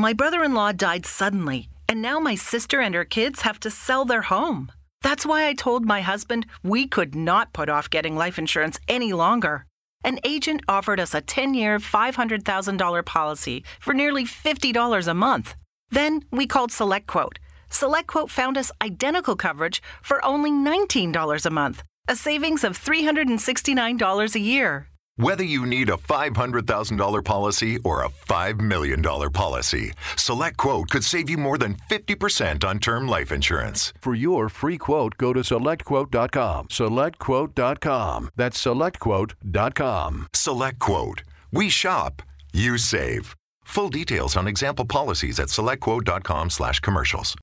My brother-in-law died suddenly, and now my sister and her kids have to sell their home. That's why I told my husband we could not put off getting life insurance any longer. An agent offered us a 10-year, $500,000 policy for nearly $50 a month. Then we called SelectQuote. SelectQuote found us identical coverage for only $19 a month, a savings of $369 a year. Whether you need a $500,000 policy or a $5 million policy, SelectQuote could save you more than 50% on term life insurance. For your free quote, go to SelectQuote.com. SelectQuote.com. That's SelectQuote.com. SelectQuote. We shop, you save. Full details on example policies at SelectQuote.com/commercials.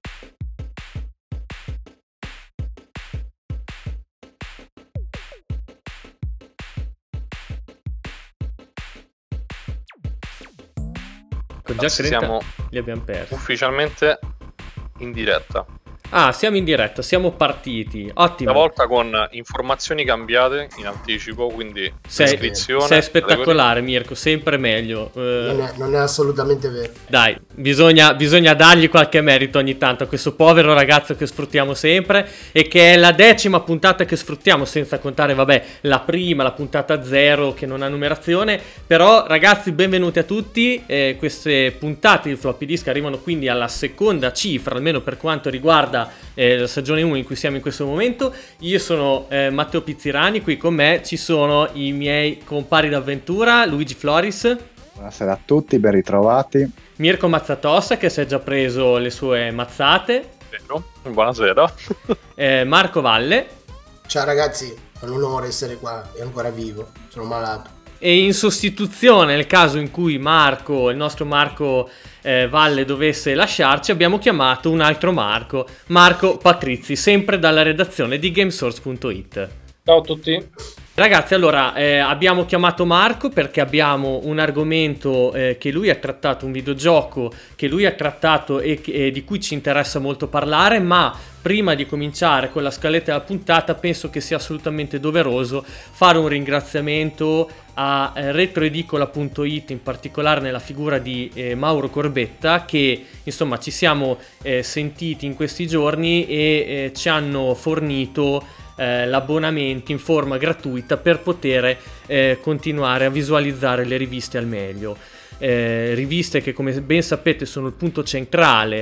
Con già 30 siamo li abbiamo persi. Ufficialmente in diretta. Ah, siamo in diretta, siamo partiti. Ottimo. Stavolta con informazioni cambiate in anticipo, quindi descrizione. Sei spettacolare, Mirko, sempre meglio. Non è assolutamente vero. Dai, bisogna dargli qualche merito ogni tanto a questo povero ragazzo che sfruttiamo sempre e che è la 10ª puntata che sfruttiamo, senza contare, vabbè, la prima, la puntata 0 che non ha numerazione. Però, ragazzi, benvenuti a tutti. Queste puntate di Floppy Disk arrivano quindi alla seconda cifra, almeno per quanto riguarda la stagione 1 in cui siamo in questo momento. Io sono Matteo Pizzirani, qui con me ci sono i miei compari d'avventura, Luigi Floris. Buonasera a tutti, ben ritrovati. Mirko Mazzatossa, che si è già preso le sue mazzate. Vero, buonasera. Marco Valle. Ciao ragazzi, è un onore essere qua, è ancora vivo, sono malato. E in sostituzione, nel caso in cui il nostro Marco Valle dovesse lasciarci, abbiamo chiamato un altro Marco Patrizzi, sempre dalla redazione di Gamesource.it. Ciao a tutti. Ragazzi, allora abbiamo chiamato Marco perché abbiamo un argomento che lui ha trattato, un videogioco che lui ha trattato e di cui ci interessa molto parlare, ma prima di cominciare con la scaletta della puntata penso che sia assolutamente doveroso fare un ringraziamento a retroedicola.it, in particolare nella figura di Mauro Corbetta, che insomma ci siamo sentiti in questi giorni e ci hanno fornito l'abbonamento in forma gratuita per poter continuare a visualizzare le riviste al meglio. Riviste che, come ben sapete, sono il punto centrale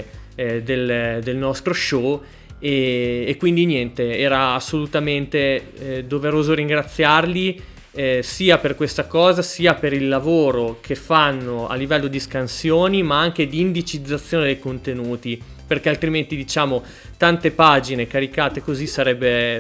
del nostro show e quindi niente, era assolutamente doveroso ringraziarli sia per questa cosa, sia per il lavoro che fanno a livello di scansioni, ma anche di indicizzazione dei contenuti, perché altrimenti, diciamo, tante pagine caricate così sarebbe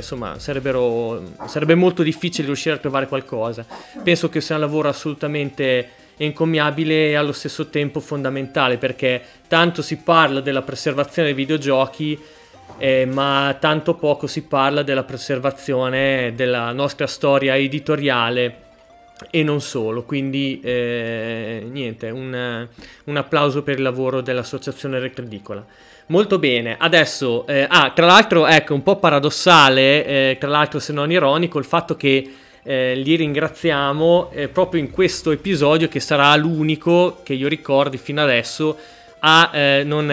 molto difficile riuscire a trovare qualcosa. Penso che sia un lavoro assolutamente encomiabile e allo stesso tempo fondamentale, perché tanto si parla della preservazione dei videogiochi, ma tanto poco si parla della preservazione della nostra storia editoriale e non solo. Quindi niente, un applauso per il lavoro dell'associazione Retroedicola. Molto bene, adesso tra l'altro, ecco, un po' paradossale, tra l'altro se non ironico, il fatto che li ringraziamo proprio in questo episodio, che sarà l'unico che io ricordi fino adesso a non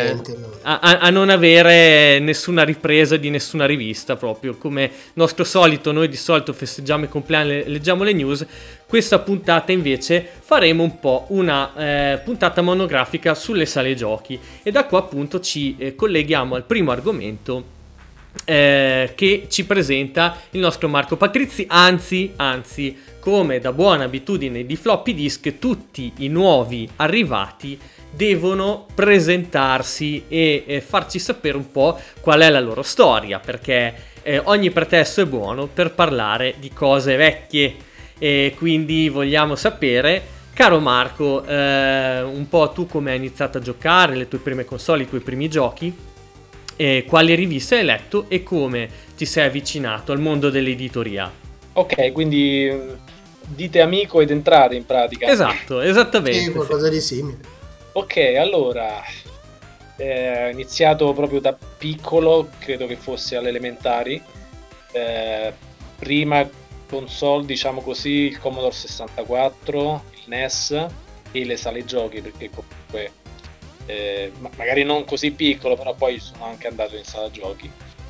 avere nessuna ripresa di nessuna rivista. Proprio come nostro solito, noi di solito festeggiamo i compleanni, leggiamo le news. Questa puntata invece faremo un po' una puntata monografica sulle sale giochi, e da qua appunto ci colleghiamo al primo argomento che ci presenta il nostro Marco Patrizzi. Anzi, come da buona abitudine di Floppy Disk, tutti i nuovi arrivati devono presentarsi e farci sapere un po' qual è la loro storia, perché ogni pretesto è buono per parlare di cose vecchie, e quindi vogliamo sapere, caro Marco, un po' tu come hai iniziato a giocare, le tue prime console, i tuoi primi giochi, quali riviste hai letto e come ti sei avvicinato al mondo dell'editoria. Ok, quindi dite amico ed entrate in pratica. Esatto, esattamente. Sì, qualcosa di simile. Ok, allora ho iniziato proprio da piccolo, credo che fosse alle elementari. Prima console, diciamo così, il Commodore 64, il NES, e le sale giochi, perché comunque magari non così piccolo, però poi sono anche andato in sala giochi.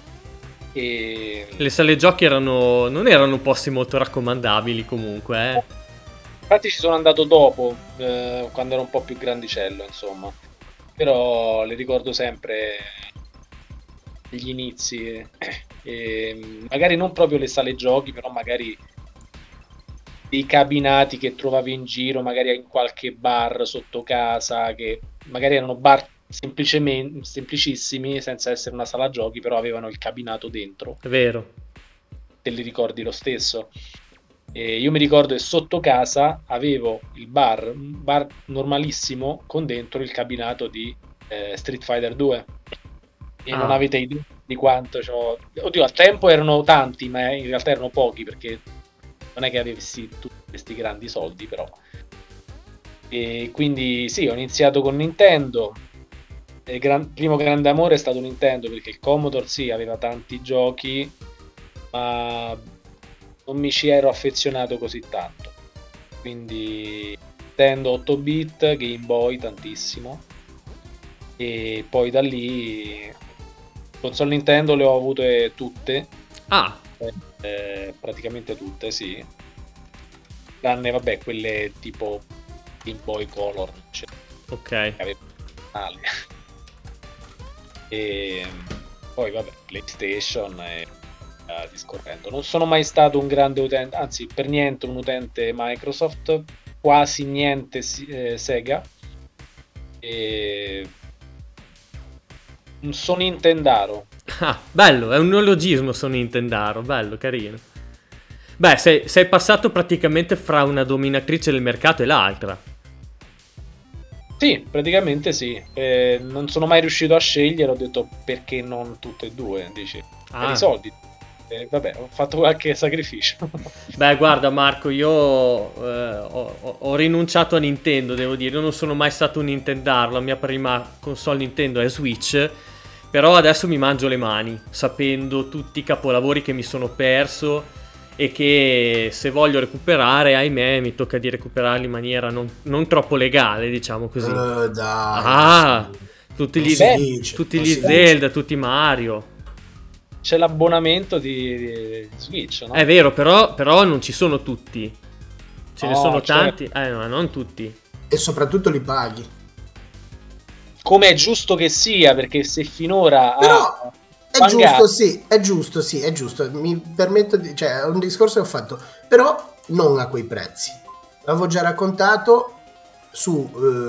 E le sale giochi non erano posti molto raccomandabili comunque. Infatti ci sono andato dopo, quando ero un po' più grandicello, insomma. Però le ricordo sempre gli inizi. Magari non proprio le sale giochi, però magari dei cabinati che trovavi in giro, magari in qualche bar sotto casa, che magari erano bar semplicissimi, senza essere una sala giochi, però avevano il cabinato dentro. È vero. Te li ricordi lo stesso? E io mi ricordo che sotto casa avevo un bar normalissimo con dentro il cabinato di Street Fighter 2 e non avete idea di quanto oddio, al tempo erano tanti, ma in realtà erano pochi, perché non è che avessi tutti questi grandi soldi, però. E quindi sì, ho iniziato con Nintendo. Il primo grande amore è stato Nintendo, perché il Commodore sì, aveva tanti giochi, ma non mi ci ero affezionato così tanto. Quindi Nintendo 8-bit, Game Boy tantissimo, e poi da lì console Nintendo le ho avute tutte. Praticamente tutte, sì, tranne vabbè quelle tipo Game Boy Color, ok, e poi vabbè PlayStation e discorrendo. Non sono mai stato un grande utente, anzi per niente un utente Microsoft, quasi niente Sega, e un Sony Nintendaro. Bello, è un neologismo Sony Nintendaro, bello, carino. Beh, sei passato praticamente fra una dominatrice del mercato e l'altra. Sì, praticamente sì. Non sono mai riuscito a scegliere, ho detto perché non tutte e due, dici, per i soldi. Vabbè, ho fatto qualche sacrificio. Beh, guarda Marco, io ho rinunciato a Nintendo, devo dire. Io non sono mai stato un Nintendaro, la mia prima console Nintendo è Switch. Però adesso mi mangio le mani, sapendo tutti i capolavori che mi sono perso e che se voglio recuperare, ahimè, mi tocca di recuperarli in maniera non troppo legale, diciamo così. Dai, tutti gli Zelda, tutti Mario. C'è l'abbonamento di Switch, no? È vero, però non ci sono tutti. Ce ne sono tanti, no, non tutti. E soprattutto li paghi. Come è giusto che sia, perché se finora però è giusto, mi permetto di, cioè è un discorso che ho fatto, però non a quei prezzi. L'avevo già raccontato su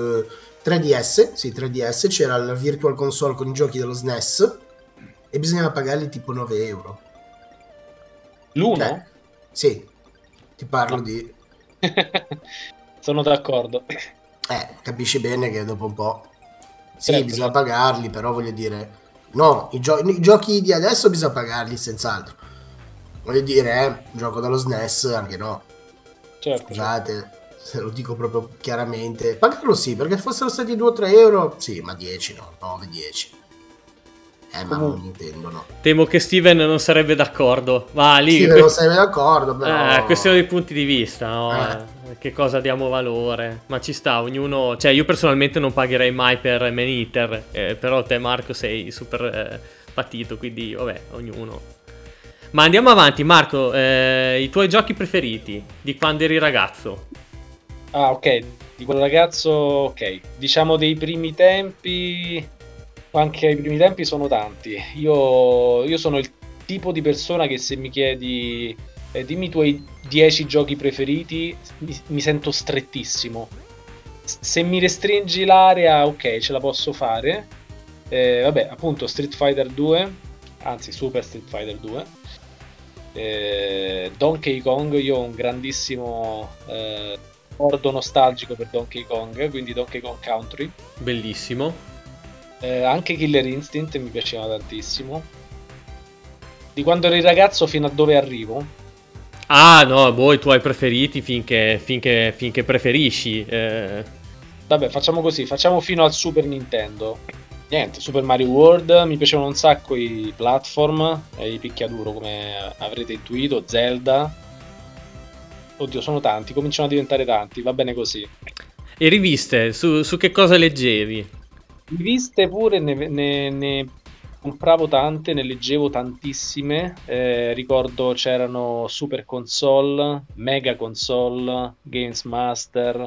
3DS c'era la Virtual Console con i giochi dello SNES e bisognava pagarli tipo 9 euro l'uno? Cioè, sì, ti parlo di sono d'accordo. Capisci bene che dopo un po' bisogna pagarli, però voglio dire, no, i giochi di adesso bisogna pagarli senz'altro. Voglio dire, un gioco dallo SNES anche no. Certo, scusate, se lo dico proprio chiaramente, pagarlo sì, perché fossero stati 2 o 3 euro, sì, ma 10 no, 9, 10. Ma non Nintendo, no. Temo che Steven non sarebbe d'accordo. Ma lì Steven non sarebbe d'accordo, però è questione di punti di vista, no? Che cosa diamo valore? Ma ci sta, ognuno. Cioè, io personalmente non pagherei mai per Man Eater, però te, Marco, sei super patito, quindi vabbè, ognuno. Ma andiamo avanti, Marco. I tuoi giochi preferiti di quando eri ragazzo? Ok, di quel ragazzo, ok. Diciamo dei primi tempi. Anche ai primi tempi sono tanti. Io sono il tipo di persona che se mi chiedi dimmi i tuoi 10 giochi preferiti, mi sento strettissimo. Se mi restringi l'area, ok, ce la posso fare. Vabbè, appunto Street Fighter 2, anzi Super Street Fighter 2. Donkey Kong, io ho un grandissimo ricordo nostalgico per Donkey Kong, quindi Donkey Kong Country. Bellissimo. Anche Killer Instinct mi piaceva tantissimo. Di quando eri ragazzo fino a dove arrivo? No, i tuoi preferiti finché preferisci. Vabbè, facciamo così, facciamo fino al Super Nintendo. Niente, Super Mario World, mi piacevano un sacco i platform e i picchiaduro, come avrete intuito, Zelda. Oddio, sono tanti, cominciano a diventare tanti, va bene così. E riviste, su che cosa leggevi? Riviste pure ne compravo tante, ne leggevo tantissime. Ricordo c'erano Super Console, Mega Console, Games Master,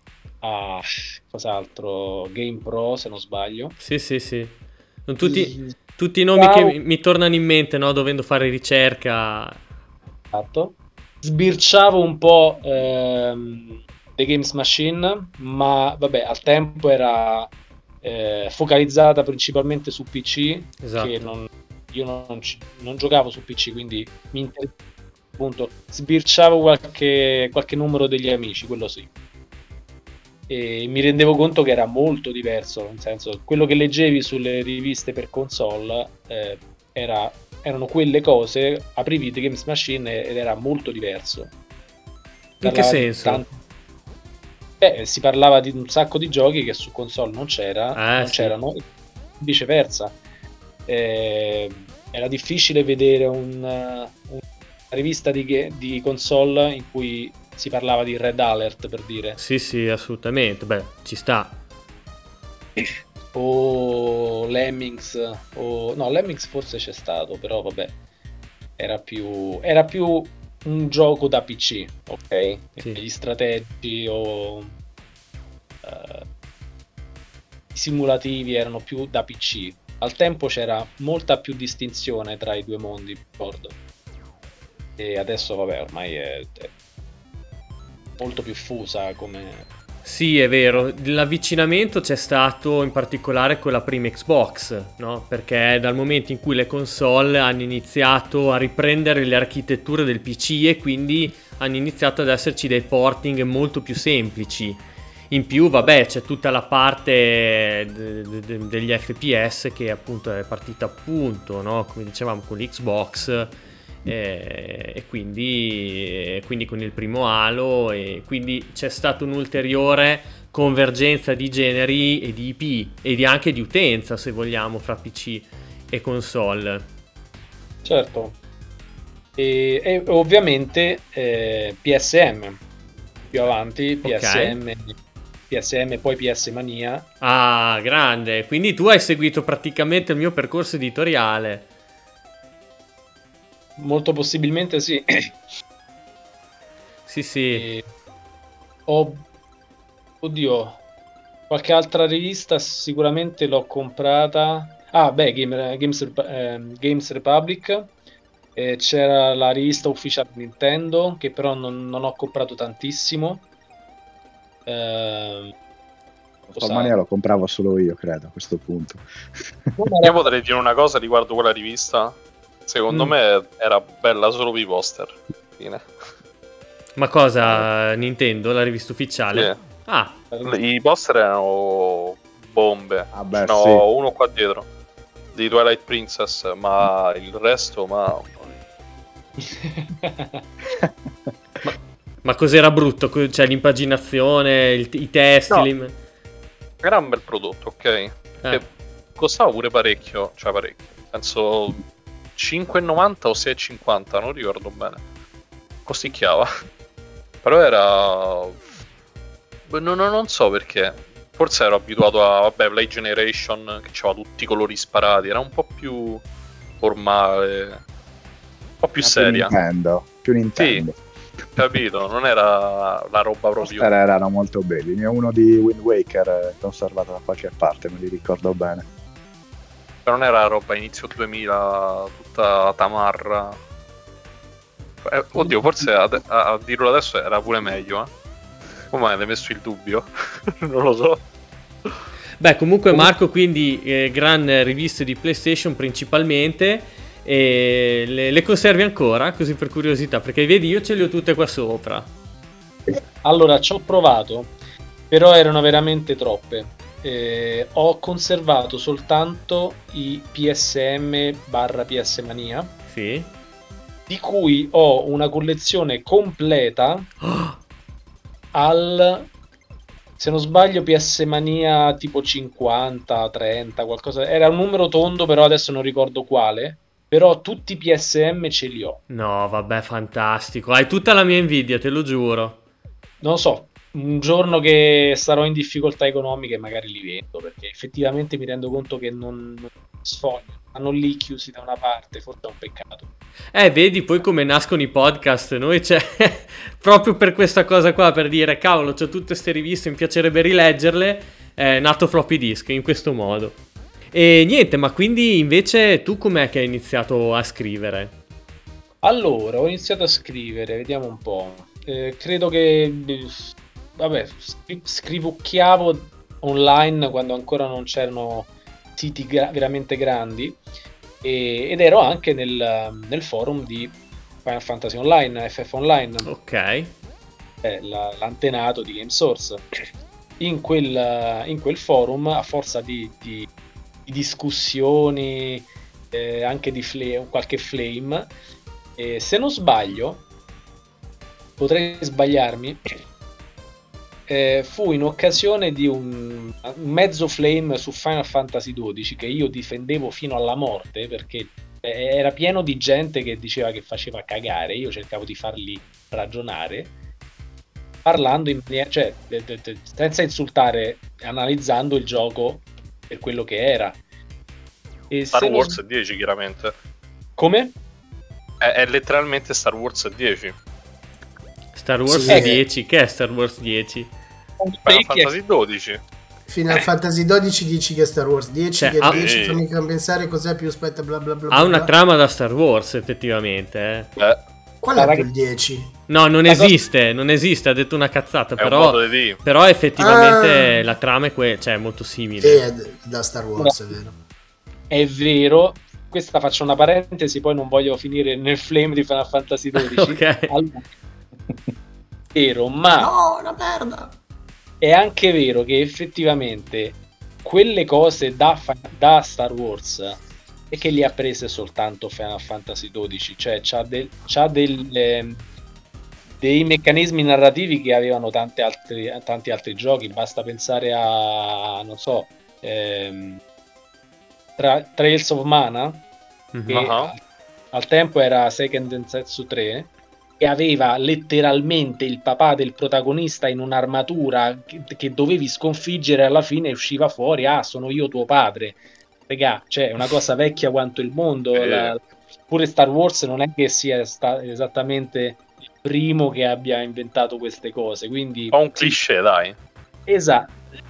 cos'altro? Game Pro, se non sbaglio. Sì. Sono tutti i nomi che mi tornano in mente, no? Dovendo fare ricerca. Esatto. Sbirciavo un po' The Games Machine, ma vabbè, al tempo era focalizzata principalmente su PC, Esatto. che io non giocavo su PC, quindi mi interessava, appunto, sbirciavo qualche numero degli amici, quello sì. E mi rendevo conto che era molto diverso, nel senso, quello che leggevi sulle riviste per console erano quelle cose, aprivi The Games Machine ed era molto diverso. In che senso? Si parlava di un sacco di giochi che su console non c'erano, viceversa. Era difficile vedere una rivista di console in cui si parlava di Red Alert, per dire. Sì, assolutamente. Beh, ci sta. O Lemmings, no, Lemmings forse c'è stato, però vabbè, era più un gioco da PC, ok? Sì. Gli strategici o i simulativi erano più da PC. Al tempo c'era molta più distinzione tra i due mondi, ricordo. E adesso, vabbè, ormai è molto più fusa come... Sì, è vero, l'avvicinamento c'è stato in particolare con la prima Xbox, no? Perché dal momento in cui le console hanno iniziato a riprendere le architetture del PC e quindi hanno iniziato ad esserci dei porting molto più semplici. In più, vabbè, c'è tutta la parte degli FPS che appunto è partita appunto, no? Come dicevamo con l'Xbox. E quindi con il primo Halo, e quindi c'è stata un'ulteriore convergenza di generi e di IP e anche di utenza, se vogliamo, fra PC e console. Certo. E ovviamente PSM più avanti, PSM poi PS Mania. Ah, grande, quindi tu hai seguito praticamente il mio percorso editoriale. Molto possibilmente sì. Sì. Oddio, qualche altra rivista sicuramente l'ho comprata. Games Republic. C'era la rivista ufficiale Nintendo, che però non ho comprato tantissimo. Mania lo compravo solo io, credo, a questo punto. Io potrei dire una cosa riguardo quella rivista. Secondo me era bella solo per i poster. Fine. Ma cosa? Nintendo, la rivista ufficiale? Sì. Ah, I poster erano bombe. Sì. Uno qua dietro di Twilight Princess, ma il resto, ma cos'era brutto? Cioè l'impaginazione, i testi? No. Era un bel prodotto, ok? Che costava pure parecchio, penso 5,90 o 6,50, non ricordo bene. Costicchiava. Però era... Non so perché. Forse ero abituato a Play Generation, che c'aveva tutti i colori sparati. Era un po' più formale, un po' più seria. Più Nintendo. Sì, capito, non era la roba proprio... Erano molto belli. Ne ho uno di Wind Waker conservato da qualche parte, me li ricordo bene. Però non era la roba inizio 2000, tutta tamarra. Oddio, forse a dirlo adesso era pure meglio, eh? Come hai messo il dubbio? Non lo so. Beh, comunque Marco, quindi gran riviste di PlayStation principalmente, e le conservi ancora, così per curiosità? Perché vedi, io ce le ho tutte qua sopra. Allora, ci ho provato, però erano veramente troppe. Ho conservato soltanto i PSM/PS Mania, sì, di cui ho una collezione completa se non sbaglio, PS Mania tipo 50, 30, qualcosa. Era un numero tondo, però adesso non ricordo quale. Però tutti i PSM ce li ho. No, vabbè, fantastico. Hai tutta la mia invidia, te lo giuro. Non lo so, un giorno che sarò in difficoltà economiche magari li vendo, perché effettivamente mi rendo conto che non sfoglio, stanno lì chiusi da una parte, forse è un peccato. Vedi poi come nascono i podcast, noi proprio per questa cosa qua, per dire cavolo, c'ho tutte ste riviste, mi piacerebbe rileggerle, è nato Floppy Disk in questo modo. E niente, ma quindi invece tu com'è che hai iniziato a scrivere? Allora, ho iniziato a scrivere, vediamo un po'. Credo che scrivucchiavo online quando ancora non c'erano siti veramente grandi, ed ero anche nel forum di Final Fantasy Online, FF Online. Ok. L'antenato di Game Source. In quel forum, a forza di discussioni, anche di qualche flame, se non sbaglio, potrei sbagliarmi, fu in occasione di un mezzo flame su Final Fantasy XII che io difendevo fino alla morte, perché era pieno di gente che diceva che faceva cagare. Io cercavo di farli ragionare, parlando in maniera, cioè, senza insultare, analizzando il gioco per quello che era. E Star Wars 10, chiaramente. Come? È letteralmente Star Wars 10. Star Wars 10? Che è Star Wars 10? Final Fantasy 12. Final Fantasy 12 dici che è Star Wars 10, Cioè, che 10 fammi pensare cos'è più, aspetta, bla bla bla. Ha una trama da Star Wars, effettivamente. Qual è più il 10? No, non esiste, ha detto una cazzata, È un modo di dire. però effettivamente la trama è molto simile. Sì, è da Star Wars, è vero. È vero, questa faccio una parentesi, poi non voglio finire nel flame di Final Fantasy XII. Ok. Allora, vero, ma no, una merda. È anche vero che effettivamente quelle cose da Star Wars è che li ha prese soltanto Final Fantasy XII, cioè c'ha dei meccanismi narrativi che avevano tanti altri giochi. Basta pensare a, non so, Trails of Mana, che al tempo era Seiken Densetsu 3, che aveva letteralmente il papà del protagonista in un'armatura che dovevi sconfiggere, e alla fine usciva fuori: ah, sono io tuo padre. Regà, cioè, è una cosa vecchia quanto il mondo. Pure Star Wars non è che sia esattamente il primo che abbia inventato queste cose, quindi un cliché, dai. Esatto.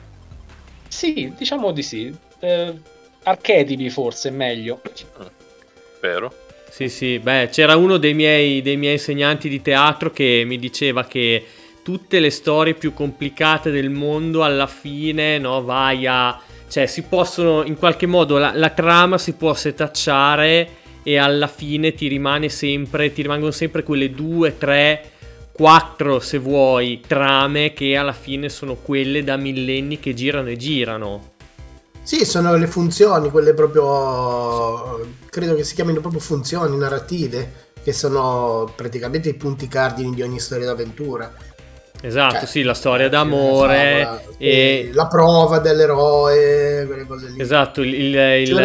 Sì, diciamo di sì. Archetipi forse è meglio. Vero. Sì, beh, c'era uno dei miei insegnanti di teatro che mi diceva che tutte le storie più complicate del mondo alla fine, no, cioè si possono, in qualche modo, la trama si può setacciare e alla fine ti rimangono sempre quelle 2, 3, 4, se vuoi, trame che alla fine sono quelle da millenni che girano e girano. Sì, sono le funzioni, quelle proprio, credo che si chiamino proprio funzioni narrative, che sono praticamente i punti cardini di ogni storia d'avventura. Esatto, cioè, sì, la storia d'amore e la prova dell'eroe, quelle cose lì. Esatto, il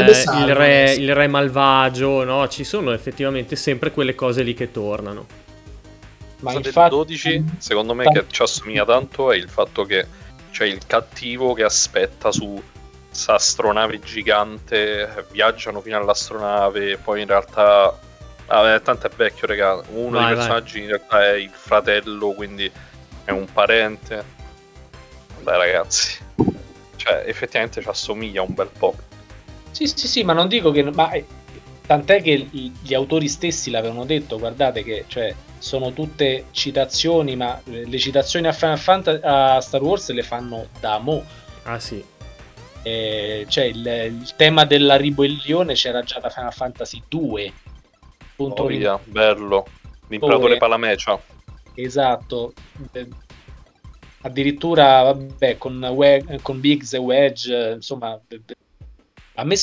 re malvagio, no? Ci sono effettivamente sempre quelle cose lì che tornano. Ma infatti, del 12, secondo me, che ci assomiglia tanto è il fatto che c'è il cattivo che aspetta su questa astronave gigante, viaggiano fino all'astronave, poi in realtà tanto è vecchio, raga, uno dei personaggi in realtà è il fratello, quindi è un parente. Dai ragazzi, cioè effettivamente ci assomiglia un bel po'. Sì, ma non dico che, ma tant'è che gli autori stessi l'avevano detto, guardate che, cioè, sono tutte citazioni, ma le citazioni a Final Fantasy, a Star Wars le fanno da mo'. Ah sì. Cioè il tema della ribellione c'era già da Final Fantasy 2. Bello, l'imperatore Palamecia. Esatto. Addirittura vabbè, con Biggs e Wedge, insomma, a me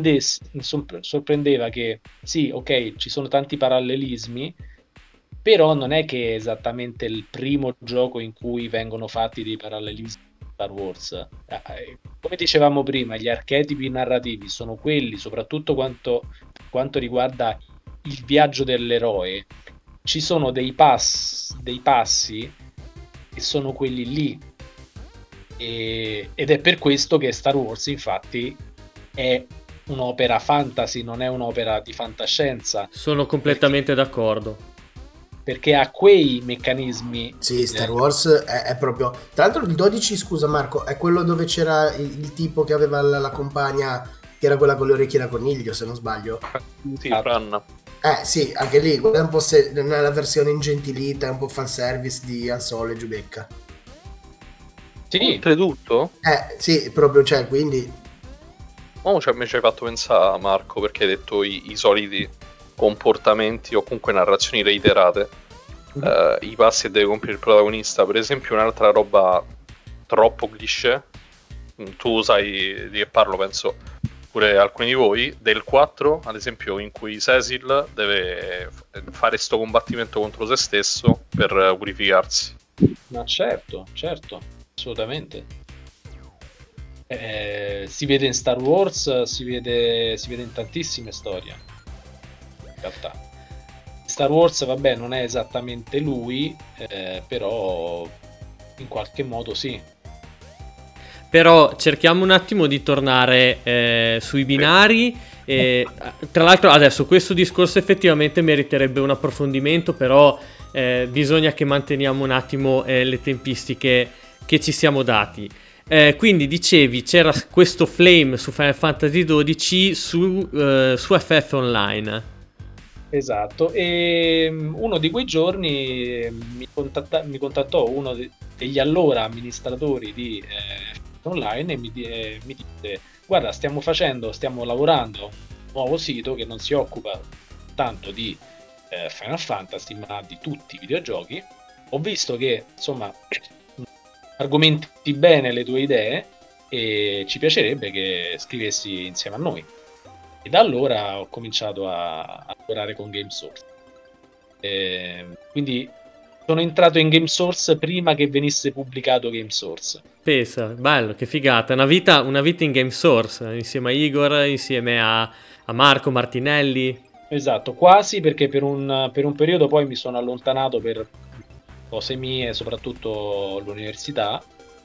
sorprendeva che sì, ok, ci sono tanti parallelismi, però non è che è esattamente il primo gioco in cui vengono fatti dei parallelismi Star Wars. Come dicevamo prima, gli archetipi narrativi sono quelli, soprattutto quanto riguarda il viaggio dell'eroe. Ci sono dei passi e sono quelli lì. Ed è per questo che Star Wars infatti è un'opera fantasy, non è un'opera di fantascienza. Sono completamente d'accordo. Perché ha quei meccanismi. Sì, Star Wars è proprio... Tra l'altro il 12, scusa Marco, è quello dove c'era il tipo che aveva la compagna, che era quella con le orecchie da coniglio, se non sbaglio. Sì, Fran. Sì, anche lì, quella è un po' la versione ingentilita, è un po' fanservice di Han Solo e Giubecca. Sì. Oltretutto? Sì, proprio, cioè, quindi... mi ci hai fatto pensare, Marco, perché hai detto i soliti comportamenti o comunque narrazioni reiterate, i passi che deve compiere il protagonista. Per esempio, un'altra roba troppo cliché, tu sai di che parlo, penso pure alcuni di voi, del 4 ad esempio, in cui Cecil deve fare sto combattimento contro se stesso per purificarsi. Ma certo, assolutamente. Si vede in Star Wars, si vede in tantissime storie. In realtà Star Wars, vabbè, non è esattamente lui, però in qualche modo sì. Però cerchiamo un attimo di tornare sui binari. Tra l'altro adesso questo discorso effettivamente meriterebbe un approfondimento, però bisogna che manteniamo un attimo le tempistiche che ci siamo dati. Quindi dicevi c'era questo flame su Final Fantasy XII su FF Online. Esatto, e uno di quei giorni mi contattò uno degli allora amministratori di Online e mi disse: guarda, stiamo lavorando un nuovo sito che non si occupa tanto di Final Fantasy ma di tutti i videogiochi. Ho visto che insomma argomenti bene le tue idee e ci piacerebbe che scrivessi insieme a noi. E da allora ho cominciato a lavorare con GameSource. Quindi sono entrato in GameSource prima che venisse pubblicato GameSource. Pensa, bello, che figata. Una vita in GameSource, insieme a Igor, insieme a Marco Martinelli. Esatto, quasi, perché per un periodo poi mi sono allontanato per cose mie, soprattutto l'università.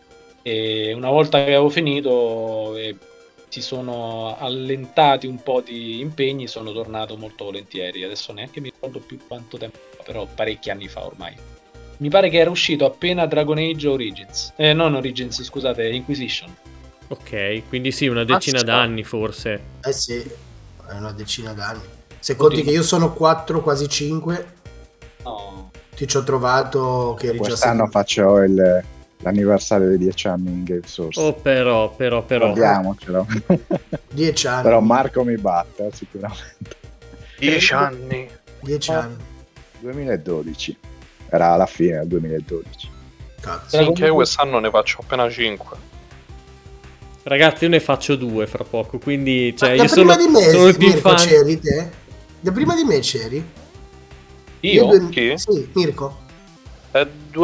E una volta che avevo finito si sono allentati un po' di impegni, sono tornato molto volentieri. Adesso neanche mi ricordo più quanto tempo fa, però parecchi anni fa ormai. Mi pare che era uscito appena Dragon Age Origins. Non Origins, scusate, Inquisition. Ok, quindi sì, una decina d'anni forse. Sì, è una decina d'anni. Se conti che io sono 4, quasi 5, no. Ti ci ho trovato che eri già quest'anno faccio l'anniversario dei 10 anni in GameSource. Oh, però. Guardiamocelo. 10 anni. Però Marco mi batte sicuramente. 10 anni. 10 anni. 2012. Era alla fine del 2012. Cazzo. Anche io quest'anno ne faccio appena 5. Ragazzi, io ne faccio 2 fra poco, quindi cioè, da io prima di me, sono Mirko, c'eri te? Da prima di me c'eri? Io? Chi? Sì, Mirko. È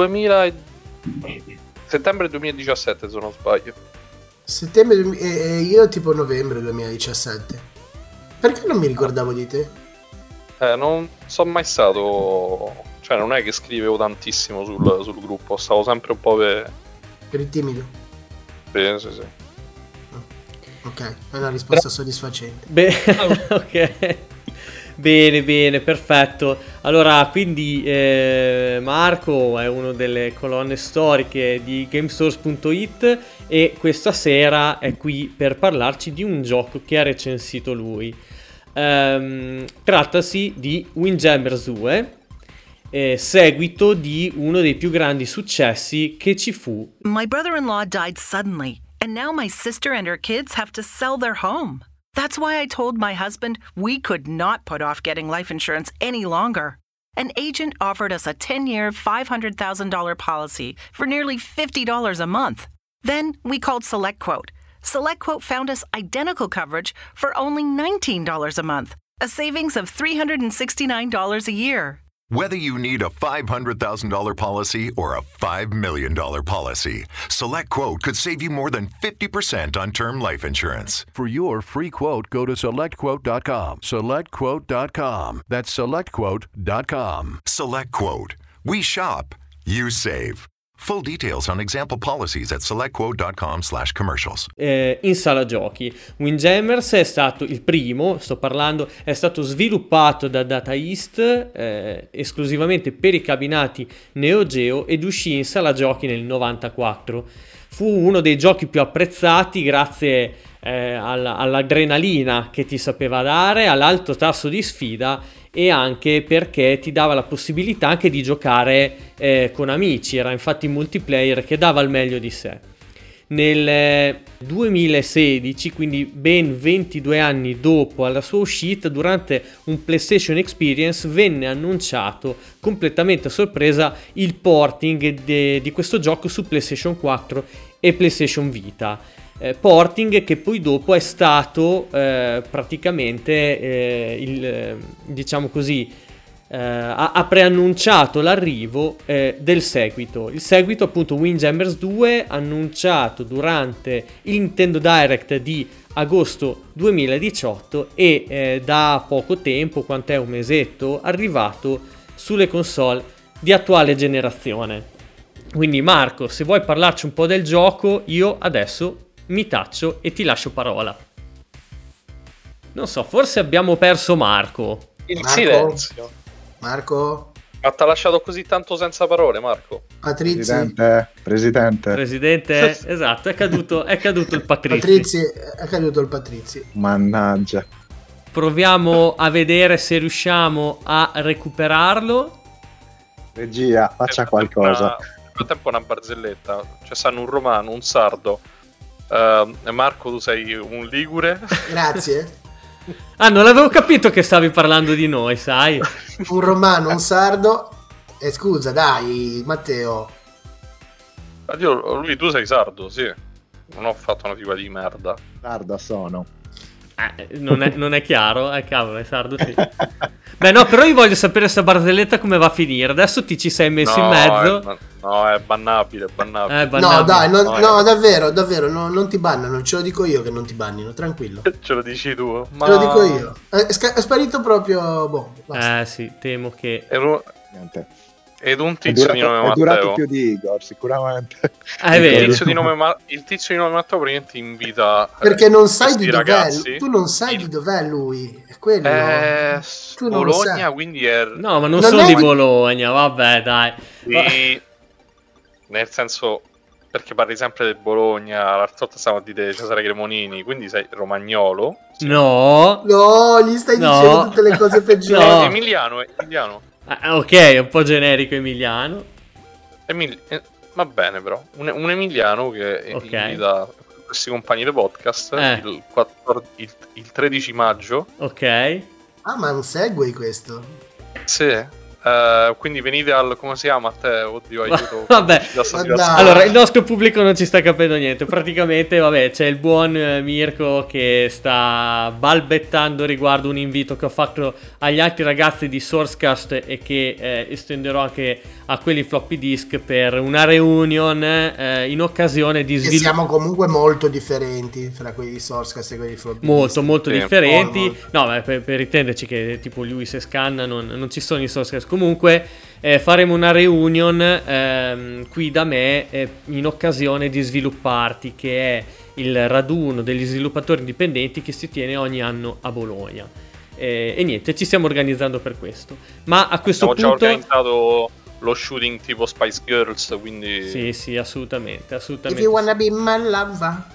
settembre 2017 se non sbaglio. Settembre e io tipo novembre 2017. Perché non mi ricordavo di te? Non sono mai stato, cioè non è che scrivevo tantissimo sul gruppo, stavo sempre un po' per il timido. Sì. Ok, è una risposta soddisfacente. Ok. Bene, perfetto. Allora, quindi Marco è una delle colonne storiche di GameSource.it e questa sera è qui per parlarci di un gioco che ha recensito lui. Trattasi di Windjammers 2, seguito di uno dei più grandi successi che ci fu. My brother-in-law died suddenly, and now my sister and her kids have to sell their home. That's why I told my husband we could not put off getting life insurance any longer. An agent offered us a 10-year, $500,000 policy for nearly $50 a month. Then we called SelectQuote. SelectQuote found us identical coverage for only $19 a month, a savings of $369 a year. Whether you need a $500,000 policy or a $5 million policy, SelectQuote could save you more than 50% on term life insurance. For your free quote, go to SelectQuote.com. SelectQuote.com. That's SelectQuote.com. SelectQuote. We shop, you save. Full details on example policies at selectquote.com/commercials. In sala giochi Windjammers è stato il primo, è stato sviluppato da Data East esclusivamente per i cabinati Neo Geo ed uscì in sala giochi nel 94. Fu uno dei giochi più apprezzati grazie all'adrenalina che ti sapeva dare, all'alto tasso di sfida e anche perché ti dava la possibilità anche di giocare con amici. Era infatti multiplayer che dava il meglio di sé. Nel 2016, quindi ben 22 anni dopo alla sua uscita, durante un PlayStation Experience venne annunciato completamente a sorpresa il porting di questo gioco su PlayStation 4 e PlayStation Vita. Porting che poi dopo è stato praticamente diciamo così ha preannunciato l'arrivo del seguito. Il seguito appunto Windjammers 2, annunciato durante il Nintendo Direct di agosto 2018 e da poco tempo, quant'è un mesetto, arrivato sulle console di attuale generazione. Quindi Marco, se vuoi parlarci un po' del gioco, io adesso mi taccio e ti lascio parola. Non so, forse abbiamo perso Marco. Silenzio. Marco? Ma ti ha lasciato così tanto senza parole, Marco? Patrizio? Presidente. Esatto, è caduto il Patrizio. È caduto il Patrizio. Mannaggia. Proviamo a vedere se riusciamo a recuperarlo. Regia, faccia qualcosa. Nel frattempo una barzelletta. Cioè sanno un romano, un sardo. Marco, tu sei un ligure. Grazie. Non l'avevo capito che stavi parlando di noi, sai. Un romano, un sardo. Scusa, dai, Matteo. Lui, tu sei sardo, sì. Non ho fatto una figura di merda. Sarda sono. Non è chiaro? Cavolo, è sardo, sì. Beh, no, però io voglio sapere sta barzelletta come va a finire. Adesso ti ci sei messo in mezzo. È bannabile. No, dai, no, davvero, non ti bannano. Ce lo dico io che non ti bannino, tranquillo. Ce lo dici tu? Ce lo dico io. È sparito proprio. Boh, basta. Sì, temo che. Niente. Ed un tizio di nome Matteo. È durato più di Igor, sicuramente. Vero. Il tizio di nome Matteo praticamente invita. Perché non sai di dov'è. Ragazzi, tu non sai di dov'è lui. È quello. Tu non Bologna, quindi è. No, ma non sono di Bologna, vabbè, dai. Sì. Nel senso, perché parli sempre del Bologna. L'altra volta stavamo a dire Cesare Cremonini, quindi sei romagnolo. Sì. No, gli stai dicendo tutte le cose peggiori. No. Emiliano. Ok, è un po' generico Emiliano. Va bene, però. Un Emiliano che invita questi compagni di podcast il 13 maggio. Ok. Ma è un segue questo? Sì. Quindi venite al, come si chiama Matteo? Oddio, aiuto. Vabbè, allora il nostro pubblico non ci sta capendo niente. Praticamente, vabbè, c'è il buon Mirko che sta balbettando riguardo un invito che ho fatto agli altri ragazzi di Sourcecast e che estenderò anche a quelli floppy disk per una reunion in occasione di sviluppo. Siamo comunque molto differenti fra quelli di Sourcecast e quelli di floppy disk. Molto differenti. Molto. No, per intenderci che tipo Lewis e Scanna non ci sono in Sourcecast. Comunque faremo una reunion qui da me in occasione di Svilupparty, che è il raduno degli sviluppatori indipendenti che si tiene ogni anno a Bologna. E niente, ci stiamo organizzando per questo. Ma a questo punto già organizzato lo shooting tipo Spice Girls, quindi sì, assolutamente. If you wanna be my lover.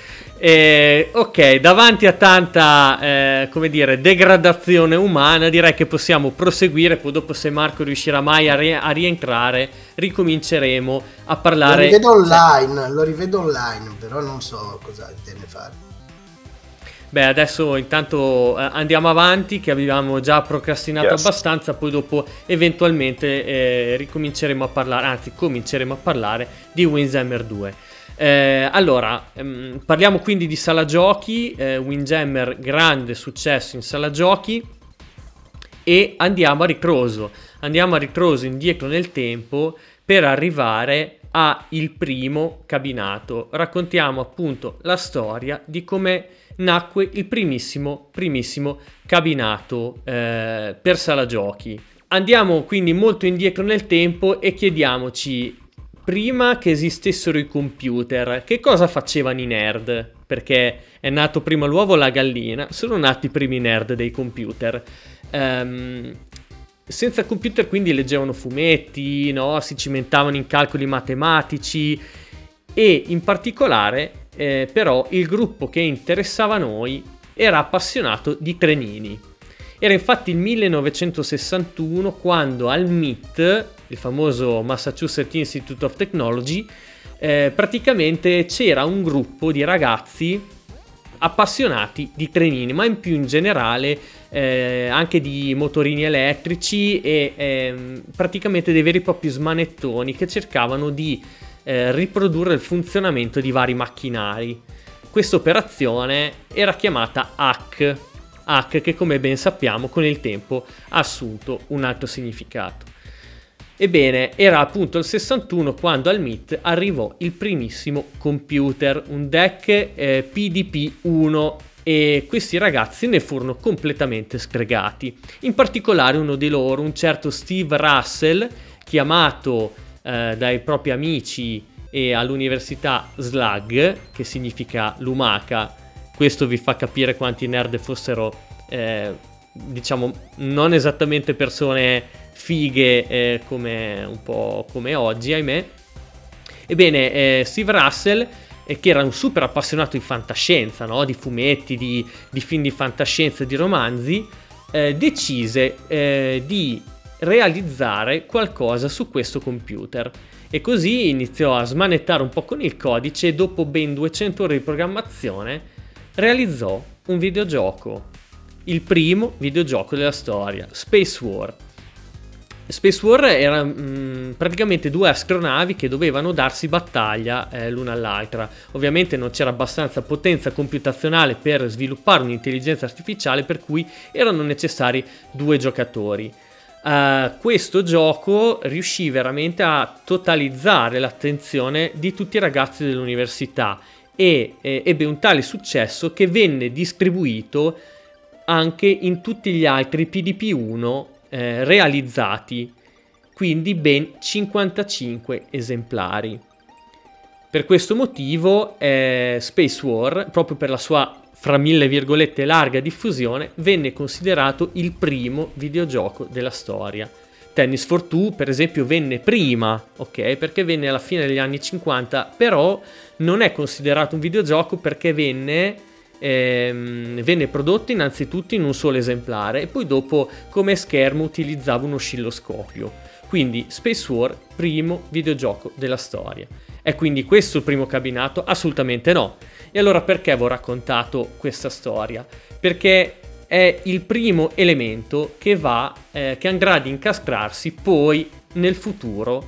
Ok, davanti a tanta degradazione umana, direi che possiamo proseguire. Poi dopo, se Marco riuscirà mai a rientrare, ricominceremo a parlare. Lo rivedo online, però non so cosa intende fare. Beh, adesso intanto andiamo avanti, che avevamo già procrastinato abbastanza. Poi dopo eventualmente cominceremo a parlare di Windjammer 2. Allora, parliamo quindi di sala giochi. Windjammer, grande successo in sala giochi. E andiamo a ritroso indietro nel tempo per arrivare a il primo cabinato. Raccontiamo appunto la storia di come nacque il primissimo cabinato per sala giochi. Andiamo quindi molto indietro nel tempo e chiediamoci prima che esistessero i computer, che cosa facevano i nerd? Perché è nato prima l'uovo o la gallina, sono nati i primi nerd dei computer. Senza computer quindi leggevano fumetti, no? Si cimentavano in calcoli matematici e in particolare però il gruppo che interessava a noi era appassionato di trenini. Era infatti il 1961 quando al MIT, il famoso Massachusetts Institute of Technology, praticamente c'era un gruppo di ragazzi appassionati di trenini, ma in più in generale anche di motorini elettrici e praticamente dei veri e propri smanettoni che cercavano di riprodurre il funzionamento di vari macchinari. Questa operazione era chiamata hack, che come ben sappiamo con il tempo ha assunto un altro significato. Ebbene, era appunto il 61 quando al MIT arrivò il primissimo computer, un DEC PDP-1, e questi ragazzi ne furono completamente sgregati. In particolare uno di loro, un certo Steve Russell, chiamato dai propri amici e all'università Slug, che significa lumaca. Questo vi fa capire quanti nerd fossero, diciamo, non esattamente persone fighe come un po' come oggi, ahimè. Ebbene, Steve Russell, che era un super appassionato di fantascienza, no? Di fumetti, di film di fantascienza, di romanzi, decise di realizzare qualcosa su questo computer. E così iniziò a smanettare un po' con il codice e dopo ben 200 ore di programmazione realizzò un videogioco, il primo videogioco della storia, Space War. Space War era praticamente due astronavi che dovevano darsi battaglia l'una all'altra. Ovviamente non c'era abbastanza potenza computazionale per sviluppare un'intelligenza artificiale, per cui erano necessari due giocatori. Questo gioco riuscì veramente a totalizzare l'attenzione di tutti i ragazzi dell'università e ebbe un tale successo che venne distribuito anche in tutti gli altri PDP-1 realizzati, quindi ben 55 esemplari. Per questo motivo Space War, proprio per la sua fra mille virgolette larga diffusione, venne considerato il primo videogioco della storia. Tennis for Two, per esempio, venne prima, ok? Perché venne alla fine degli anni 50, però non è considerato un videogioco perché venne prodotto innanzitutto in un solo esemplare e poi dopo come schermo utilizzava un oscilloscopio. Quindi Space War, primo videogioco della storia. È quindi questo il primo cabinato? Assolutamente no. E allora perché vi ho raccontato questa storia? Perché è il primo elemento che andrà ad incastrarsi poi nel futuro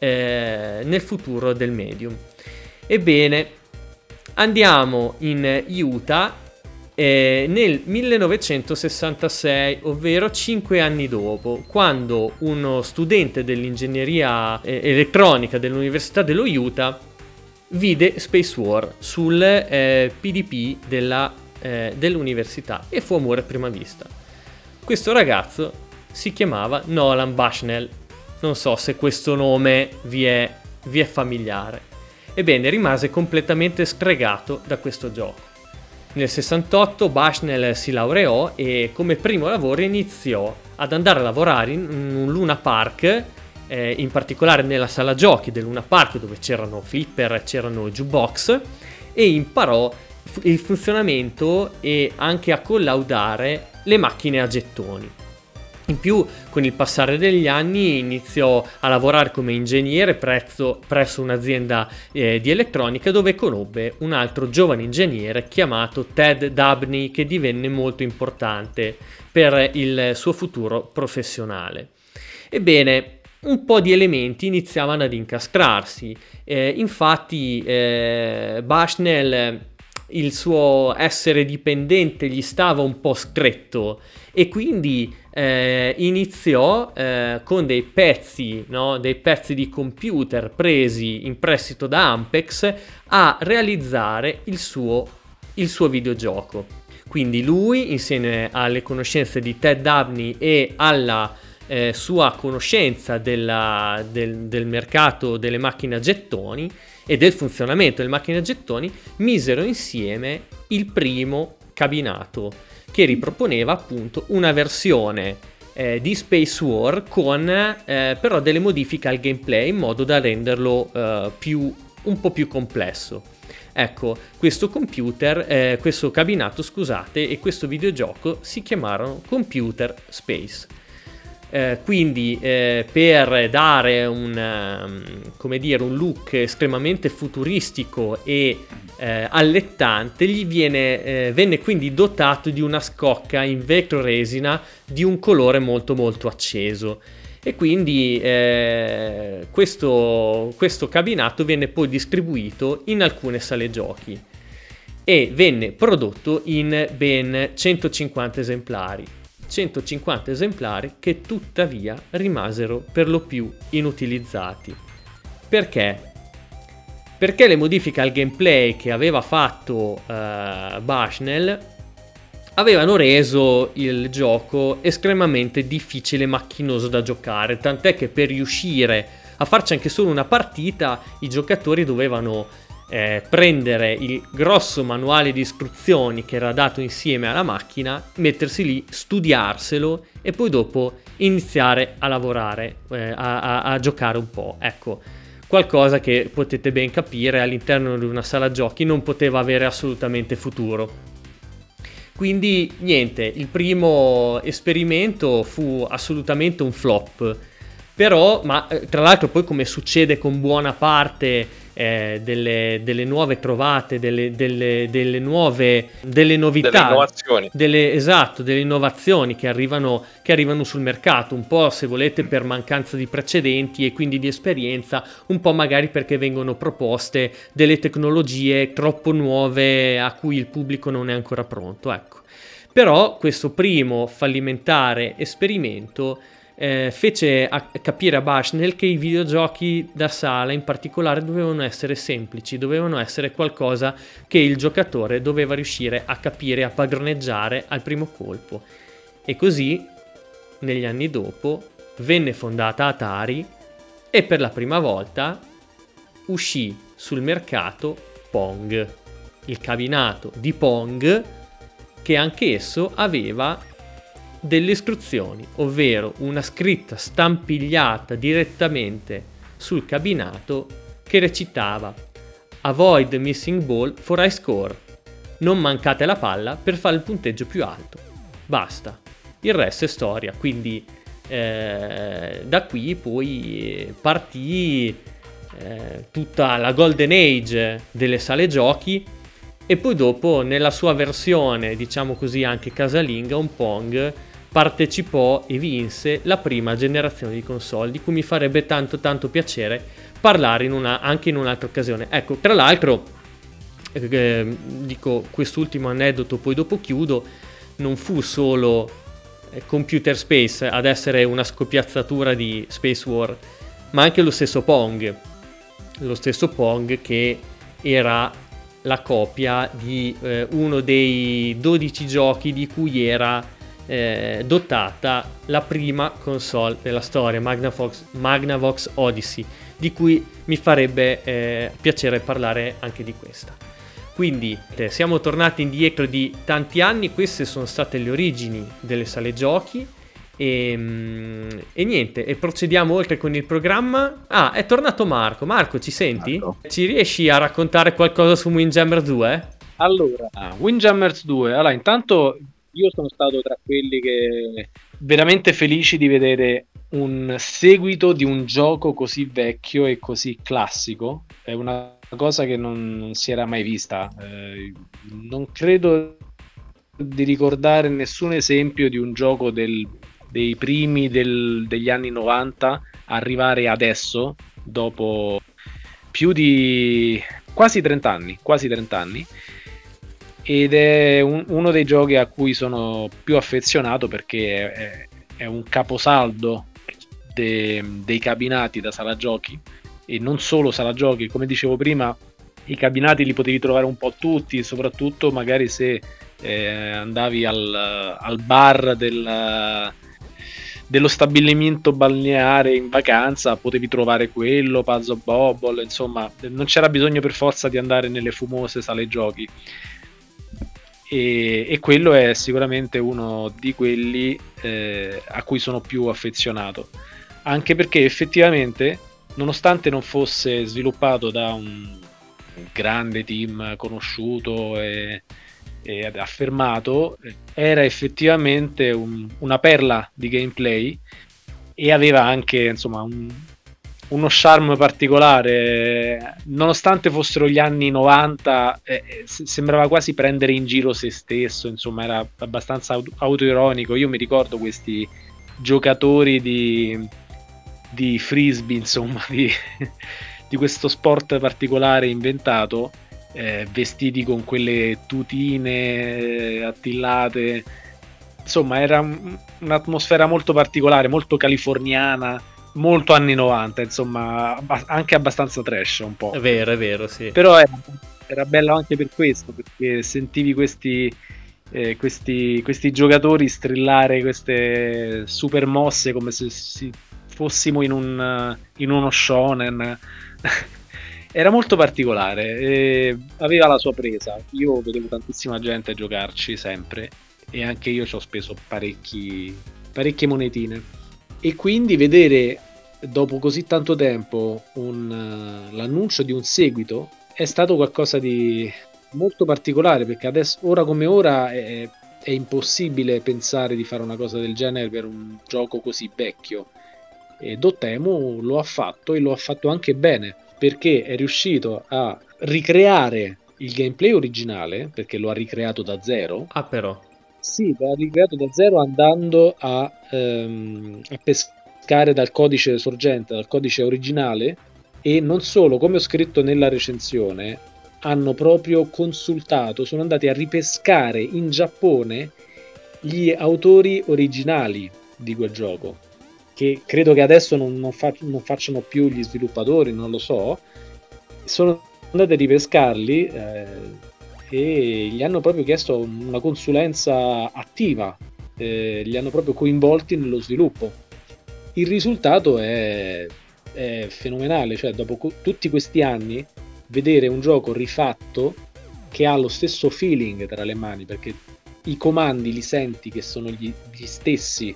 del medium. Ebbene, andiamo in Utah nel 1966, ovvero 5 anni dopo, quando uno studente dell'ingegneria elettronica dell'Università dello Utah vide Space War sul PDP dell'università e fu amore a prima vista. Questo ragazzo si chiamava Nolan Bushnell. Non so se questo nome vi è familiare. Ebbene, rimase completamente stregato da questo gioco. Nel 68 Bushnell si laureò e come primo lavoro iniziò ad andare a lavorare in un Luna Park, in particolare nella sala giochi del Luna Park, dove c'erano flipper, c'erano jukebox, e imparò il funzionamento e anche a collaudare le macchine a gettoni. In più, con il passare degli anni, iniziò a lavorare come ingegnere presso un'azienda di elettronica, dove conobbe un altro giovane ingegnere chiamato Ted Dabney, che divenne molto importante per il suo futuro professionale. Ebbene, un po' di elementi iniziavano ad incastrarsi. Infatti, Bushnell, il suo essere dipendente gli stava un po' stretto e quindi iniziò con dei pezzi di computer presi in prestito da Ampex a realizzare il suo videogioco. Quindi lui, insieme alle conoscenze di Ted Dabney e alla sua conoscenza del mercato delle macchine a gettoni e del funzionamento delle macchine a gettoni, misero insieme il primo cabinato che riproponeva appunto una versione di Space War con però delle modifiche al gameplay in modo da renderlo un po' più complesso. Ecco, questo cabinato, scusate, e questo videogioco si chiamarono Computer Space. Quindi per dare un look estremamente futuristico e allettante, venne quindi dotato di una scocca in vetro resina di un colore molto molto acceso. E quindi questo cabinato venne poi distribuito in alcune sale giochi e venne prodotto in ben 150 esemplari. 150 esemplari che tuttavia rimasero per lo più inutilizzati. Perché? Perché le modifiche al gameplay che aveva fatto Bushnell avevano reso il gioco estremamente difficile e macchinoso da giocare, tant'è che per riuscire a farci anche solo una partita i giocatori dovevano prendere il grosso manuale di istruzioni che era dato insieme alla macchina, mettersi lì, studiarselo e poi dopo iniziare a lavorare, a giocare un po'. Ecco, qualcosa che potete ben capire all'interno di una sala giochi non poteva avere assolutamente futuro. Quindi niente, il primo esperimento fu assolutamente un flop, però, ma tra l'altro poi, come succede con buona parte delle nuove trovate, delle novità, delle innovazioni, delle innovazioni che arrivano sul mercato, un po' se volete per mancanza di precedenti e quindi di esperienza, un po' magari perché vengono proposte delle tecnologie troppo nuove a cui il pubblico non è ancora pronto, ecco. Però questo primo fallimentare esperimento fece capire a Bushnell che i videogiochi da sala in particolare dovevano essere semplici, dovevano essere qualcosa che il giocatore doveva riuscire a capire, a padroneggiare al primo colpo. E così, negli anni dopo, venne fondata Atari e per la prima volta uscì sul mercato Pong, il cabinato di Pong, che anch'esso aveva delle istruzioni, ovvero una scritta stampigliata direttamente sul cabinato che recitava: Avoid missing ball for high score. Non mancate la palla per fare il punteggio più alto. Basta. Il resto è storia. Quindi da qui poi partì tutta la golden age delle sale giochi, e poi dopo nella sua versione, diciamo così, anche casalinga, un Pong partecipò e vinse la prima generazione di console, di cui mi farebbe tanto piacere parlare anche in un'altra occasione. Ecco, tra l'altro dico quest'ultimo aneddoto, poi dopo chiudo. Non fu solo Computer Space ad essere una scopiazzatura di Space War, ma anche lo stesso Pong che era la copia di uno dei 12 giochi di cui era dotata la prima console della storia, Magnavox Odyssey, di cui mi farebbe piacere parlare anche di questa. Quindi siamo tornati indietro di tanti anni, queste sono state le origini delle sale giochi e niente, e procediamo oltre con il programma. È tornato Marco, ci senti? Marco. Ci riesci a raccontare qualcosa su Windjammers 2? Allora, Windjammers 2, allora intanto io sono stato tra quelli che veramente felici di vedere un seguito di un gioco così vecchio e così classico. È una cosa che non si era mai vista. Non credo di ricordare nessun esempio di un gioco dei primi degli anni 90 arrivare adesso, dopo più di quasi 30 anni. Ed è uno dei giochi a cui sono più affezionato, perché è un caposaldo dei cabinati da sala giochi, e non solo sala giochi. Come dicevo prima, i cabinati li potevi trovare un po' tutti, soprattutto magari se andavi al bar dello stabilimento balneare in vacanza, potevi trovare quello, Puzzle Bobble, insomma, non c'era bisogno per forza di andare nelle fumose sale giochi. E quello è sicuramente uno di quelli a cui sono più affezionato, anche perché effettivamente, nonostante non fosse sviluppato da un grande team conosciuto e affermato, era effettivamente una perla di gameplay e aveva anche, insomma, uno charme particolare, nonostante fossero gli anni 90, sembrava quasi prendere in giro se stesso, insomma era abbastanza autoironico. Io mi ricordo questi giocatori di frisbee, insomma di questo sport particolare inventato, vestiti con quelle tutine attillate, insomma era un'atmosfera molto particolare, molto californiana, molto anni 90, insomma, anche abbastanza trash un po'. È vero, sì. Però era bello anche per questo, perché sentivi questi giocatori strillare queste super mosse come se fossimo in uno shonen. Era molto particolare e aveva la sua presa. Io vedevo tantissima gente giocarci sempre e anche io ci ho speso parecchie monetine. E quindi vedere dopo così tanto tempo l'annuncio di un seguito è stato qualcosa di molto particolare, perché adesso, ora come ora, è impossibile pensare di fare una cosa del genere per un gioco così vecchio. E Dotemu lo ha fatto, e lo ha fatto anche bene, perché è riuscito a ricreare il gameplay originale, perché lo ha ricreato da zero. Ah, però sì, l'ha ricreato da zero andando a pescare dal codice sorgente, dal codice originale, e non solo, come ho scritto nella recensione, hanno proprio consultato, sono andati a ripescare in Giappone gli autori originali di quel gioco, che credo che adesso non facciano più gli sviluppatori, non lo so, sono andati a ripescarli e gli hanno proprio chiesto una consulenza attiva, li hanno proprio coinvolti nello sviluppo. Il risultato è fenomenale, cioè dopo tutti questi anni vedere un gioco rifatto che ha lo stesso feeling tra le mani, perché i comandi li senti che sono gli stessi,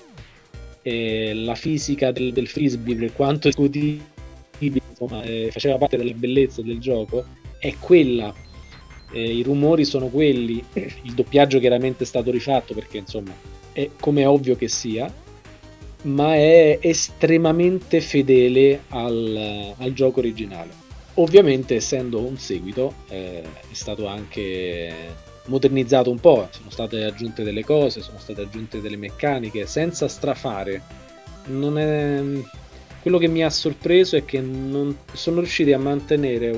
la fisica del frisbee, per quanto discutibile, insomma, faceva parte della bellezza del gioco, è quella. I rumori sono quelli, il doppiaggio chiaramente è stato rifatto, perché insomma è come è ovvio che sia, ma è estremamente fedele al gioco originale. Ovviamente, essendo un seguito, è stato anche modernizzato un po', sono state aggiunte delle cose, sono state aggiunte delle meccaniche senza strafare. Non è... Quello che mi ha sorpreso è che non sono riusciti a mantenere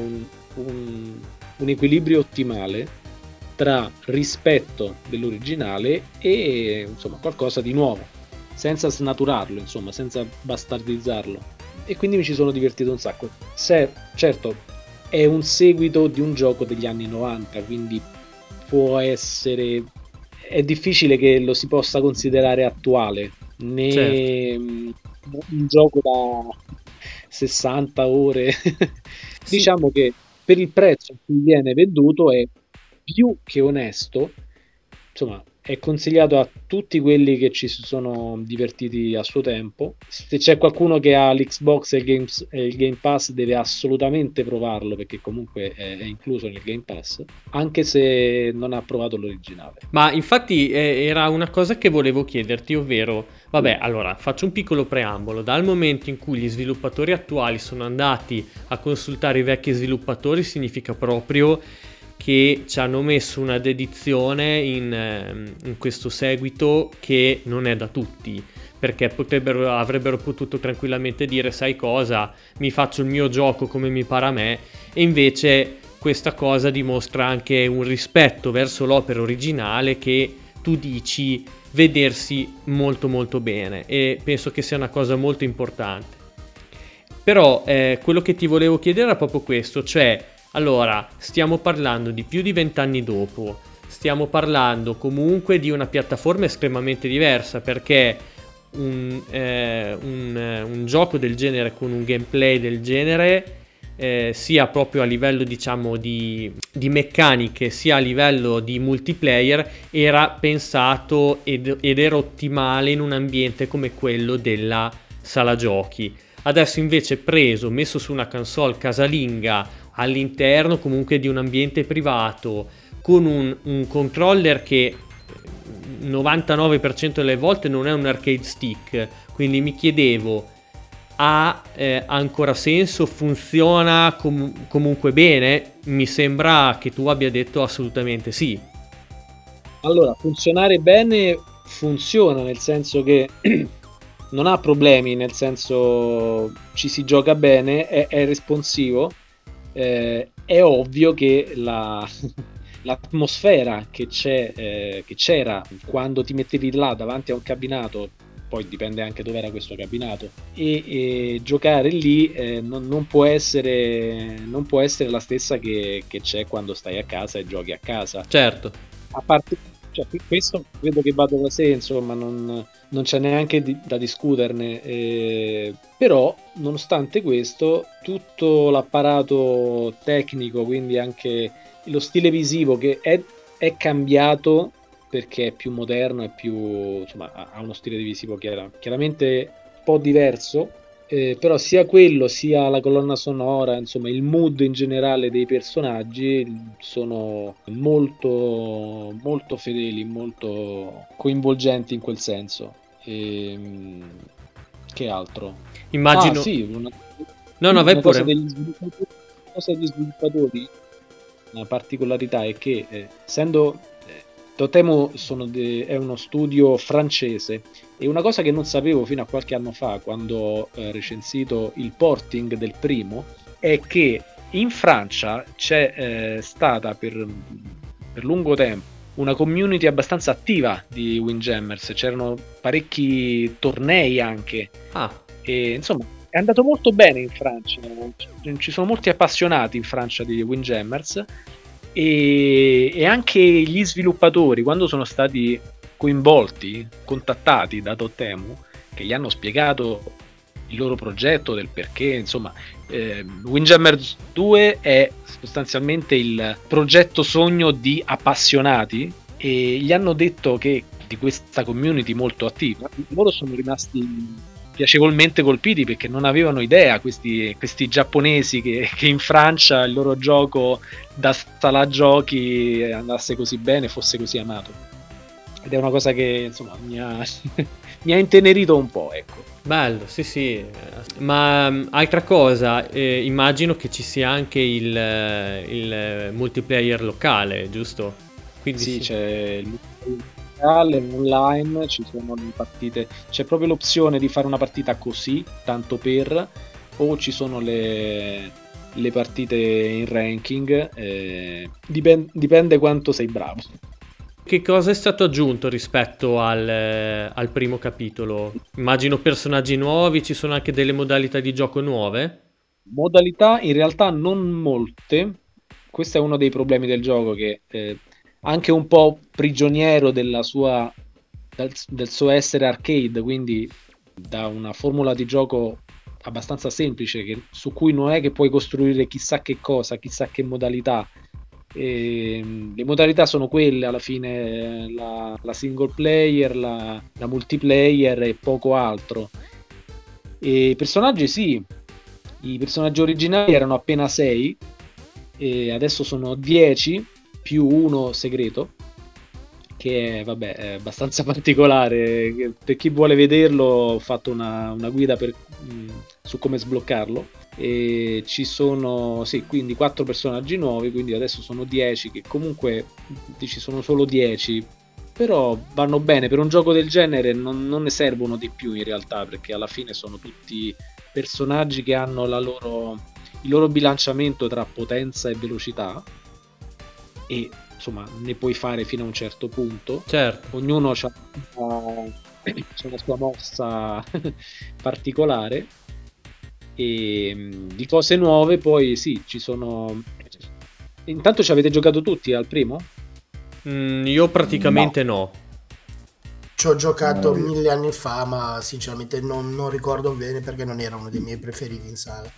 un equilibrio ottimale tra rispetto dell'originale e insomma qualcosa di nuovo, senza snaturarlo, insomma, senza bastardizzarlo, e quindi mi ci sono divertito un sacco. Certo, è un seguito di un gioco degli anni 90, quindi è difficile che lo si possa considerare attuale, né certo, un gioco da 60 ore. Sì. Diciamo che per il prezzo a cui viene venduto è più che onesto, insomma è consigliato a tutti quelli che ci sono divertiti a suo tempo. Se c'è qualcuno che ha l'Xbox e il Game Pass deve assolutamente provarlo, perché comunque è incluso nel Game Pass, anche se non ha provato l'originale. Ma infatti era una cosa che volevo chiederti, ovvero, vabbè, allora faccio un piccolo preambolo. Dal momento in cui gli sviluppatori attuali sono andati a consultare i vecchi sviluppatori, significa proprio che ci hanno messo una dedizione in questo seguito che non è da tutti, perché avrebbero potuto tranquillamente dire: sai cosa, mi faccio il mio gioco come mi pare a me, e invece questa cosa dimostra anche un rispetto verso l'opera originale che tu dici vedersi molto molto bene, e penso che sia una cosa molto importante. Però quello che ti volevo chiedere era proprio questo, cioè, allora, stiamo parlando di più di 20 anni dopo, stiamo parlando comunque di una piattaforma estremamente diversa, perché un gioco del genere con un gameplay del genere, sia proprio a livello diciamo di meccaniche sia a livello di multiplayer, era pensato ed era ottimale in un ambiente come quello della sala giochi. Adesso invece messo su una console casalinga all'interno comunque di un ambiente privato con un controller che 99% delle volte non è un arcade stick, quindi mi chiedevo, ha ancora senso? Funziona comunque bene? Mi sembra che tu abbia detto assolutamente sì. Allora, funzionare bene funziona, nel senso che non ha problemi, nel senso ci si gioca bene, è responsivo. È ovvio che l'atmosfera che c'era quando ti mettevi là davanti a un cabinato, poi dipende anche dove era questo cabinato, e giocare lì non può essere la stessa che c'è quando stai a casa e giochi a casa. Certo. A parte, cioè, questo credo che vada da sé, insomma, non c'è neanche da discuterne, però nonostante questo tutto l'apparato tecnico, quindi anche lo stile visivo che è cambiato, perché è più moderno, è più, insomma, ha uno stile visivo chiaramente un po' diverso, però sia quello sia la colonna sonora, insomma il mood in generale dei personaggi sono molto molto fedeli, molto coinvolgenti in quel senso. Che altro? Immagino. Sì, No, vai pure. Cosa degli sviluppatori, una particolarità è che essendo Dotemu è uno studio francese, e una cosa che non sapevo fino a qualche anno fa, quando ho recensito il porting del primo, è che in Francia c'è stata per lungo tempo una community abbastanza attiva di Windjammers, c'erano parecchi tornei anche, e insomma è andato molto bene in Francia, ci sono molti appassionati in Francia di Windjammers, e anche gli sviluppatori, quando sono stati contattati da Dotemu, che gli hanno spiegato il loro progetto, del perché, insomma, Windjammers 2 è sostanzialmente il progetto sogno di appassionati, e gli hanno detto che di questa community molto attiva loro sono rimasti piacevolmente colpiti, perché non avevano idea questi giapponesi che in Francia il loro gioco da sala giochi andasse così bene, fosse così amato, ed è una cosa che insomma mi ha intenerito un po', ecco. Bello, sì. Ma altra cosa, immagino che ci sia anche il multiplayer locale, giusto? Quindi sì, c'è il online, ci sono le partite, c'è proprio l'opzione di fare una partita così, tanto per, o ci sono le partite in ranking, dipende quanto sei bravo. Che cosa è stato aggiunto rispetto al primo capitolo? Immagino personaggi nuovi, ci sono anche delle modalità di gioco nuove? Modalità in realtà non molte, questo è uno dei problemi del gioco, che anche un po' prigioniero del suo essere arcade, quindi da una formula di gioco abbastanza semplice, su cui non è che puoi costruire chissà che cosa, chissà che modalità. Le modalità sono quelle alla fine, la single player, la multiplayer e poco altro. E i personaggi sì, i personaggi originali erano appena 6 e adesso sono 10 più uno segreto, che vabbè è abbastanza particolare. Per chi vuole vederlo ho fatto una guida su come sbloccarlo, e ci sono quindi 4 personaggi nuovi, quindi adesso sono 10, che comunque ci sono solo 10, però vanno bene per un gioco del genere, non ne servono di più in realtà, perché alla fine sono tutti personaggi che hanno il loro bilanciamento tra potenza e velocità, e insomma ne puoi fare fino a un certo punto. Certo. Ognuno ha la sua mossa particolare, e di cose nuove poi sì, ci sono. Intanto ci avete giocato tutti al primo? Io praticamente no. Ci ho giocato 1000 anni fa, ma sinceramente non ricordo bene perché non era uno dei miei preferiti in sala.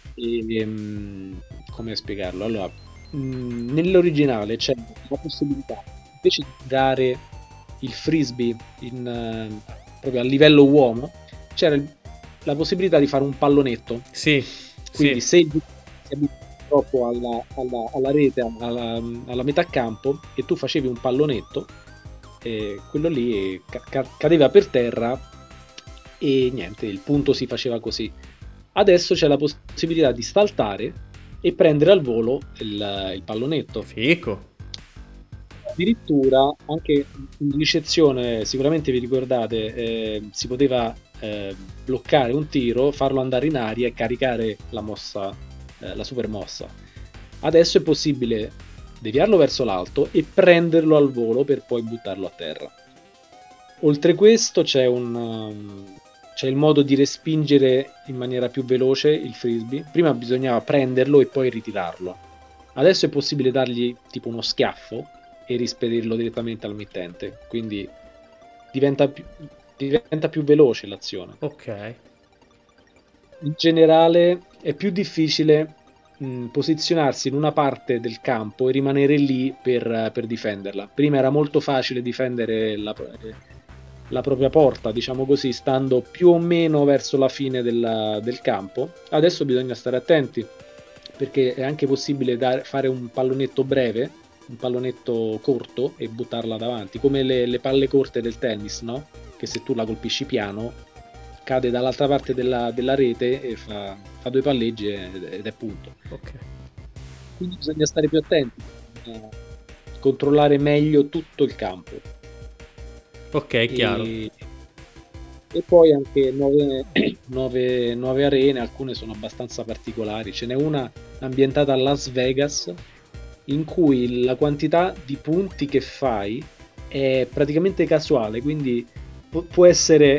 Come spiegarlo? Allora, nell'originale c'è la possibilità, invece di dare il frisbee proprio a livello uomo, c'era la possibilità di fare un pallonetto. Sì. Quindi se si abitua troppo alla rete, alla metà campo, e tu facevi un pallonetto, quello lì cadeva per terra e niente, il punto si faceva così. Adesso c'è la possibilità di saltare e prendere al volo il pallonetto. Fico. Addirittura anche in ricezione, sicuramente vi ricordate, si poteva bloccare un tiro, farlo andare in aria e caricare la mossa, la super mossa. Adesso è possibile deviarlo verso l'alto e prenderlo al volo per poi buttarlo a terra. Oltre questo c'è il modo di respingere in maniera più veloce il frisbee. Prima bisognava prenderlo e poi ritirarlo. Adesso è possibile dargli tipo uno schiaffo e rispedirlo direttamente al mittente, quindi diventa più veloce l'azione. Ok. In generale è più difficile posizionarsi in una parte del campo e rimanere lì per difenderla. Prima era molto facile difendere la propria porta, diciamo così, stando più o meno verso la fine del campo. Adesso bisogna stare attenti, perché è anche possibile fare un pallonetto breve, un pallonetto corto, e buttarla davanti, come le palle corte del tennis, no? Che se tu la colpisci piano cade dall'altra parte della rete e fa 2 palleggi ed è punto. Ok. Quindi bisogna stare più attenti, controllare meglio tutto il campo. Ok, chiaro. E poi anche nuove arene, alcune sono abbastanza particolari. Ce n'è una ambientata a Las Vegas, in cui la quantità di punti che fai è praticamente casuale, quindi puoi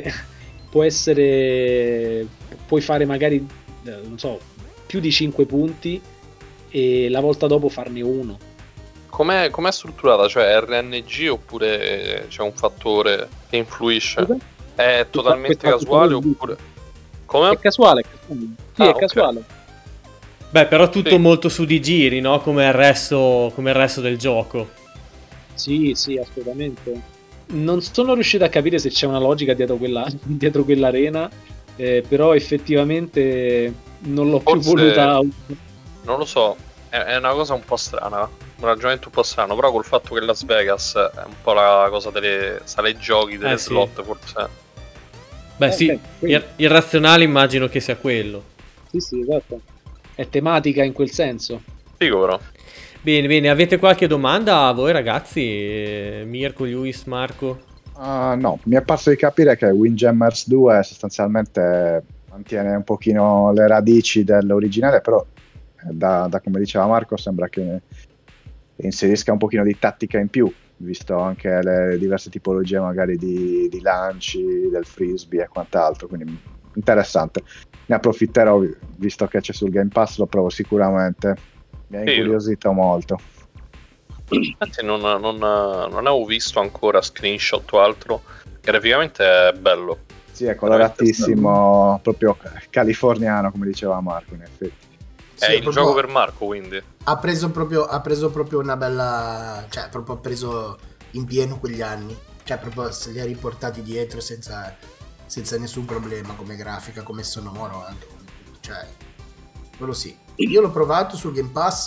fare magari, non so, più di 5 punti e la volta dopo farne uno. Com'è strutturata? Cioè RNG oppure c'è un fattore che influisce? È totalmente casuale oppure... Come? È casuale. Sì, è ok. casuale. Beh, però tutto Sì. molto su di giri, no? Come il resto del gioco. Sì, assolutamente. Non sono riuscito a capire se c'è una logica dietro quell'arena, però effettivamente non l'ho più Forse- voluta. Non lo so, è una cosa un po' strana, un ragionamento un po' strano, però col fatto che Las Vegas è un po' la cosa delle sale giochi, delle Sì. slot, forse. Beh, sì, quindi- irrazionale immagino che sia quello. Sì, esatto. È tematica in quel senso. Figo però. Bene, avete qualche domanda a voi ragazzi? Mirko, Luis, Marco? No, mi è parso di capire che Windjammers 2 sostanzialmente mantiene un pochino le radici dell'originale, però da come diceva Marco sembra che inserisca un pochino di tattica in più, visto anche le diverse tipologie magari di lanci, del frisbee e quant'altro, quindi interessante. Ne approfitterò, visto che c'è sul Game Pass, lo provo sicuramente. Mi ha incuriosito molto. Infatti non avevo visto ancora screenshot o altro. Graficamente è bello. Sì, è coloratissimo, proprio californiano, come diceva Marco, in effetti. È il gioco per Marco, quindi. Ha preso proprio una bella... Cioè, proprio ha preso in pieno quegli anni. Cioè, proprio se li ha riportati dietro senza nessun problema, come grafica, come sonoro, anche. Cioè, quello sì. Io l'ho provato sul Game Pass,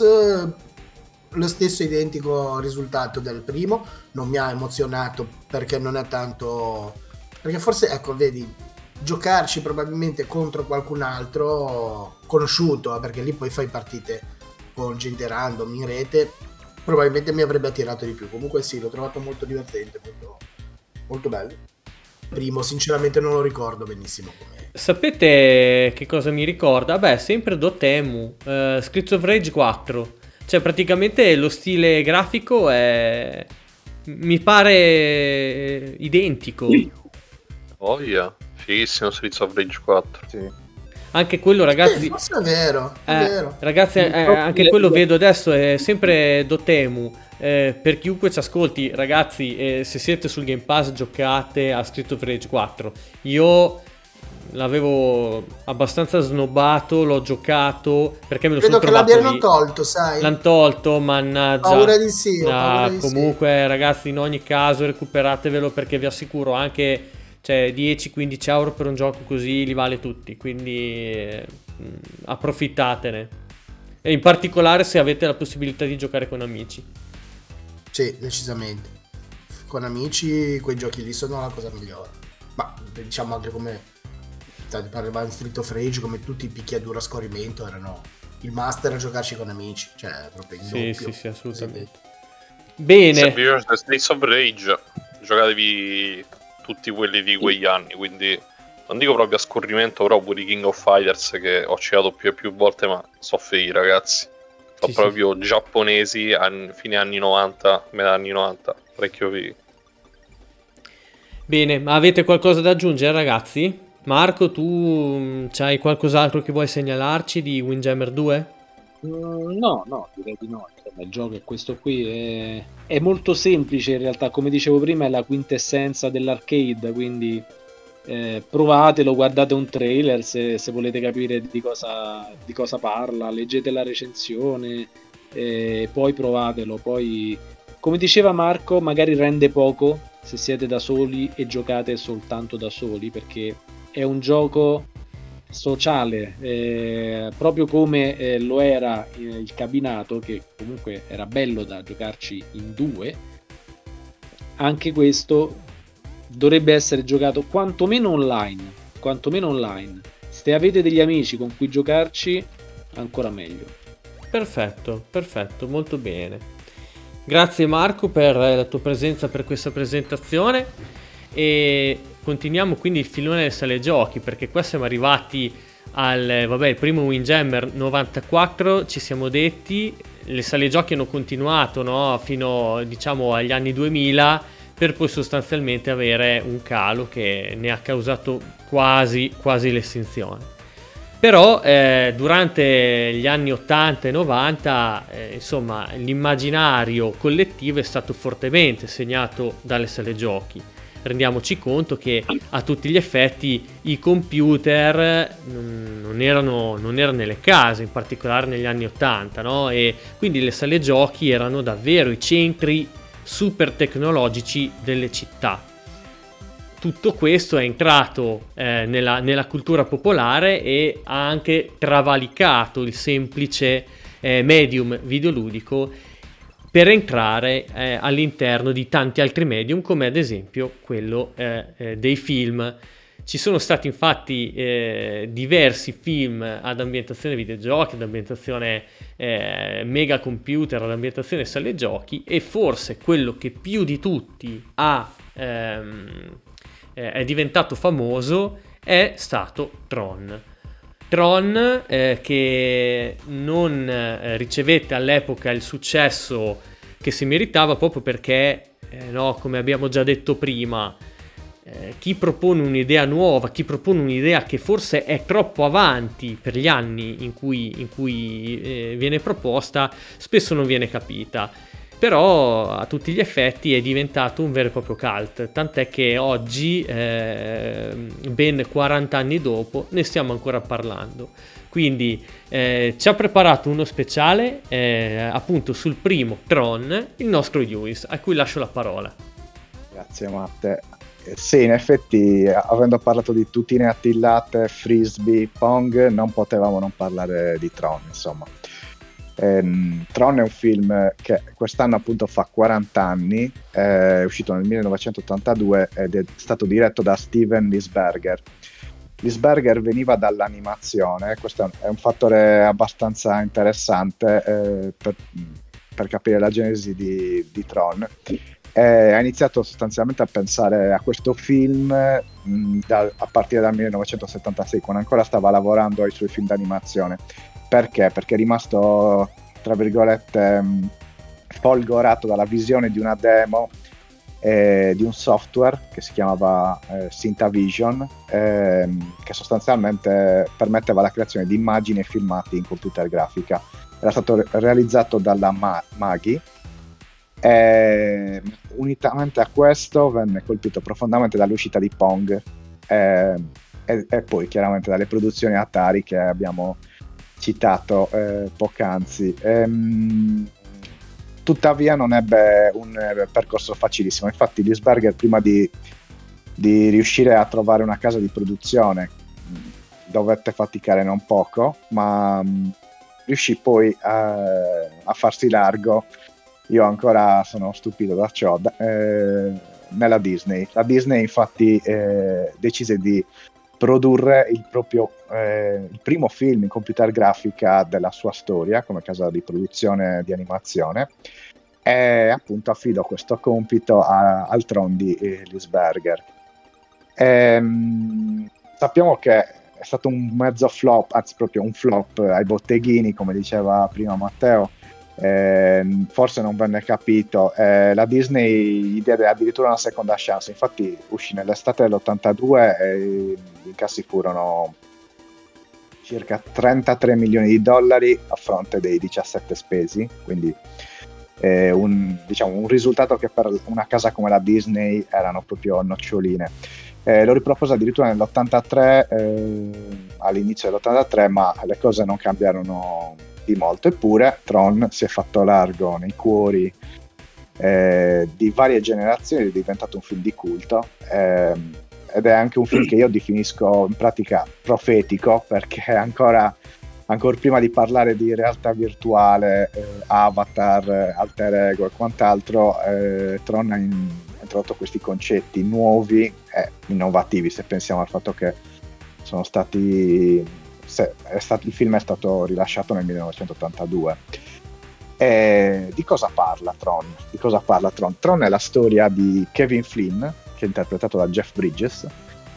lo stesso identico risultato del primo. Non mi ha emozionato perché non è tanto... Perché forse, ecco, vedi, giocarci probabilmente contro qualcun altro conosciuto, perché lì poi fai partite con gente random in rete, probabilmente mi avrebbe attirato di più. Comunque sì, l'ho trovato molto divertente, molto, molto bello. Primo, sinceramente non lo ricordo benissimo come. Sapete che cosa mi ricorda? Beh, sempre Dotemu, Streets of Rage 4. Cioè, praticamente lo stile grafico è... mi pare identico. Oh yeah, fighissimo Streets of Rage 4. Sì. Anche quello, ragazzi, forse è vero, ragazzi, anche quello vedo adesso, è sempre Dotemu. Per chiunque ci ascolti, ragazzi, se siete sul Game Pass giocate a Street of Rage 4. Io l'avevo abbastanza snobbato, l'ho giocato perché me lo sono trovato lì. Credo che l'abbiano tolto, sai? L'hanno tolto, mannaggia. Paura di sì, paura di comunque sì. Ragazzi, in ogni caso recuperatevelo, perché vi assicuro anche 10-15 euro per un gioco così li vale tutti, quindi approfittatene, e in particolare se avete la possibilità di giocare con amici. Sì, decisamente. Con amici quei giochi lì sono la cosa migliore. Ma diciamo anche come parlavamo in Street of Rage, come tutti i picchiaduro a scorrimento erano il master a giocarci con amici, cioè proprio in doppio. Sì, assolutamente. Bene. Se vi piace Street of Rage, giocatevi tutti quelli di quegli anni, quindi non dico proprio a scorrimento, però pure i King of Fighters, che ho citato più e più volte, ma so fei ragazzi. Sono proprio giapponesi, fine anni 90, metà anni 90, parecchio fighi. Bene, ma avete qualcosa da aggiungere, ragazzi? Marco, tu c'hai qualcos'altro che vuoi segnalarci di Windjammer 2? No, direi di no. Insomma, il gioco è questo qui, è molto semplice in realtà, come dicevo prima è la quintessenza dell'arcade, quindi provatelo, guardate un trailer se volete capire di cosa parla, leggete la recensione, poi provatelo. Poi, come diceva Marco, magari rende poco se siete da soli e giocate soltanto da soli, perché è un gioco sociale, proprio come lo era il cabinato, che comunque era bello da giocarci in due. Anche questo dovrebbe essere giocato quantomeno online. Se avete degli amici con cui giocarci, ancora meglio. Perfetto, molto bene. Grazie Marco per la tua presenza, per questa presentazione, e continuiamo quindi il filone delle sale giochi, perché qua siamo arrivati il primo Windjammer 94, ci siamo detti, le sale giochi hanno continuato, no, fino diciamo agli anni 2000, per poi sostanzialmente avere un calo che ne ha causato quasi l'estinzione. Però durante gli anni 80 e 90 insomma l'immaginario collettivo è stato fortemente segnato dalle sale giochi. Rendiamoci conto che a tutti gli effetti i computer non erano nelle case, in particolare negli anni 80, no? E quindi le sale giochi erano davvero i centri super tecnologici delle città. Tutto questo è entrato nella cultura popolare e ha anche travalicato il semplice medium videoludico per entrare all'interno di tanti altri medium, come ad esempio quello dei film. Ci sono stati infatti diversi film ad ambientazione videogiochi, ad ambientazione mega computer, ad ambientazione sale giochi, e forse quello che più di tutti è diventato famoso è stato Tron, che non ricevette all'epoca il successo che si meritava, proprio perché, come abbiamo già detto prima, chi propone un'idea nuova, chi propone un'idea che forse è troppo avanti per gli anni in cui viene proposta, spesso non viene capita. Però a tutti gli effetti è diventato un vero e proprio cult, tant'è che oggi, ben 40 anni dopo, ne stiamo ancora parlando. Quindi ci ha preparato uno speciale appunto sul primo Tron, il nostro Lewis, a cui lascio la parola. Grazie Matte. Sì, in effetti, avendo parlato di tutine attillate, frisbee, pong, non potevamo non parlare di Tron, insomma. Tron è un film che quest'anno appunto fa 40 anni, è uscito nel 1982 ed è stato diretto da Steven Lisberger. Lisberger veniva dall'animazione, questo è un fattore abbastanza interessante per capire la genesi di Tron. Ha iniziato sostanzialmente a pensare a questo film a partire dal 1976, quando ancora stava lavorando ai suoi film d'animazione. Perché? Perché è rimasto, tra virgolette, folgorato dalla visione di una demo di un software che si chiamava Syntavision, che sostanzialmente permetteva la creazione di immagini e filmati in computer grafica. Era stato realizzato dalla Maggie. Unitamente a questo venne colpito profondamente dall'uscita di Pong e poi chiaramente dalle produzioni Atari che abbiamo citato poc'anzi. Tuttavia non ebbe un percorso facilissimo. Infatti Lisberger, prima di riuscire a trovare una casa di produzione, dovette faticare non poco, ma riuscì poi a farsi largo. Io ancora sono stupito da ciò, nella Disney. La Disney infatti decise di produrre il primo film in computer grafica della sua storia come casa di produzione di animazione, e appunto affidò questo compito al Tron di Lisberger. Sappiamo che è stato un mezzo flop, anzi proprio un flop ai botteghini, come diceva prima Matteo. Forse non venne capito. La Disney gli diede addirittura una seconda chance, infatti uscì nell'estate dell'82 e gli incassi furono circa 33 milioni di dollari a fronte dei 17 spesi, quindi un risultato che per una casa come la Disney erano proprio noccioline. Lo ripropose addirittura nell'83, all'inizio dell'83, ma le cose non cambiarono di molto, eppure Tron si è fatto largo nei cuori di varie generazioni, è diventato un film di culto, ed è anche un film che io definisco in pratica profetico, perché ancora prima di parlare di realtà virtuale, avatar, alter ego e quant'altro, Tron ha introdotto questi concetti nuovi e innovativi, se pensiamo al fatto che sono stati il film è stato rilasciato nel 1982. Di cosa parla Tron? Tron è la storia di Kevin Flynn, che è interpretato da Jeff Bridges,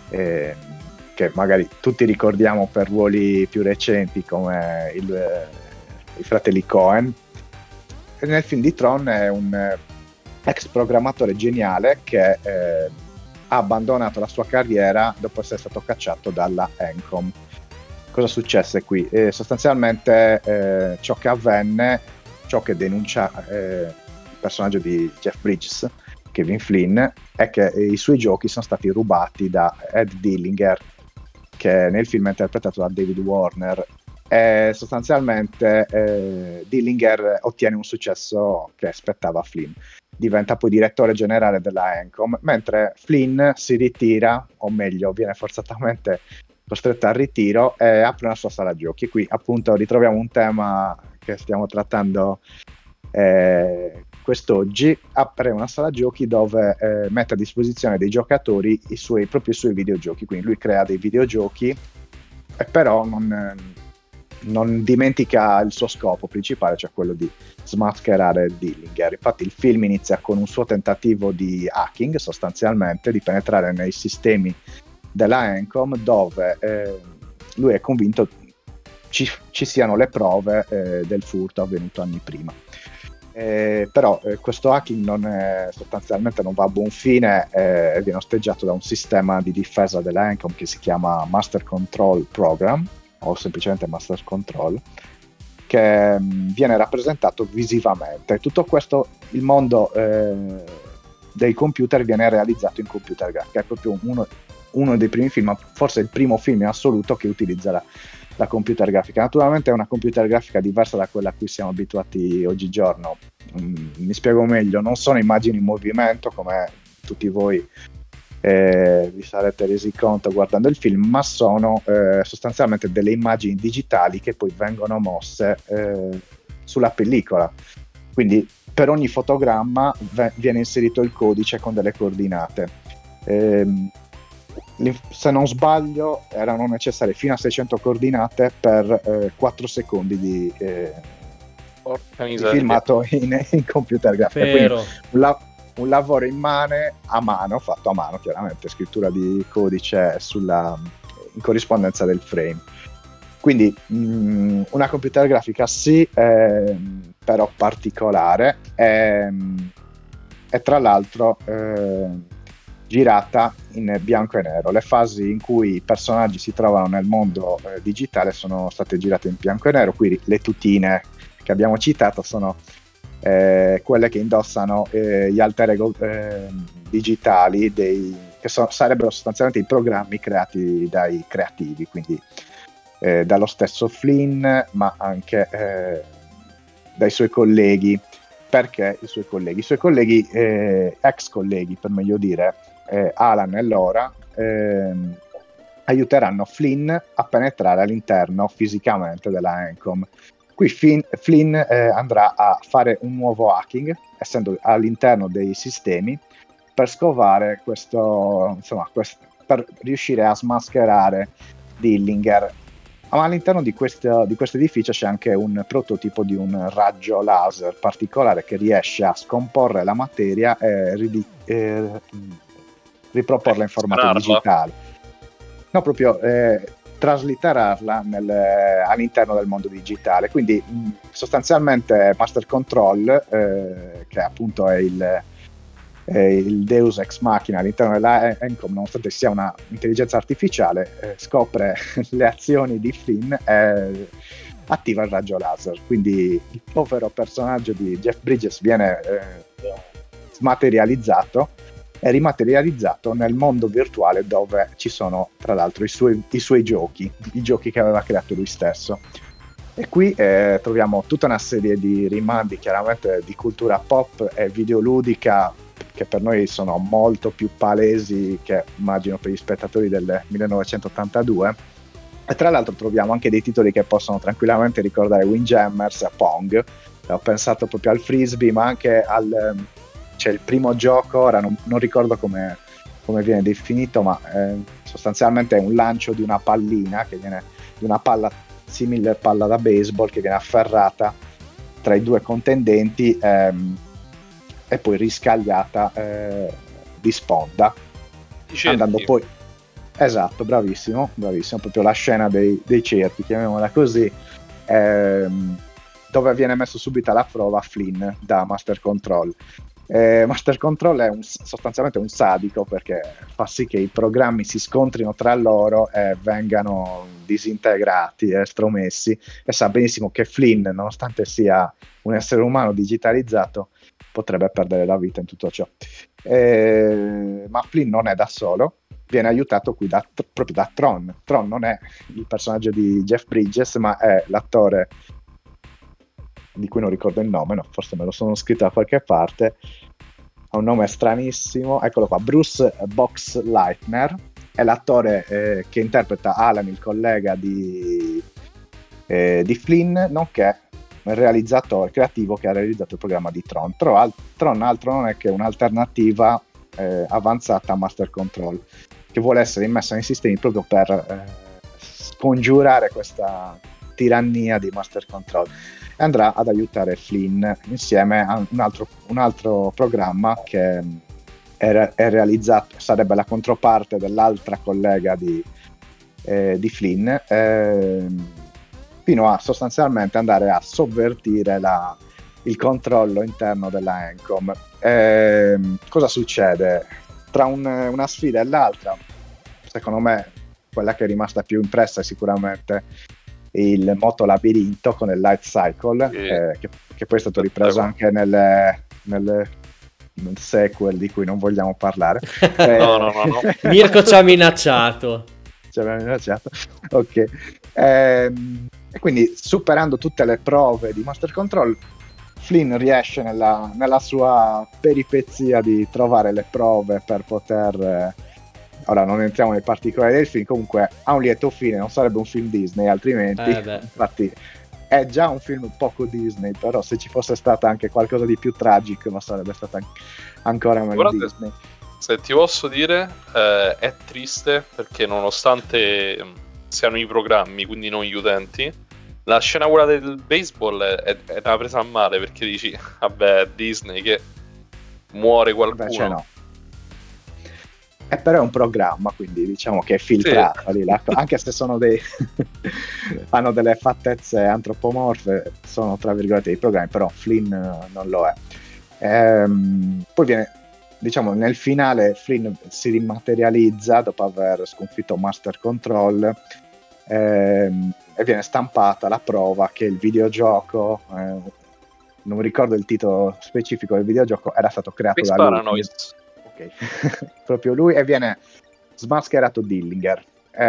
che magari tutti ricordiamo per ruoli più recenti come i fratelli Coen. E nel film di Tron è un ex programmatore geniale che ha abbandonato la sua carriera dopo essere stato cacciato dalla Encom. Cosa successe qui? Sostanzialmente ciò che avvenne, ciò che denuncia il personaggio di Jeff Bridges, Kevin Flynn, è che i suoi giochi sono stati rubati da Ed Dillinger, che nel film è interpretato da David Warner. E sostanzialmente Dillinger ottiene un successo che spettava a Flynn. Diventa poi direttore generale della Encom, mentre Flynn si ritira, o meglio, viene forzatamente costretto al ritiro e apre una sua sala giochi. Qui appunto ritroviamo un tema che stiamo trattando quest'oggi. Apre una sala giochi dove mette a disposizione dei giocatori i suoi videogiochi, quindi lui crea dei videogiochi e però non dimentica il suo scopo principale, cioè quello di smascherare Dillinger. Infatti il film inizia con un suo tentativo di hacking, sostanzialmente di penetrare nei sistemi della Encom, dove lui è convinto ci siano le prove del furto avvenuto anni prima. Però questo hacking sostanzialmente non va a buon fine e viene osteggiato da un sistema di difesa della Encom che si chiama Master Control Program, o semplicemente Master Control, che viene rappresentato visivamente. Tutto questo, il mondo dei computer viene realizzato in computer grafica. È proprio uno dei primi film, forse il primo film in assoluto che utilizza la computer grafica. Naturalmente è una computer grafica diversa da quella a cui siamo abituati oggigiorno. Mi spiego meglio: non sono immagini in movimento come tutti voi vi sarete resi conto guardando il film, ma sono sostanzialmente delle immagini digitali che poi vengono mosse sulla pellicola. Quindi per ogni fotogramma viene inserito il codice con delle coordinate. Se non sbaglio erano necessarie fino a 600 coordinate per 4 secondi di filmato in computer grafica. Quindi un lavoro a mano, fatto a mano, chiaramente, scrittura di codice in corrispondenza del frame. Quindi una computer grafica sì, però particolare. e tra l'altro girata in bianco e nero. Le fasi in cui i personaggi si trovano nel mondo digitale sono state girate in bianco e nero. Qui le tutine che abbiamo citato sono quelle che indossano gli alter ego digitali che sarebbero sostanzialmente i programmi creati dai creativi, quindi dallo stesso Flynn, ma anche dai suoi colleghi. Perché i suoi colleghi, ex colleghi per meglio dire, Alan e Laura, aiuteranno Flynn a penetrare all'interno fisicamente della Encom. Qui Flynn andrà a fare un nuovo hacking, essendo all'interno dei sistemi, per scovare per riuscire a smascherare Dillinger. Ma all'interno di questo edificio c'è anche un prototipo di un raggio laser particolare che riesce a scomporre la materia e riproporla in formato digitale. No, proprio traslitterarla all'interno del mondo digitale. Quindi sostanzialmente Master Control, che appunto è il Deus Ex Machina all'interno della Encom, nonostante sia una intelligenza artificiale, scopre le azioni di Flynn e attiva il raggio laser. Quindi il povero personaggio di Jeff Bridges viene smaterializzato e rimaterializzato nel mondo virtuale, dove ci sono tra l'altro i suoi giochi, i giochi che aveva creato lui stesso. E qui troviamo tutta una serie di rimandi chiaramente di cultura pop e videoludica, che per noi sono molto più palesi che immagino per gli spettatori del 1982. E tra l'altro troviamo anche dei titoli che possono tranquillamente ricordare Windjammers e Pong. Ho pensato proprio al frisbee, ma anche c'è il primo gioco, ora non ricordo come viene definito, ma sostanzialmente è un lancio di una pallina, di una palla simile palla da baseball, che viene afferrata tra i due contendenti e poi riscagliata di sponda, andando poi, esatto, bravissimo, proprio la scena dei cerchi, chiamiamola così, dove viene messo subito alla prova Flynn da Master Control. Master Control è sostanzialmente un sadico, perché fa sì che i programmi si scontrino tra loro e vengano disintegrati e estromessi, e sa benissimo che Flynn, nonostante sia un essere umano digitalizzato, potrebbe perdere la vita in tutto ciò. Ma Flynn non è da solo, viene aiutato qui proprio da Tron. Tron non è il personaggio di Jeff Bridges, ma è l'attore di cui non ricordo il nome, no, forse me lo sono scritto da qualche parte, ha un nome stranissimo, eccolo qua, Bruce Boxleitner, è l'attore che interpreta Alan, il collega di Flynn, nonché il realizzatore creativo che ha realizzato il programma di Tron. Tron altro non è che un'alternativa avanzata a Master Control, che vuole essere immessa nei sistemi proprio per scongiurare questa tirannia di Master Control. Andrà ad aiutare Flynn insieme a un altro programma che è realizzato, sarebbe la controparte dell'altra collega di Flynn, fino a sostanzialmente andare a sovvertire il controllo interno della Encom. Cosa succede? Tra una sfida e l'altra, secondo me quella che è rimasta più impressa è sicuramente il Moto Labirinto con il Light Cycle, che poi è stato ripreso anche nel sequel di cui non vogliamo parlare. No. Mirko ci ha minacciato. Ok. E quindi, superando tutte le prove di Master Control, Flynn riesce nella sua peripezia di trovare le prove per poter... Ora non entriamo nei particolari del film, comunque ha un lieto fine, non sarebbe un film Disney altrimenti, infatti è già un film poco Disney, però se ci fosse stata anche qualcosa di più tragico lo sarebbe stata ancora meno Disney. Se ti posso dire, è triste perché nonostante siano i programmi, quindi non gli utenti, la scena quella del baseball è una presa a male, perché dici, vabbè, Disney che muore qualcuno. Invece no. Però è un programma, quindi diciamo che è filtrata lì, anche se sono hanno delle fattezze antropomorfe, sono tra virgolette dei programmi, però Flynn non lo è. Poi viene, diciamo, nel finale Flynn si rimaterializza dopo aver sconfitto Master Control, e viene stampata la prova che il videogioco, non mi ricordo il titolo specifico del videogioco, era stato creato da lui. Okay. Proprio lui, e viene smascherato Dillinger.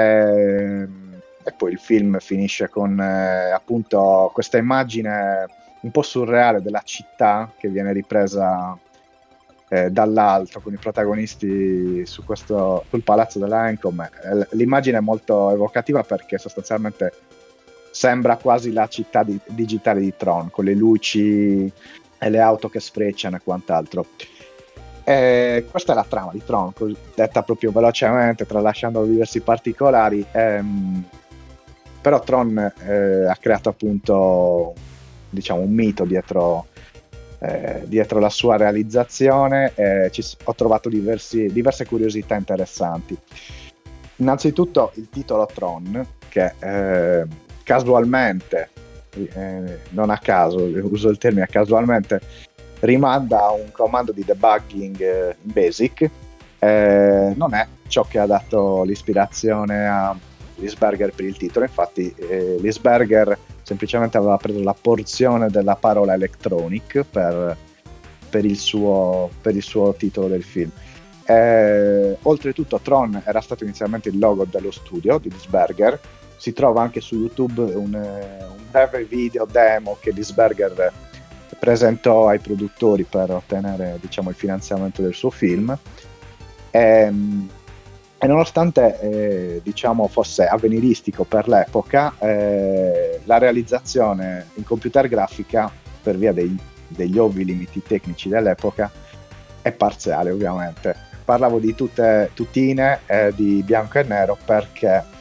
E poi il film finisce con appunto questa immagine un po' surreale della città che viene ripresa dall'alto, con i protagonisti sul palazzo dell'Ancom. L'immagine è molto evocativa perché sostanzialmente sembra quasi la città digitale di Tron, con le luci e le auto che sfrecciano e quant'altro. Questa è la trama di Tron, detta proprio velocemente, tralasciando diversi particolari. Però Tron ha creato appunto, diciamo, un mito dietro la sua realizzazione. Ho trovato diverse curiosità interessanti. Innanzitutto il titolo Tron, che casualmente, non a caso, uso il termine casualmente, rimanda a un comando di debugging in BASIC. Non è ciò che ha dato l'ispirazione a Lisberger per il titolo. Infatti Lisberger semplicemente aveva preso la porzione della parola electronic per il suo titolo del film. Oltretutto Tron era stato inizialmente il logo dello studio di Lisberger. Si trova anche su YouTube un breve video demo che Lisberger presentò ai produttori per ottenere, diciamo, il finanziamento del suo film. E nonostante diciamo fosse avveniristico per l'epoca, la realizzazione in computer grafica, per via degli ovvi limiti tecnici dell'epoca, è parziale, ovviamente. Parlavo di tutine di bianco e nero perché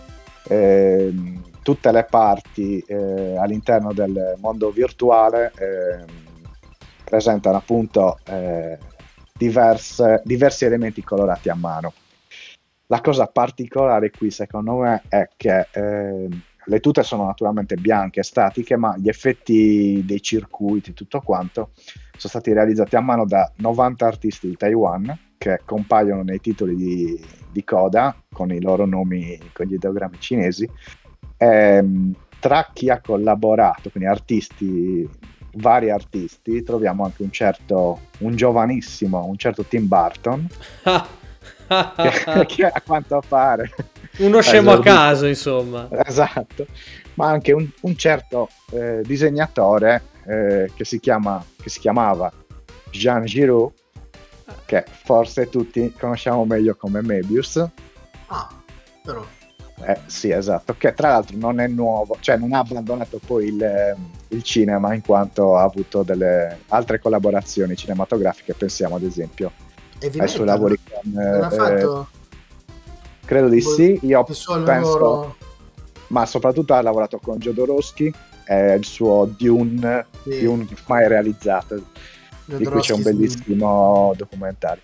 tutte le parti all'interno del mondo virtuale presentano appunto diversi elementi colorati a mano. La cosa particolare qui, secondo me, è che le tute sono naturalmente bianche e statiche, ma gli effetti dei circuiti, tutto quanto, sono stati realizzati a mano da 90 artisti di Taiwan, che compaiono nei titoli di coda con i loro nomi, con gli ideogrammi cinesi. Tra chi ha collaborato, quindi vari artisti, troviamo anche un giovanissimo, un certo Tim Burton, che a quanto pare uno scemo a caso, insomma. Esatto, ma anche un certo disegnatore che si chiamava Jean Giraud, che forse tutti conosciamo meglio come Möbius. Però sì, esatto, che tra l'altro non è nuovo, cioè non ha abbandonato poi il cinema, in quanto ha avuto delle altre collaborazioni cinematografiche. Pensiamo ad esempio ai suoi lavori con non ha fatto, credo di sì, io penso, ma soprattutto ha lavorato con Jodorowsky, il suo Dune mai realizzato, di cui c'è un bellissimo documentario.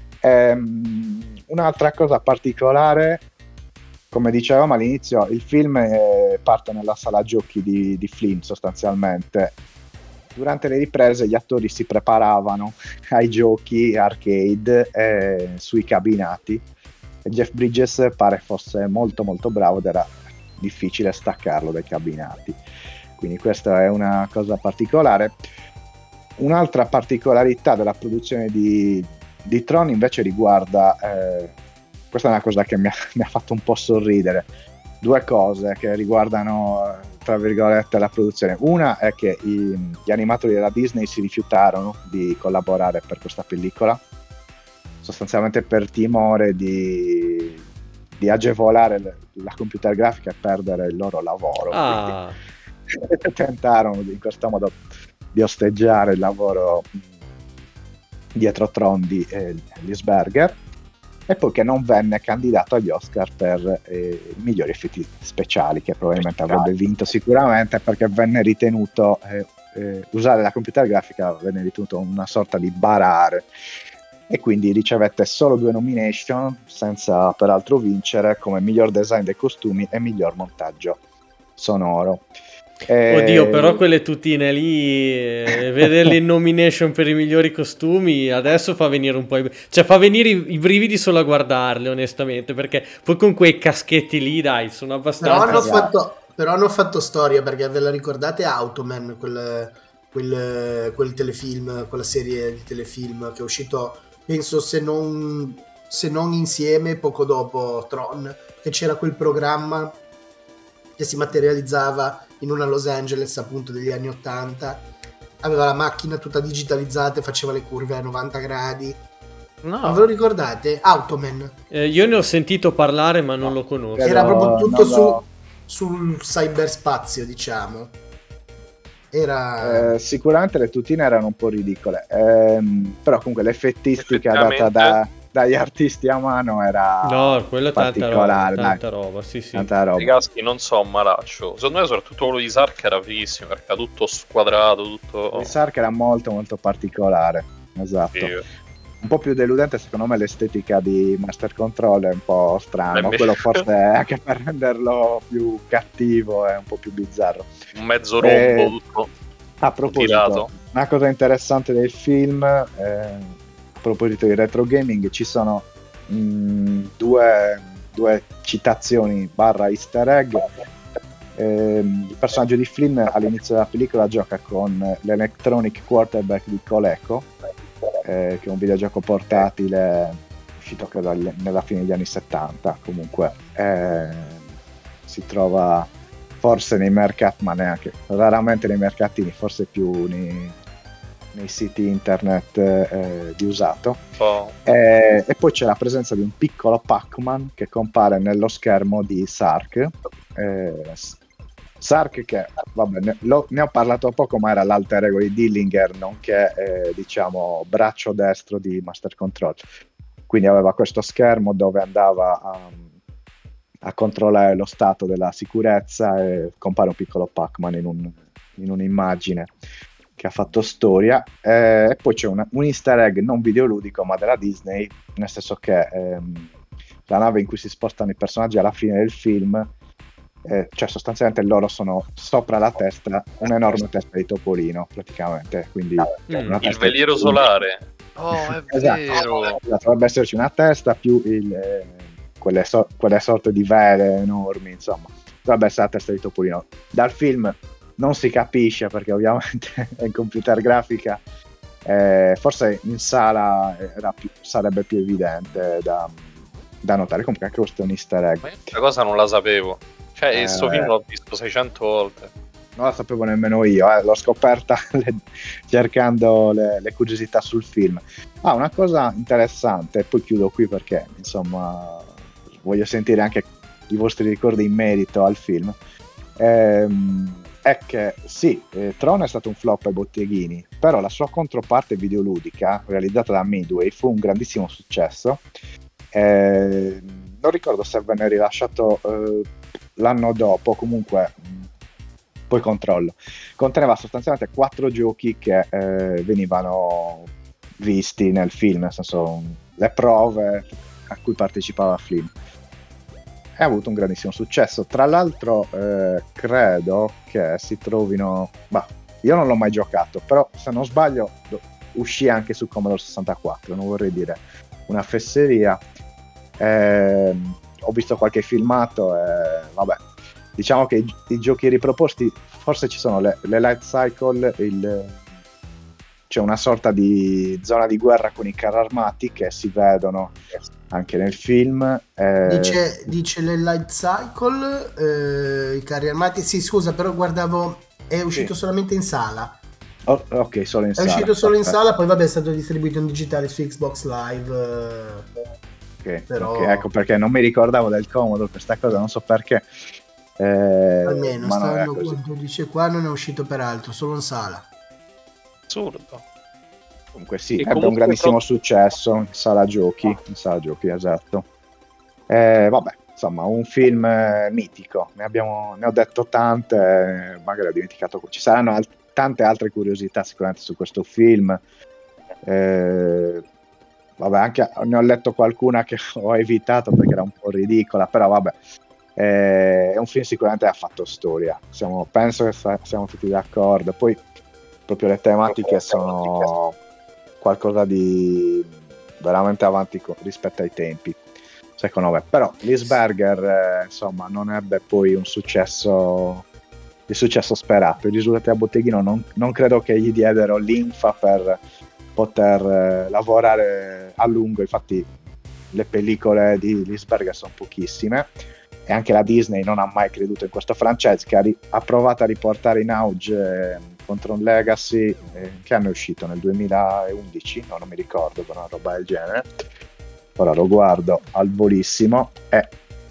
Un'altra cosa particolare, come dicevamo all'inizio, il film parte nella sala giochi di Flynn sostanzialmente. Durante le riprese gli attori si preparavano ai giochi arcade sui cabinati, e Jeff Bridges pare fosse molto molto bravo ed era difficile staccarlo dai cabinati, quindi questa è una cosa particolare. Un'altra particolarità della produzione di Tron invece riguarda, questa è una cosa che mi ha fatto un po' sorridere, due cose che riguardano tra virgolette la produzione. Una è che gli animatori della Disney si rifiutarono di collaborare per questa pellicola, sostanzialmente per timore di agevolare la computer grafica e perdere il loro lavoro. Quindi tentarono in questo modo di osteggiare il lavoro dietro Tron di Lisberger, e poi che non venne candidato agli Oscar per i migliori effetti speciali, che probabilmente avrebbe vinto sicuramente, perché venne ritenuto usare la computer grafica venne ritenuto una sorta di barare, e quindi ricevette solo 2 nomination senza peraltro vincere, come miglior design dei costumi e miglior montaggio sonoro. Oddio, però quelle tutine lì, vederle in nomination per i migliori costumi, adesso fa venire un po' fa venire i brividi solo a guardarle, onestamente, perché poi con quei caschetti lì, dai, sono abbastanza... Però hanno fatto storia, perché ve la ricordate Automan, quel telefilm, quella serie di telefilm che è uscito, penso, se non insieme, poco dopo Tron, che c'era quel programma che si materializzava in una Los Angeles appunto degli anni 80, aveva la macchina tutta digitalizzata e faceva le curve a 90 gradi. No. Non ve lo ricordate? Automan. Io ne ho sentito parlare, ma non lo conosco. Era proprio tutto sul cyberspazio, diciamo. Era sicuramente le tutine erano un po' ridicole, però comunque l'effettistica data dagli artisti a mano era particolare. Tanta roba, sì. Tanta roba. I caschi non so, malaccio. Secondo me soprattutto quello di Sark era fighissimo, perché era tutto squadrato, tutto... Il Sark era molto molto particolare, esatto. Sì. Un po' più deludente secondo me l'estetica di Master Control, è un po' strano, quello forse anche per renderlo più cattivo è un po' più bizzarro. Un mezzo rombo tutto. A proposito, una cosa interessante del film, a proposito di retro gaming, ci sono due citazioni / easter egg. Il personaggio di Flynn all'inizio della pellicola gioca con l'Electronic Quarterback di Coleco, che è un videogioco portatile uscito credo nella fine degli anni 70. Comunque si trova forse nei mercati, ma neanche raramente nei mercatini, forse più nei siti internet di usato. E poi c'è la presenza di un piccolo Pac-Man che compare nello schermo di Sark. Sark che, vabbè, ne ho parlato poco, ma era l'alter ego di Dillinger, nonché diciamo braccio destro di Master Control. Quindi aveva questo schermo dove andava a controllare lo stato della sicurezza, e compare un piccolo Pac-Man in un'immagine che ha fatto storia. E poi c'è un easter egg non videoludico ma della Disney, nel senso che la nave in cui si spostano i personaggi alla fine del film, cioè sostanzialmente loro sono sopra la testa, un'enorme testa di topolino praticamente, quindi una il veliero solare. È vero. Dovrebbe esserci una testa più quelle sorte di vele enormi, insomma dovrebbe essere la testa di topolino. Dal film non si capisce perché ovviamente è in computer grafica, forse in sala sarebbe più evidente da notare. Comunque anche questo è un easter egg. Questa cosa non la sapevo. Cioè, questo film l'ho visto 600 volte. Non la sapevo nemmeno io, l'ho scoperta cercando le curiosità sul film. Una cosa interessante, e poi chiudo qui perché insomma voglio sentire anche i vostri ricordi in merito al film, è che sì, Tron è stato un flop ai botteghini, però la sua controparte videoludica realizzata da Midway fu un grandissimo successo. Non ricordo se venne rilasciato l'anno dopo, comunque poi controllo. Conteneva sostanzialmente 4 giochi che venivano visti nel film, nel senso le prove a cui partecipava Flynn. E ha avuto un grandissimo successo. Tra l'altro credo che si trovino, io non l'ho mai giocato, però se non sbaglio uscì anche su Commodore 64, non vorrei dire una fesseria. Ho visto qualche filmato e vabbè, diciamo che i giochi riproposti, forse ci sono le Light Cycle, c'è una sorta di zona di guerra con i carri armati che si vedono anche nel film. Dice le Light Cycle, i carri armati, sì scusa, però guardavo, è uscito solamente in sala. Ok, solo in sala. È uscito solo in sala, poi vabbè è stato distribuito in digitale su Xbox Live. Però... Okay, ecco perché non mi ricordavo del Commodore, questa cosa non so perché. Almeno stando quanto dice qua non è uscito peraltro, solo in sala. Assurdo. Comunque sì, ebbe un grandissimo successo in sala giochi, esatto. Vabbè, insomma, un film mitico, ne ho detto tante, magari ho dimenticato, ci saranno tante altre curiosità sicuramente su questo film. Vabbè, anche ne ho letto qualcuna che ho evitato perché era un po' ridicola, però vabbè, È un film sicuramente ha fatto storia, penso che siamo tutti d'accordo. Poi proprio le tematiche sono qualcosa di veramente avanti rispetto ai tempi, secondo me. Però Lisberger insomma non ebbe poi il successo sperato. I risultati a botteghino non credo che gli diedero linfa per poter lavorare a lungo. Infatti le pellicole di Lisberger sono pochissime, e anche la Disney non ha mai creduto in questo franchise, che ha provato a riportare in auge Tron Legacy, che hanno uscito nel 2011, non mi ricordo, per una roba del genere. Ora lo guardo al volissimo, è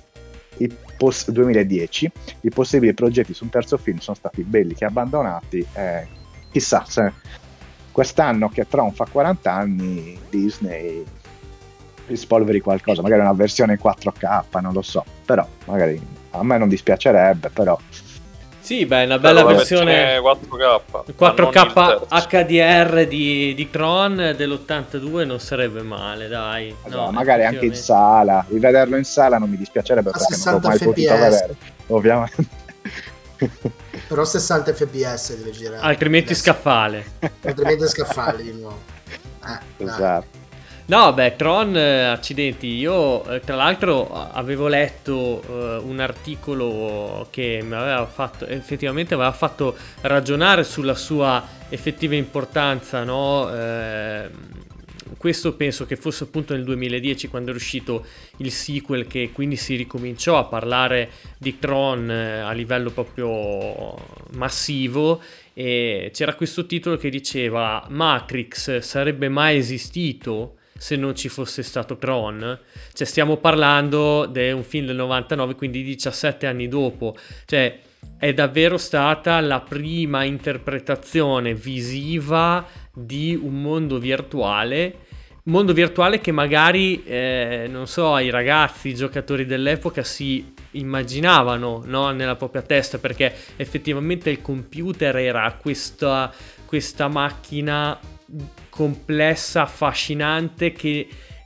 2010. I possibili progetti su un terzo film sono stati belli che abbandonati, chissà se quest'anno che Tron fa 40 anni Disney rispolveri qualcosa, magari una versione in 4K, non lo so, però magari a me non dispiacerebbe, però sì, beh, una bella versione 4K HDR di Tron dell'82 non sarebbe male, dai. No, magari anche in sala, rivederlo in sala non mi dispiacerebbe, perché non l'ho mai potuto vedere, ovviamente. Però 60 fps deve girare, altrimenti scaffale di nuovo. Esatto. No, beh, Tron, accidenti, io tra l'altro avevo letto un articolo che mi aveva effettivamente aveva fatto ragionare sulla sua effettiva importanza, no? Questo penso che fosse appunto nel 2010, quando è uscito il sequel, che quindi si ricominciò a parlare di Tron a livello proprio massivo, e c'era questo titolo che diceva: Matrix sarebbe mai esistito se non ci fosse stato Tron? Cioè, stiamo parlando di un film del 99, quindi 17 anni dopo. Cioè, è davvero stata la prima interpretazione visiva di un mondo virtuale che magari, non so, i ragazzi, i giocatori dell'epoca si immaginavano, no, nella propria testa, perché effettivamente il computer era questa macchina complessa, affascinante, che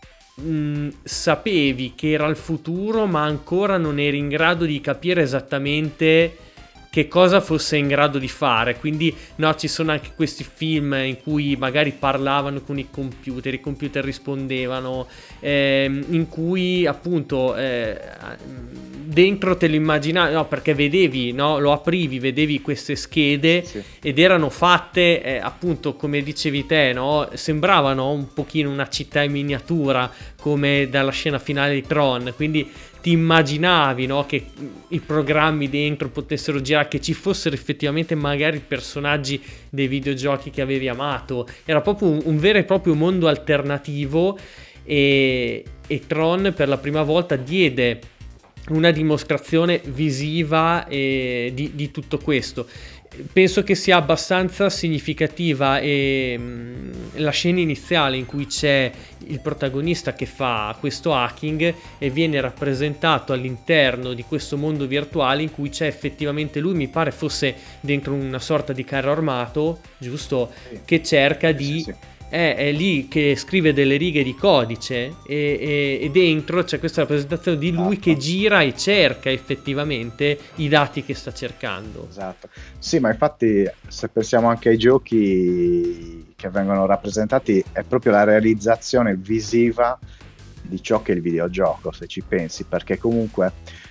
sapevi che era il futuro, ma ancora non eri in grado di capire esattamente che cosa fosse in grado di fare. Quindi no, ci sono anche questi film in cui magari parlavano con i computer rispondevano, in cui appunto dentro te lo immaginavi, no, perché vedevi, no, lo aprivi, vedevi queste schede, sì, ed erano fatte appunto come dicevi te, no, sembravano un pochino una città in miniatura, come dalla scena finale di Tron. Quindi ti immaginavi, no, che i programmi dentro potessero girare, che ci fossero effettivamente magari personaggi dei videogiochi che avevi amato. Era proprio un vero e proprio mondo alternativo, e Tron per la prima volta diede una dimostrazione visiva di tutto questo. Penso che sia abbastanza significativa la scena iniziale in cui c'è il protagonista che fa questo hacking e viene rappresentato all'interno di questo mondo virtuale, in cui c'è effettivamente lui, mi pare fosse dentro una sorta di carro armato, giusto? Sì. Che cerca di... Sì. È lì che scrive delle righe di codice, e dentro c'è questa rappresentazione di lui, esatto, che gira e cerca effettivamente i dati che sta cercando. Esatto. Sì, ma infatti se pensiamo anche ai giochi che vengono rappresentati, è proprio la realizzazione visiva di ciò che è il videogioco, se ci pensi, perché comunque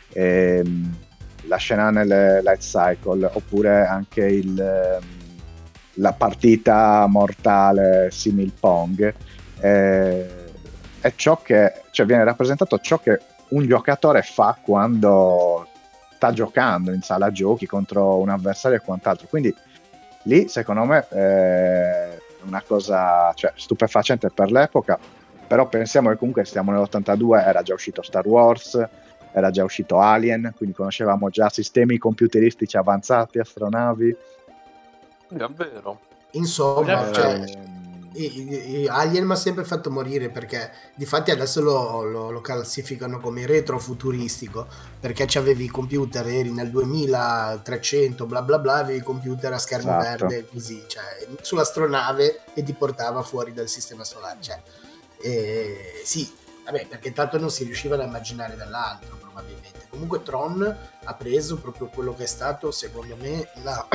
la scena nelle Light Cycle, oppure anche la partita mortale simil Pong, è ciò che, cioè, viene rappresentato ciò che un giocatore fa quando sta giocando in sala giochi contro un avversario e quant'altro. Quindi lì secondo me è una cosa, cioè, stupefacente per l'epoca. Però pensiamo che comunque stiamo nell'82, era già uscito Star Wars, era già uscito Alien, quindi conoscevamo già sistemi computeristici avanzati, astronavi. È vero. Insomma, Alien mi ha sempre fatto morire, perché difatti adesso lo classificano come retrofuturistico, perché c'avevi i computer, eri nel 2300 bla bla bla, avevi i computer a schermo, esatto, verde, così, cioè sull'astronave, e ti portava fuori dal sistema solare, cioè sì, Vabbè, perché tanto non si riuscivano a immaginare dall'altro, probabilmente. Comunque Tron ha preso proprio quello che è stato, secondo me,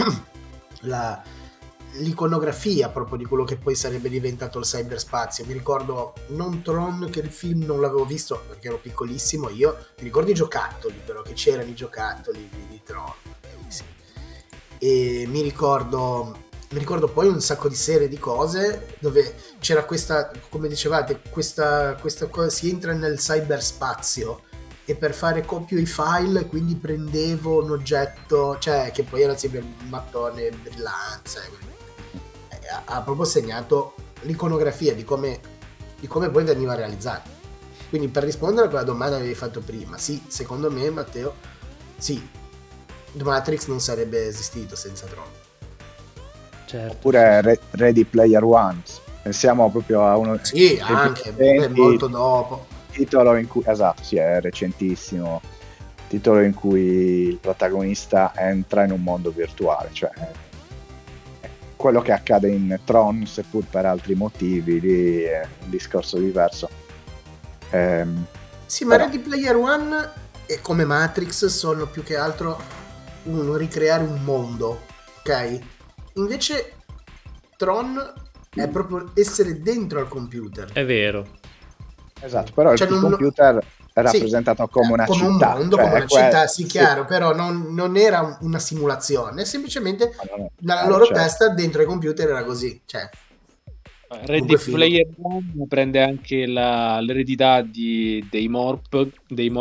l'iconografia proprio di quello che poi sarebbe diventato il cyberspazio. Mi ricordo, non Tron, che il film non l'avevo visto perché ero piccolissimo io, mi ricordo i giocattoli, però, che c'erano i giocattoli di Tron. Sì. E mi ricordo poi un sacco di serie di cose dove c'era questa, come dicevate, questa cosa, si entra nel cyberspazio, e per fare copio i file, quindi prendevo un oggetto, cioè, che poi era sempre un mattone brillante, ha proprio segnato l'iconografia di come poi veniva realizzato. Quindi, per rispondere a quella domanda che avevi fatto prima, sì, secondo me, Matteo, sì, The Matrix non sarebbe esistito senza Tron. Certo, oppure Ready Player One, pensiamo proprio a uno, sì, anche molto dopo, titolo in cui, esatto, sì, è recentissimo, titolo in cui il protagonista entra in un mondo virtuale, cioè quello che accade in Tron, seppur per altri motivi, lì è un discorso diverso. Sì, ma Ready Player One e come Matrix sono più che altro un ricreare un mondo, ok? Invece Tron è proprio essere dentro al computer. è vero. Esatto, però Cioè, il computer è rappresentato come una come città, un mondo, cioè come una città, sì, sì, chiaro, però non era una simulazione, semplicemente nella certo, loro testa dentro ai computer era così, cioè. Ready Player One prende anche l'eredità dei Morpg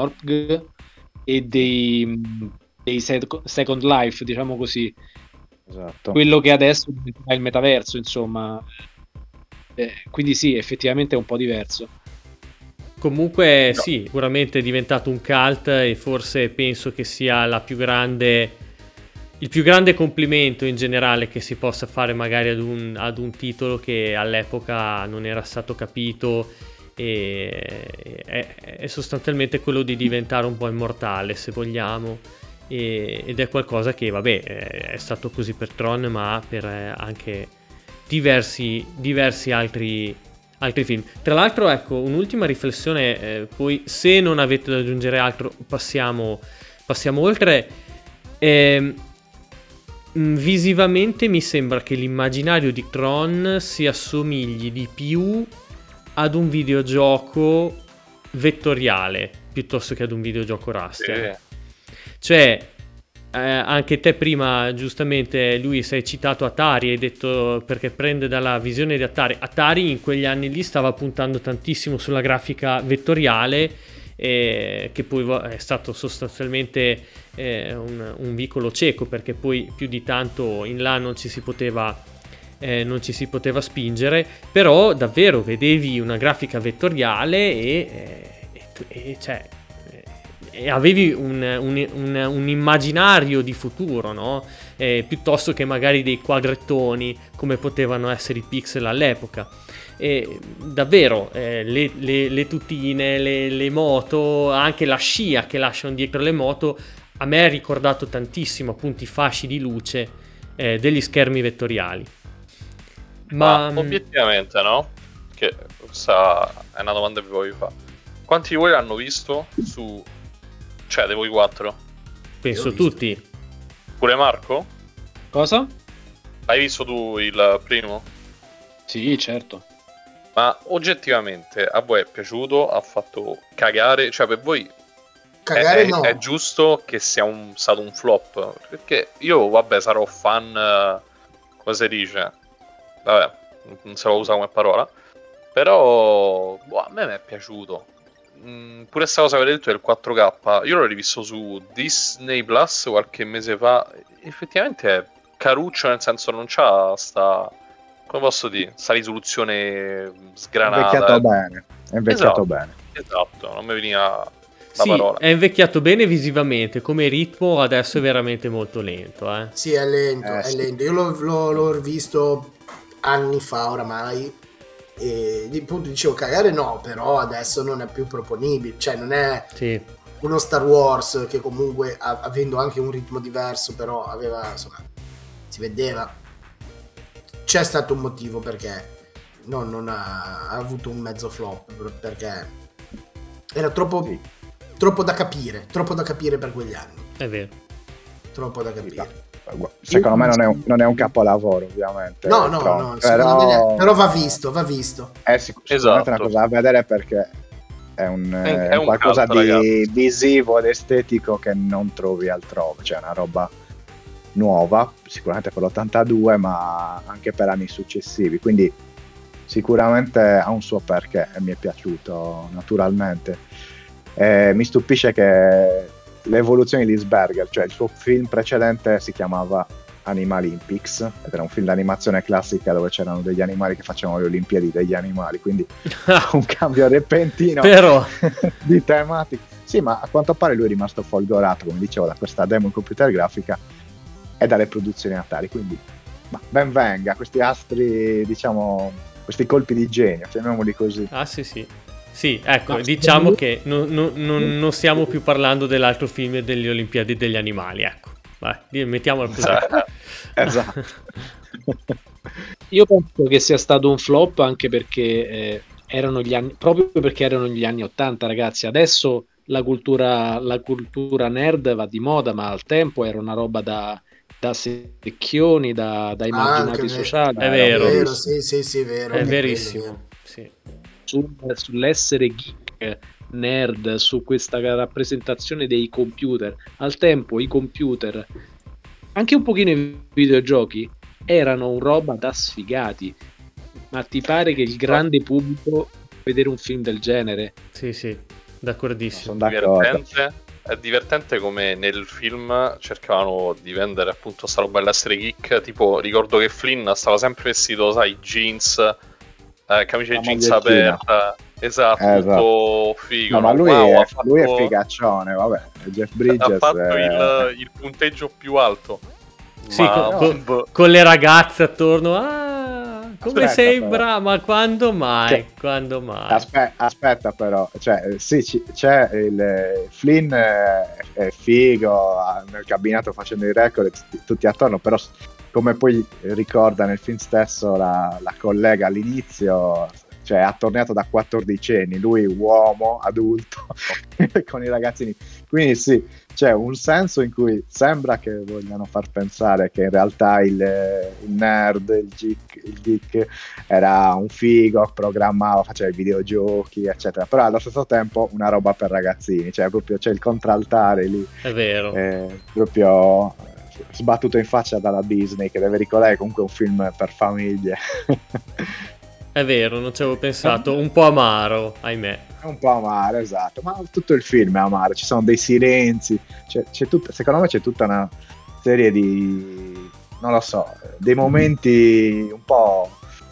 e dei Second Life, diciamo così. Esatto. Quello che adesso è il metaverso, insomma. Quindi sì, effettivamente è un po' diverso. Comunque sì, sicuramente è diventato un cult, e forse penso che sia il più grande complimento in generale che si possa fare magari ad un titolo che all'epoca non era stato capito, e è sostanzialmente quello di diventare un po' immortale, se vogliamo, ed è qualcosa che, vabbè, è stato così per Tron, ma per anche diversi altri film. Tra l'altro, ecco, un'ultima riflessione, poi se non avete da aggiungere altro passiamo oltre. Visivamente mi sembra che l'immaginario di Tron si assomigli di più ad un videogioco vettoriale piuttosto che ad un videogioco raster. Cioè, anche te prima, giustamente, Luis, hai citato Atari, hai detto perché prende dalla visione di Atari. Atari in quegli anni lì stava puntando tantissimo sulla grafica vettoriale, che poi è stato sostanzialmente un vicolo cieco, perché poi più di tanto in là non ci si poteva spingere, però davvero vedevi una grafica vettoriale e avevi un immaginario di futuro, no? Piuttosto che magari dei quadrettoni come potevano essere i pixel all'epoca. E davvero le tutine, le moto, anche la scia che lasciano dietro le moto, a me ha ricordato tantissimo appunto i fasci di luce degli schermi vettoriali. Ma obiettivamente, no? Che questa è una domanda che vi voglio fare. Quanti di voi l'hanno visto cioè dei voi 4? Penso tutti. Pure Marco? Cosa? L'hai visto tu il primo? Sì, certo. Ma oggettivamente a voi è piaciuto? Ha fatto cagare? Cioè, per voi cagare no. È giusto che sia stato un flop? Perché io, vabbè, sarò fan, come si dice? Vabbè, non se lo usa come parola. Però a me mi è piaciuto. Pure sta cosa che avete detto del 4K, io l'ho rivisto su Disney Plus qualche mese fa. Effettivamente è caruccio, nel senso non c'ha come posso dire, sta risoluzione sgranata. È invecchiato bene. Esatto, non mi veniva la sì, parola. È invecchiato bene visivamente, come ritmo adesso è veramente molto lento. Sì, è lento, è lento. Io l'ho rivisto anni fa oramai, e appunto dicevo cagare no, però adesso non è più proponibile, cioè non è uno Star Wars che comunque avendo anche un ritmo diverso, però aveva, insomma, si vedeva. C'è stato un motivo perché non ha avuto un mezzo flop, perché Era troppo da capire per quegli anni. È vero. Troppo da capire. Secondo me non è un capolavoro, ovviamente. No, però va visto. È sicuramente una cosa da vedere, perché è un qualcosa cult, di ragazzi. visivo ed estetico che non trovi altrove, cioè una roba nuova, sicuramente per l'82, ma anche per anni successivi, quindi sicuramente ha un suo perché e mi è piaciuto naturalmente. Mi stupisce che l'evoluzione di Lisberger, cioè il suo film precedente si chiamava Animalympics ed era un film d'animazione classica dove c'erano degli animali che facevano le Olimpiadi degli animali, quindi un cambio repentino Però di tematica. Sì, ma a quanto pare lui è rimasto folgorato, come dicevo, da questa demo in computer grafica e dalle produzioni Atari, quindi ben venga, questi astri, diciamo, questi colpi di genio, chiamiamoli così. Sì, ecco, diciamo che non stiamo più parlando dell'altro film delle Olimpiadi degli animali, ecco. Vai, mettiamola così. Esatto. Io penso che sia stato un flop anche perché erano gli anni, proprio perché erano gli anni 80, ragazzi. Adesso la cultura nerd va di moda, ma al tempo era una roba da secchioni, da immaginati sociali. È vero. Sì, vero. È verissimo. Sì. Sull'essere geek, nerd, su questa rappresentazione dei computer. Al tempo i computer, anche un pochino i videogiochi, erano un roba da sfigati. Ma ti pare che il grande pubblico vedere un film del genere? Sì, d'accordissimo. È divertente come nel film cercavano di vendere appunto sta roba dell'essere geek. Tipo, ricordo che Flynn stava sempre vestito, sai, jeans, camicia di jeans aperta. Esatto, tutto figo. No, ma lui, lui è figaccione, vabbè. Jeff Bridges ha fatto il punteggio più alto. Sì, con le ragazze attorno. Come Aspetta, sei però. bravo, ma quando mai? Cioè, Quando mai? Aspetta però, cioè, sì, c'è il Flynn è figo nel cabinato facendo i record tutti attorno, però come poi ricorda nel film stesso la collega all'inizio, cioè attorniato da 14enni, lui uomo adulto con i ragazzini, quindi sì, c'è un senso in cui sembra che vogliano far pensare che in realtà il nerd, il geek era un figo, programmava, faceva i videogiochi eccetera, però allo stesso tempo una roba per ragazzini, cioè proprio c'è il contraltare lì, è vero, proprio sbattuto in faccia dalla Disney, che deve ricordare comunque un film per famiglie. È vero, non ci avevo pensato, un po' amaro, ahimè. È un po' amaro, esatto, ma tutto il film è amaro, ci sono dei silenzi, secondo me c'è tutta una serie di, non lo so, dei momenti un po',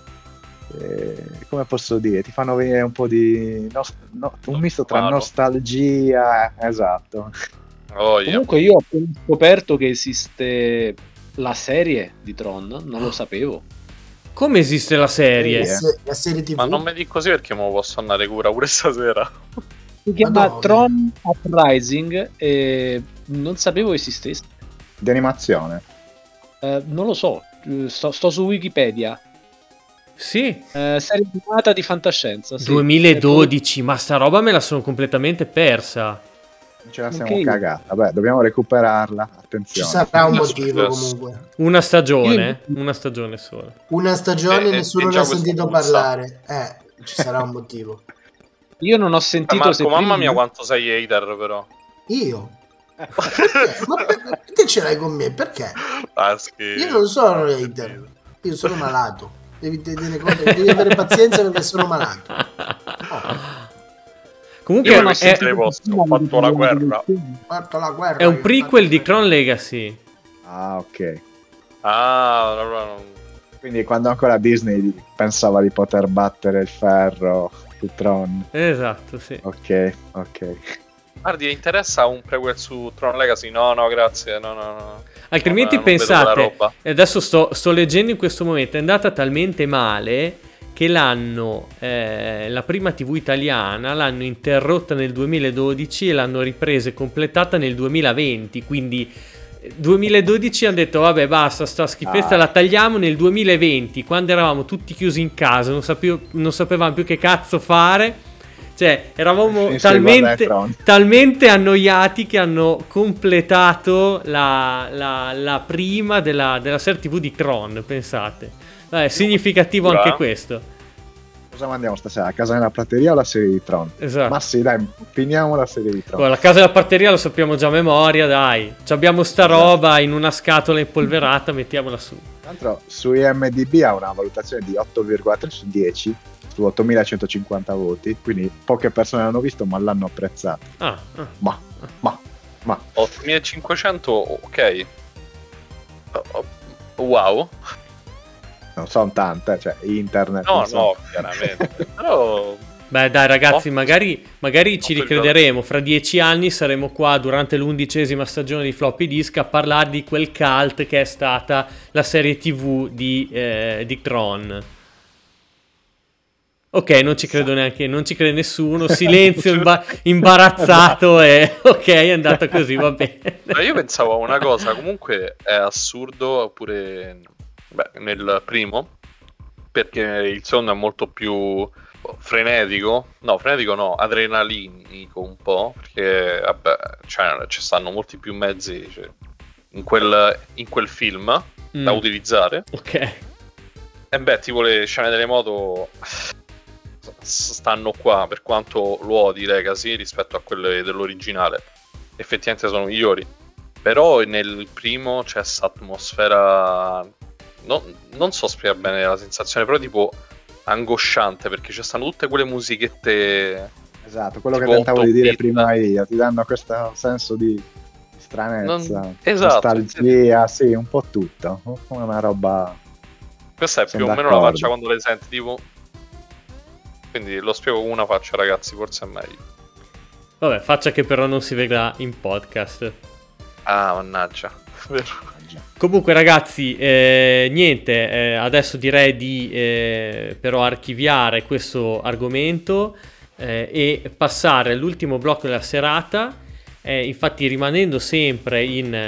come posso dire, ti fanno venire un po' di, un misto tra nostalgia, esatto. Comunque io ho appena scoperto che esiste la serie di Tron, non lo sapevo. Come esiste la serie? La serie TV? Ma non mi dico così perché me lo posso andare cura pure stasera. Si chiama Tron Uprising e non sapevo esistesse. Di animazione? Non lo so, sto su Wikipedia. Sì. Serie animata di fantascienza. Sì. 2012, ma sta roba me la sono completamente persa. Ce la siamo cagata, vabbè, dobbiamo recuperarla, attenzione. Ci sarà un motivo comunque. Una stagione sola. Una stagione, nessuno ne ha sentito parlare. Ci sarà un motivo. Io non ho sentito. Marco, mamma mia quanto sei hater però. Io? Ma perché ce l'hai con me? Perché? Io non sono hater, io sono malato. Devi tenere conto, devi avere pazienza perché sono malato. Comunque ho fatto la guerra. È un prequel di Tron Legacy. Ah, ok. Quindi quando ancora Disney pensava di poter battere il ferro su Tron. Esatto, sì. Ok. Guardi, interessa un prequel su Tron Legacy? No, grazie. No. Altrimenti pensate, adesso sto leggendo in questo momento, è andata talmente male che l'hanno, la prima TV italiana l'hanno interrotta nel 2012 e l'hanno ripresa e completata nel 2020, quindi 2012 hanno detto vabbè basta, sta schifezza la tagliamo. Nel 2020, quando eravamo tutti chiusi in casa, non sapevamo più che cazzo fare, Cioè, eravamo Finisce di guardare Tron. talmente annoiati che hanno completato la prima della serie TV di Tron, pensate. È significativo anche questo. Cosa mandiamo stasera? A casa nella prateria o la serie di Tron? Esatto. Ma sì, dai, finiamo la serie di Tron. La casa della parteria lo sappiamo già a memoria, dai. Abbiamo sta roba in una scatola impolverata, mettiamola su. Tra l'altro su IMDb ha una valutazione di 8,3 su 10 su 8150 voti, quindi poche persone l'hanno visto ma l'hanno apprezzato. Ma 8500, ok. Wow. Non sono tante, cioè internet. No, chiaramente. Però... Beh dai ragazzi, magari ci ricrederemo. Fra 10 anni saremo qua durante l'11ª stagione di Floppy Disk a parlare di quel cult che è stata la serie TV di Tron. Ok, non ci credo neanche, non ci crede nessuno. Silenzio imbarazzato e ok, è andata così, va bene. Ma io pensavo a una cosa, comunque è assurdo pure nel primo, perché il secondo è molto più frenetico no, adrenalinico un po', perché vabbè, cioè, ci stanno molti più mezzi, cioè, in quel film da utilizzare. Ok. E beh, tipo le scene delle moto stanno qua, per quanto lo odi Legacy rispetto a quelle dell'originale, effettivamente sono migliori, però nel primo c'è questa atmosfera, non so spiegare bene la sensazione, però tipo angosciante, perché ci stanno tutte quelle musichette. Esatto, quello che tentavo di dire prima io, ti danno questo senso di stranezza, esatto, nostalgia, sì, un po' tutto, una roba. Questa è più o meno la faccia quando le senti, tipo. Quindi lo spiego con una faccia, ragazzi, forse è meglio. Vabbè, faccia che però non si vedrà in podcast. Ah, mannaggia. Comunque ragazzi, niente, adesso direi di però archiviare questo argomento e passare all'ultimo blocco della serata. Infatti, rimanendo sempre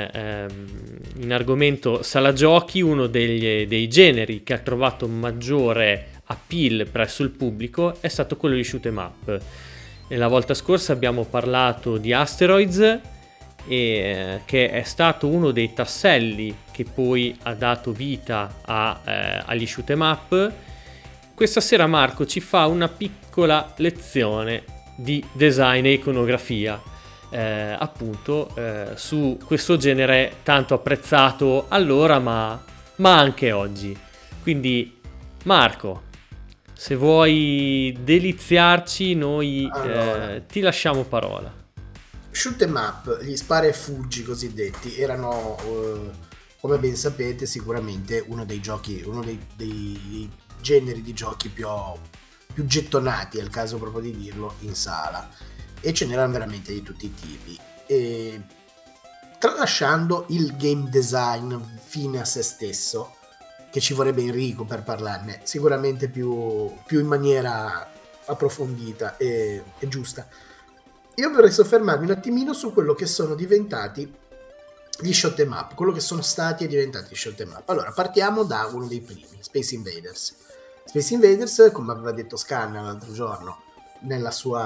in argomento sala giochi, uno dei generi che ha trovato maggiore appeal presso il pubblico è stato quello di shoot 'em up. La volta scorsa abbiamo parlato di Asteroids, che è stato uno dei tasselli che poi ha dato vita agli shoot 'em up. Questa sera Marco ci fa una piccola lezione di design e iconografia, appunto su questo genere tanto apprezzato allora ma anche oggi. Quindi Marco, se vuoi deliziarci, noi ti lasciamo parola. Shoot 'em up, gli spara e fuggi cosiddetti, erano, come ben sapete, sicuramente uno dei giochi, uno dei generi di giochi più gettonati, è il caso proprio di dirlo, in sala. E ce n'erano veramente di tutti i tipi. E, tralasciando il game design fine a se stesso, che ci vorrebbe Enrico per parlarne sicuramente più in maniera approfondita e giusta, io vorrei soffermarmi un attimino su quello che sono diventati gli shoot 'em up, quello che sono stati e diventati gli shoot 'em up. Allora, partiamo da uno dei primi, Space Invaders. Space Invaders, come aveva detto Scanna l'altro giorno nel suo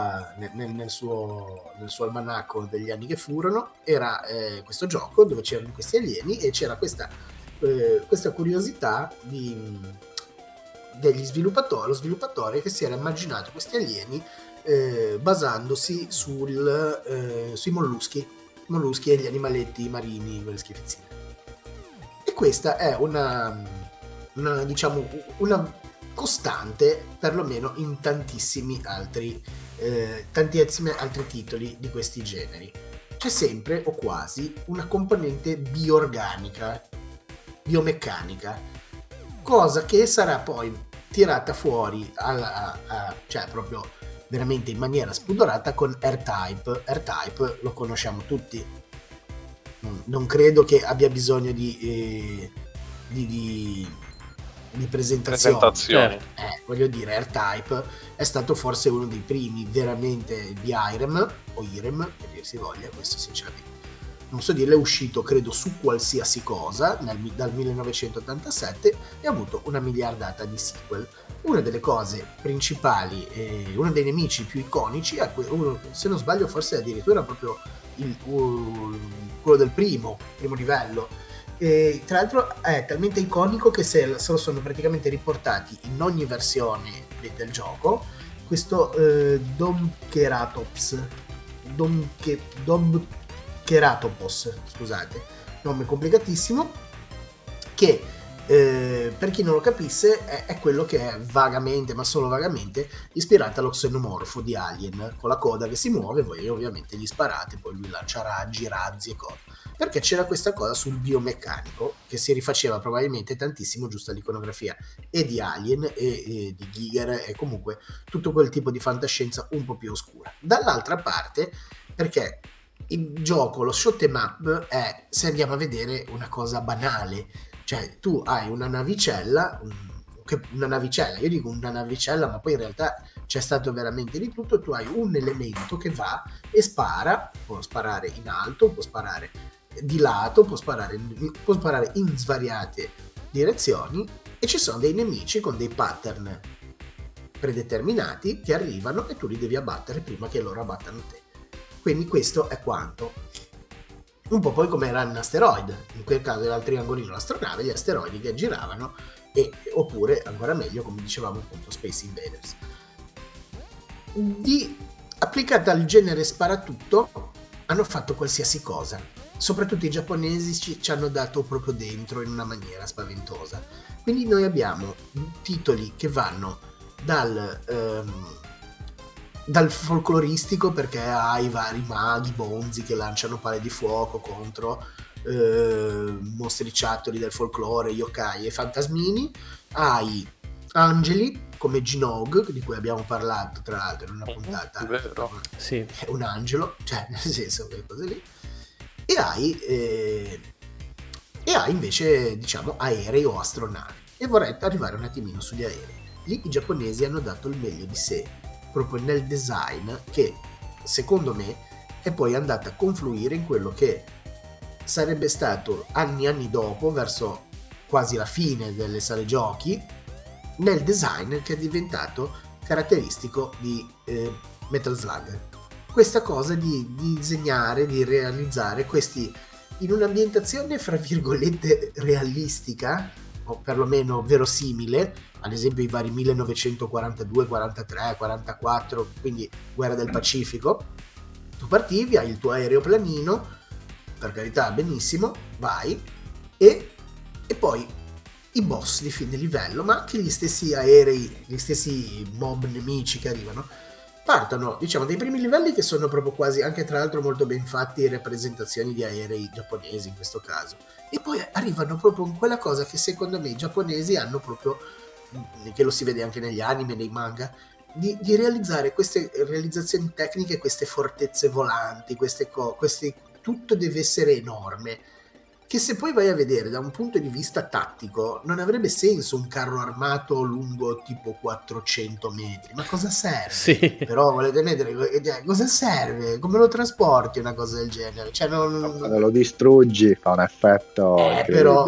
almanacco degli anni che furono, era questo gioco dove c'erano questi alieni e c'era questa curiosità degli sviluppatori, lo sviluppatore che si era immaginato questi alieni basandosi sui molluschi e gli animaletti marini, quelle schifezzine. E questa è una costante, perlomeno in tantissimi altri titoli di questi generi. C'è sempre o quasi una componente biomeccanica, cosa che sarà poi tirata fuori cioè proprio veramente in maniera spudorata con R-Type. R-Type lo conosciamo tutti, non credo che abbia bisogno di presentazioni. Voglio dire, R-Type è stato forse uno dei primi veramente di Irem, o Irem, che dir si voglia, questo sinceramente non so dire, è uscito credo su qualsiasi cosa dal 1987 e ha avuto una miliardata di sequel. una delle cose principali, uno dei nemici più iconici, se non sbaglio forse addirittura proprio quello del primo livello. E tra l'altro è talmente iconico che se lo sono praticamente riportati in ogni versione del gioco, questo Domkeratopos, scusate, nome complicatissimo, che per chi non lo capisse è quello che è vagamente, ma solo vagamente, ispirato allo xenomorfo di Alien, con la coda che si muove, voi ovviamente gli sparate, poi lui lancia raggi, razzi e cose, perché c'era questa cosa sul biomeccanico che si rifaceva probabilmente tantissimo giusto all'iconografia e di Alien e di Giger e comunque tutto quel tipo di fantascienza un po' più oscura. Dall'altra parte, perché il gioco, lo shoot 'em up, è, se andiamo a vedere, una cosa banale. Cioè, tu hai una navicella, io dico una navicella, ma poi in realtà c'è stato veramente di tutto. Tu hai un elemento che va e spara, può sparare in alto, può sparare di lato, può sparare in svariate direzioni, e ci sono dei nemici con dei pattern predeterminati che arrivano e tu li devi abbattere prima che loro abbattano te. Quindi questo è quanto. Un po' poi come era in Asteroid, in quel caso era il triangolino l'astronave, gli asteroidi che giravano, oppure ancora meglio, come dicevamo appunto, Space Invaders. Applicata al genere sparatutto hanno fatto qualsiasi cosa, soprattutto i giapponesi ci hanno dato proprio dentro in una maniera spaventosa. Quindi noi abbiamo titoli che vanno dal folcloristico, perché hai vari maghi bonzi che lanciano pale di fuoco contro mostriciattoli del folklore, yokai e fantasmini, hai angeli come Ginog, di cui abbiamo parlato tra l'altro in una puntata, sì. È un angelo, cioè nel senso quelle cose lì, e hai invece, diciamo, aerei o astronavi. E vorrei arrivare un attimino sugli aerei. Lì i giapponesi hanno dato il meglio di sé proprio nel design, che secondo me è poi andata a confluire in quello che sarebbe stato anni dopo, verso quasi la fine delle sale giochi, nel design che è diventato caratteristico di Metal Slug. Questa cosa di disegnare, di realizzare questi in un'ambientazione fra virgolette realistica, o perlomeno verosimile, ad esempio i vari 1942, 43, 44, quindi guerra del Pacifico. Tu partivi, hai il tuo aeroplanino, per carità benissimo, vai, e poi i boss di fine livello, ma anche gli stessi aerei, gli stessi mob nemici che arrivano, partono, diciamo, dei primi livelli che sono proprio quasi, anche tra l'altro molto ben fatti, rappresentazioni di aerei giapponesi in questo caso, e poi arrivano proprio in quella cosa che secondo me i giapponesi hanno proprio, che lo si vede anche negli anime, nei manga, di realizzare queste realizzazioni tecniche, queste fortezze volanti, tutto deve essere enorme, che se poi vai a vedere da un punto di vista tattico non avrebbe senso un carro armato lungo tipo 400 metri, ma cosa serve? Sì. Però volete vedere cosa serve? Come lo trasporti una cosa del genere? Cioè, quando lo distruggi fa un effetto però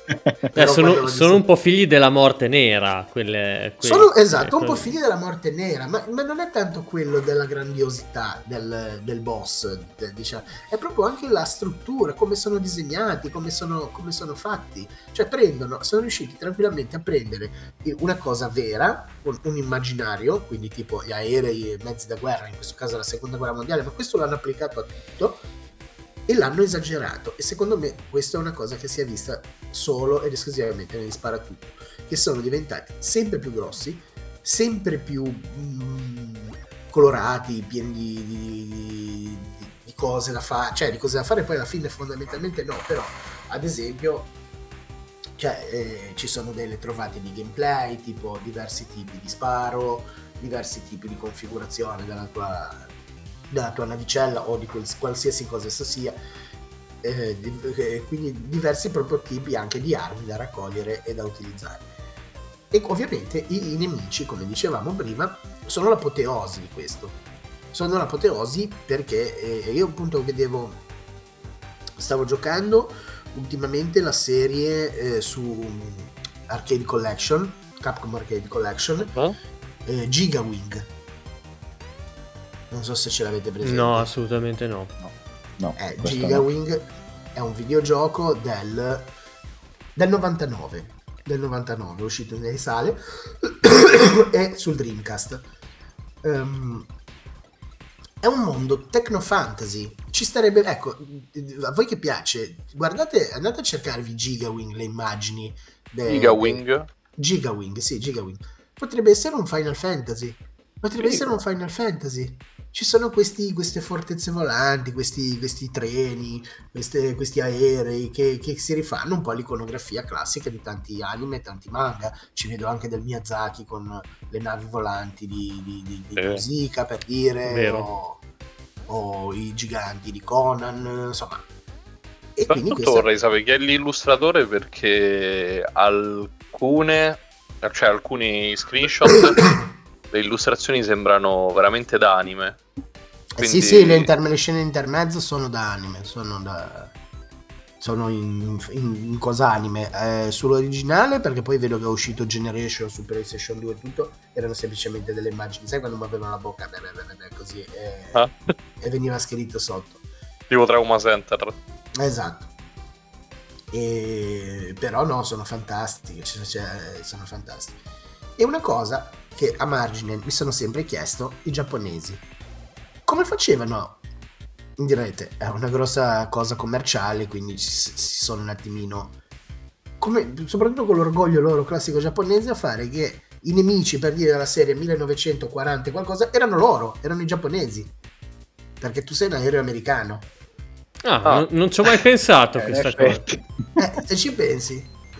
sono un po' figli della morte nera, esatto, un po' figli della morte nera, ma non è tanto quello della grandiosità del boss, diciamo, è proprio anche la struttura, come sono disegnati, come sono fatti. Cioè sono riusciti tranquillamente a prendere una cosa vera, un immaginario, quindi tipo gli aerei e mezzi da guerra, in questo caso la seconda guerra mondiale, ma questo l'hanno applicato a tutto e l'hanno esagerato, e secondo me questa è una cosa che si è vista solo ed esclusivamente negli sparatutto, che sono diventati sempre più grossi, sempre più colorati, pieni di cose da fare, cioè di cose da fare poi alla fine fondamentalmente no, però ad esempio ci sono delle trovate di gameplay, tipo diversi tipi di sparo, diversi tipi di configurazione della tua navicella o di qualsiasi cosa esso sia, quindi diversi prototipi anche di armi da raccogliere e da utilizzare. E ovviamente i nemici, come dicevamo prima, sono l'apoteosi di questo, sono l'apoteosi perché io appunto stavo giocando ultimamente la serie su Arcade Collection, Capcom Arcade Collection, Giga Wing. Non so se ce l'avete presente. No, assolutamente no. Giga Wing è un videogioco del 99. Del 99, è uscito nelle sale e sul Dreamcast. È un mondo techno fantasy. Ci starebbe, ecco, a voi che piace, guardate, andate a cercarvi Giga Wing, le immagini. Giga Wing? Giga Wing, sì, Giga Wing. Potrebbe essere un Final Fantasy. Ci sono queste fortezze volanti, questi treni, questi aerei che si rifanno un po' all'iconografia classica di tanti anime, tanti manga. Ci vedo anche del Miyazaki con le navi volanti di Nausicaa, per dire, o i giganti di Conan, insomma. E quindi vorrei sapere chi è l'illustratore, perché alcuni screenshot le illustrazioni sembrano veramente da anime. Quindi... Sì, le scene intermezzo sono da anime, sono in cosa anime. Sull'originale, perché poi vedo che è uscito Generation su PlayStation 2 e tutto, erano semplicemente delle immagini, sai quando muovevano la bocca così e veniva scritto sotto, tipo Trauma Center. Esatto. Però no, sono fantastiche, sono fantastiche. E una cosa che a margine mi sono sempre chiesto, i giapponesi come facevano? Direte, è una grossa cosa commerciale, quindi si sono un attimino, come, soprattutto con l'orgoglio loro classico giapponese, a fare che i nemici, per dire, della serie 1940 qualcosa, erano i giapponesi, perché tu sei un aereo americano. Non ci ho mai pensato a questa cosa. Se ci pensi.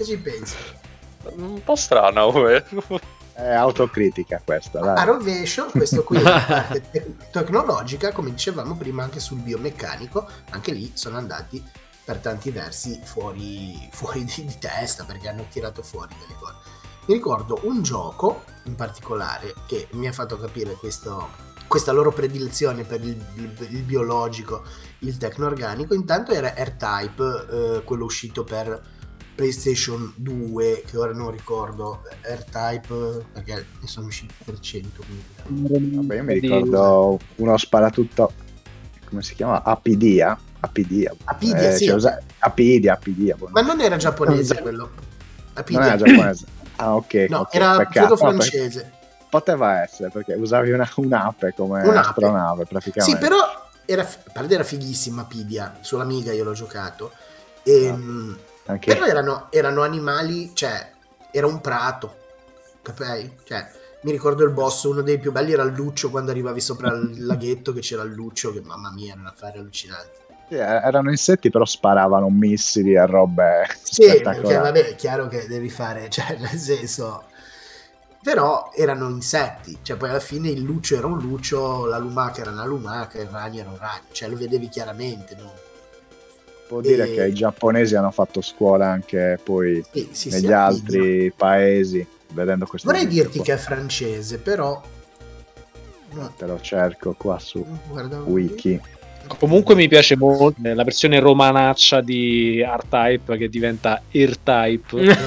Un po' strano, È autocritica questa, dai. A rovescio, questo qui è la parte tecnologica, come dicevamo prima, anche sul biomeccanico, anche lì sono andati per tanti versi fuori di testa, perché hanno tirato fuori delle cose. Mi ricordo un gioco in particolare che mi ha fatto capire questa loro predilezione per il biologico, il tecno-organico. Intanto era R-Type, quello uscito per PlayStation 2, che ora non ricordo, R-Type, perché ne sono usciti 300. Vabbè, io mi ricordo uno sparatutto, come si chiama? Apidia, sì. Apidia. Ma non era giapponese quello? Apidia. Non era giapponese. Ok. No, okay, era credo francese. Poteva essere, perché usavi un'ape come astronave, praticamente. Sì, però era fighissima Apidia, sull'Amiga io l'ho giocato. Però erano animali, cioè era un prato, capi? Cioè, mi ricordo il boss, uno dei più belli era il Luccio, quando arrivavi sopra il laghetto che c'era il Luccio, che mamma mia, era un affare allucinante. Sì, erano insetti, però sparavano missili e robe spettacolari. Perché vabbè, è chiaro che devi fare, cioè nel senso, però erano insetti, cioè poi alla fine il Luccio era un Luccio, la lumaca era una lumaca, il ragno era un ragno, cioè lo vedevi chiaramente, no? Può dire che i giapponesi hanno fatto scuola anche poi negli altri paesi, vedendo questo. Vorrei dirti che è francese, però te lo cerco qua su Wiki. Comunque mi piace molto la versione romanaccia di R-Type, che diventa R-Type.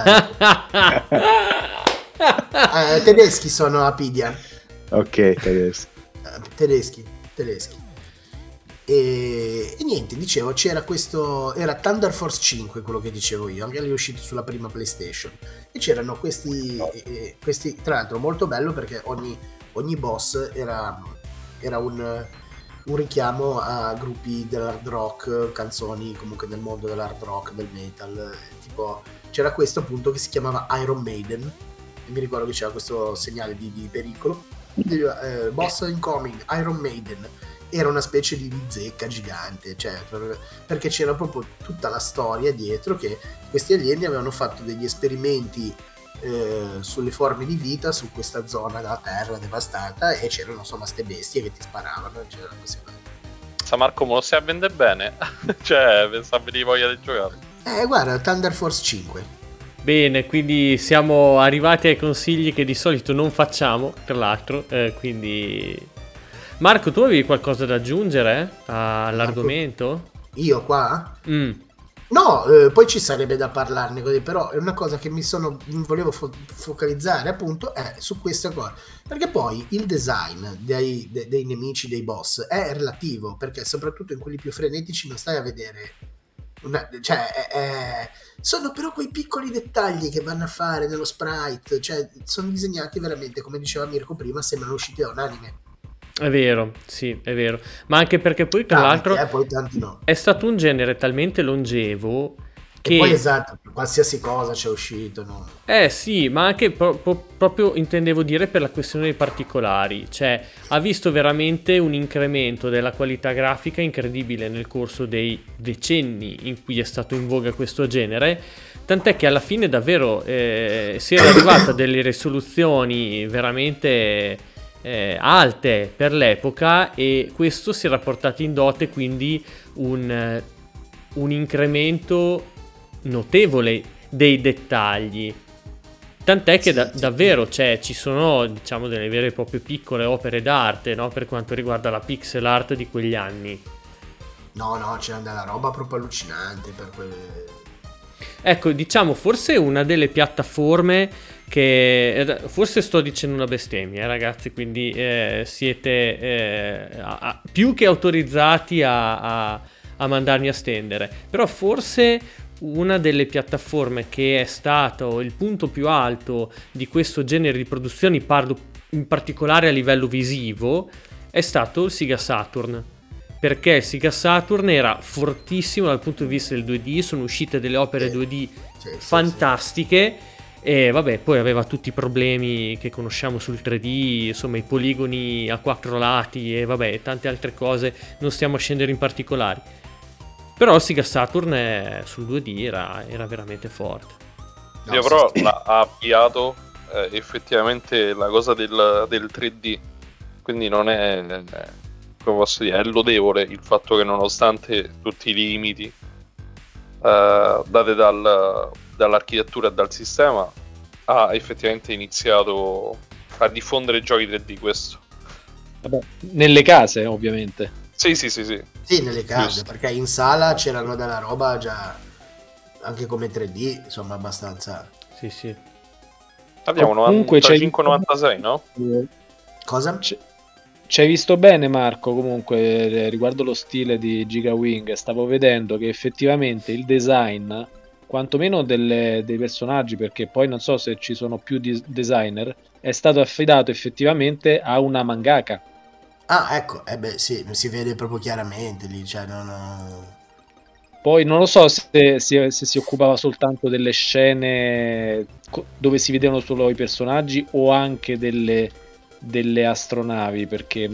Tedeschi sono Apidia. Ok, tedeschi. E niente, dicevo, c'era questo, era Thunder Force 5 quello che dicevo io, anche lì è uscito sulla prima PlayStation, e c'erano questi tra l'altro molto bello, perché ogni boss era un richiamo a gruppi dell'hard rock, canzoni comunque nel mondo dell'hard rock, del metal, tipo c'era questo appunto che si chiamava Iron Maiden, e mi ricordo che c'era questo segnale di pericolo, boss incoming, Iron Maiden. Era una specie di zecca gigante, cioè, perché c'era proprio tutta la storia dietro, che questi alieni avevano fatto degli esperimenti sulle forme di vita su questa zona della terra devastata, e c'erano insomma ste bestie che ti sparavano, c'erano queste cose. Marco, me lo stai a vendere bene? Cioè, pensavo di voglia di giocare. Guarda, Thunder Force 5. Bene, quindi siamo arrivati ai consigli che di solito non facciamo, tra l'altro, quindi... Marco, tu avevi qualcosa da aggiungere all'argomento? Io qua? No, poi ci sarebbe da parlarne, però è una cosa che mi volevo focalizzare appunto è su questa cosa, perché poi il design dei nemici, dei boss è relativo, perché soprattutto in quelli più frenetici non stai a vedere sono però quei piccoli dettagli che vanno a fare nello sprite, cioè sono disegnati veramente, come diceva Mirko prima, sembrano usciti da un anime. È vero, sì, è vero. Ma anche perché poi, tra l'altro, poi tanti no. è stato un genere talmente longevo che... E poi esatto, qualsiasi cosa c'è uscito, no? Sì, ma anche proprio intendevo dire per la questione dei particolari. Cioè, ha visto veramente un incremento della qualità grafica incredibile nel corso dei decenni in cui è stato in voga questo genere. Tant'è che alla fine davvero si era arrivata a delle risoluzioni veramente... alte per l'epoca, e questo si era portato in dote quindi un incremento notevole dei dettagli, tant'è che davvero ci sono, diciamo, delle vere e proprie piccole opere d'arte, no? Per quanto riguarda la pixel art di quegli anni. No, c'era della roba proprio allucinante per quelle... Ecco, diciamo, forse una delle piattaforme che... Forse sto dicendo una bestemmia, ragazzi, quindi siete più che autorizzati a mandarmi a stendere. Però forse una delle piattaforme che è stato il punto più alto di questo genere di produzioni, parlo in particolare a livello visivo, è stato il Sega Saturn. Perché il Sega Saturn era fortissimo dal punto di vista del 2D, sono uscite delle opere 2D fantastiche, e vabbè, poi aveva tutti i problemi che conosciamo sul 3D, insomma i poligoni a 4 lati e vabbè, tante altre cose, non stiamo a scendere in particolari. Però Sega Saturn sul 2D era veramente forte. Io però ha avviato effettivamente la cosa del 3D, quindi non è... come posso dire, è lodevole il fatto che nonostante tutti i limiti dati dall'architettura e dal sistema, ha effettivamente iniziato a diffondere giochi 3D, questo. Vabbè, nelle case ovviamente. Sì. Sì, nelle case, perché in sala c'erano della roba già anche come 3D, insomma, abbastanza. Sì. Abbiamo 95-96, no? Cosa? Ci hai visto bene, Marco, comunque riguardo lo stile di Giga Wing. Stavo vedendo che effettivamente il design, quantomeno dei personaggi, perché poi non so se ci sono più designer, è stato affidato effettivamente a una mangaka. Ah, ecco, sì, si vede proprio chiaramente lì, cioè Poi non lo so se si occupava soltanto delle scene dove si vedevano solo i personaggi o anche delle astronavi, perché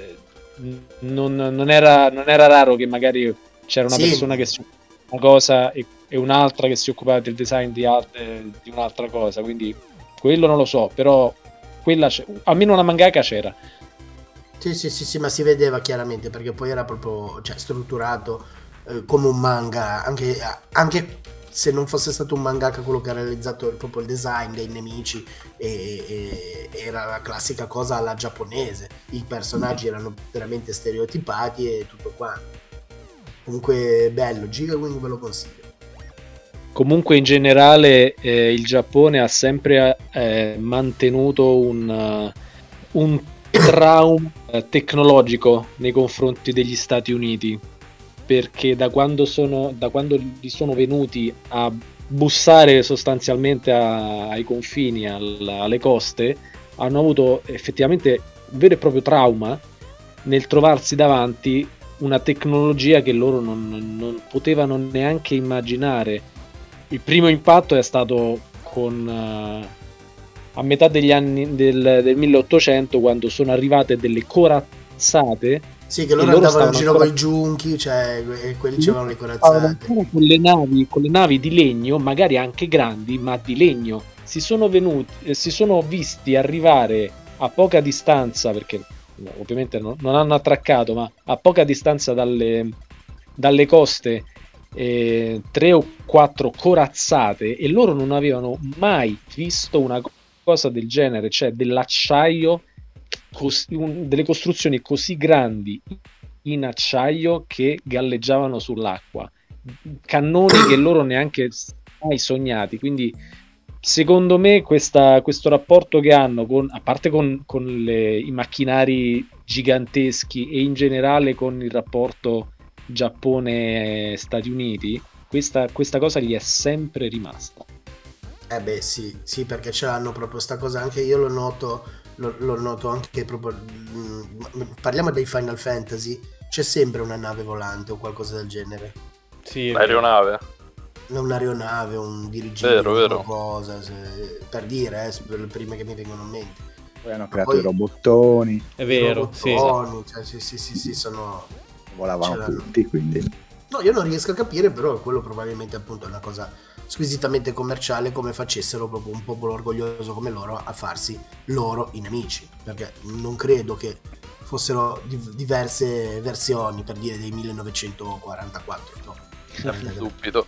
non era raro che magari c'era una persona che si occupava di una cosa e un'altra che si occupava del design di un'altra cosa, quindi quello non lo so, però quella almeno una mangaka c'era. Sì, ma si vedeva chiaramente perché poi era proprio strutturato come un manga, anche se non fosse stato un mangaka quello che ha realizzato proprio il design dei nemici, e era la classica cosa alla giapponese, i personaggi erano veramente stereotipati e tutto quanto. Comunque bello, Giga Wing ve lo consiglio. Comunque in generale il Giappone ha sempre mantenuto un trauma tecnologico nei confronti degli Stati Uniti, perché da quando gli sono venuti a bussare sostanzialmente ai confini, alle coste, hanno avuto effettivamente un vero e proprio trauma nel trovarsi davanti una tecnologia che loro non potevano neanche immaginare. Il primo impatto è stato a metà degli anni del 1800, quando sono arrivate delle corazzate. Sì, che loro andavano in giro con i giunchi, e quelli c'erano le corazzate. Con le navi di legno, magari anche grandi, ma di legno. Si sono visti arrivare a poca distanza, perché ovviamente non hanno attraccato, ma a poca distanza dalle coste, 3 o 4 corazzate, e loro non avevano mai visto una cosa del genere, cioè dell'acciaio, delle costruzioni così grandi in acciaio che galleggiavano sull'acqua. cannoni che loro neanche mai sognati. Quindi secondo me questo rapporto che hanno a parte con i macchinari giganteschi e in generale con il rapporto Giappone-Stati Uniti, questa cosa gli è sempre rimasta. Beh sì, perché ce l'hanno proprio sta cosa, anche io lo noto anche proprio, parliamo dei Final Fantasy, c'è sempre una nave volante o qualcosa del genere. Sì, un'aeronave. Un'aeronave, un dirigibile, vero. qualcosa, per dire, per le prime che mi vengono in mente. Poi hanno creato i robottoni. È vero, sì, sono... Volavano tutti, quindi... No, io non riesco a capire, però quello probabilmente appunto è una cosa squisitamente commerciale, come facessero proprio un popolo orgoglioso come loro a farsi loro i nemici, perché non credo che fossero diverse versioni, per dire, dei 1944, no? Dubito.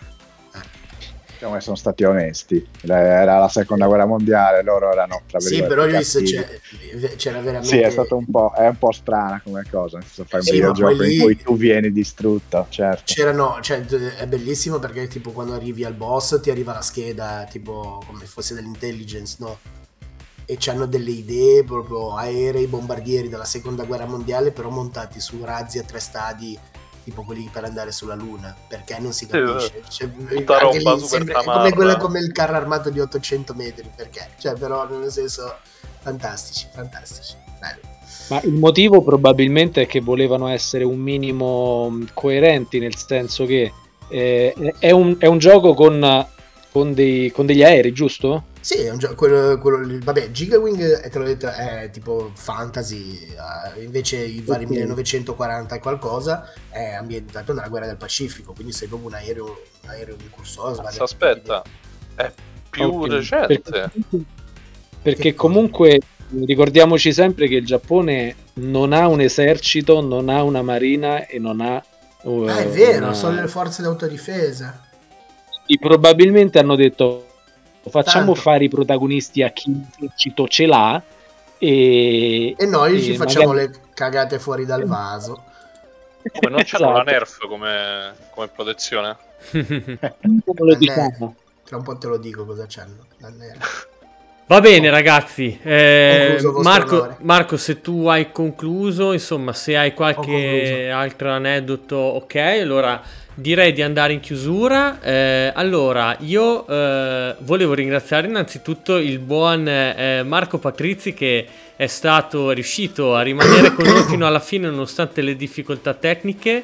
Diciamo che sono stati onesti, era la seconda guerra mondiale, loro erano tra sì, però c'era veramente... Sì, è un po' strana come cosa, nel senso, fai un videogioco in cui tu vieni distrutto, certo. È bellissimo perché tipo quando arrivi al boss ti arriva la scheda tipo come fosse dell'intelligence, no? E c'hanno delle idee proprio aerei, bombardieri della seconda guerra mondiale, però montati su razzi a 3 stadi, tipo quelli per andare sulla luna, perché non si capisce. Anche lì sembra come il carro armato di 800 metri, perché? Cioè, però nel senso, fantastici, bello. Ma il motivo probabilmente è che volevano essere un minimo coerenti, nel senso che è un gioco con degli aerei, giusto? Sì, è un gioco, quello lì, vabbè, Gigawing te l'ho detto, è tipo fantasy, invece i vari 1940 e qualcosa è ambientato nella guerra del Pacifico, quindi sei proprio un aereo incursore. Aspetta, è più recente. Perché comunque ricordiamoci sempre che il Giappone non ha un esercito, non ha una marina e non ha... è vero, sono le forze d'autodifesa. E probabilmente hanno detto facciamo fare i protagonisti a chi l'esercito ce l'ha e noi ci facciamo le cagate fuori dal vaso. Come non c'hanno la Nerf come protezione? Come lo diciamo? Tra un po' te lo dico cosa c'hanno la Nerf. Va bene ragazzi, Marco, se tu hai concluso, insomma, se hai qualche altro aneddoto, ok, allora direi di andare in chiusura. Allora, io volevo ringraziare innanzitutto il buon Marco Patrizi, che è riuscito a rimanere con noi fino alla fine nonostante le difficoltà tecniche.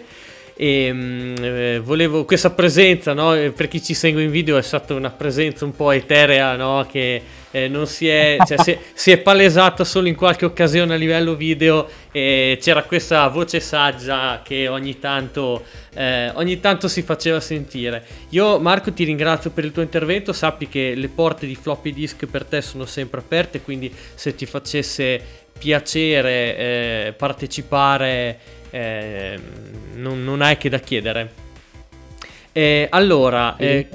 E volevo questa presenza, no? Per chi ci segue in video è stata una presenza un po' eterea, no? Che non si è palesata solo in qualche occasione a livello video, e c'era questa voce saggia che ogni tanto si faceva sentire. Io, Marco, ti ringrazio per il tuo intervento, sappi che le porte di Floppy Disk per te sono sempre aperte, quindi se ti facesse piacere partecipare, non hai che da chiedere. Allora,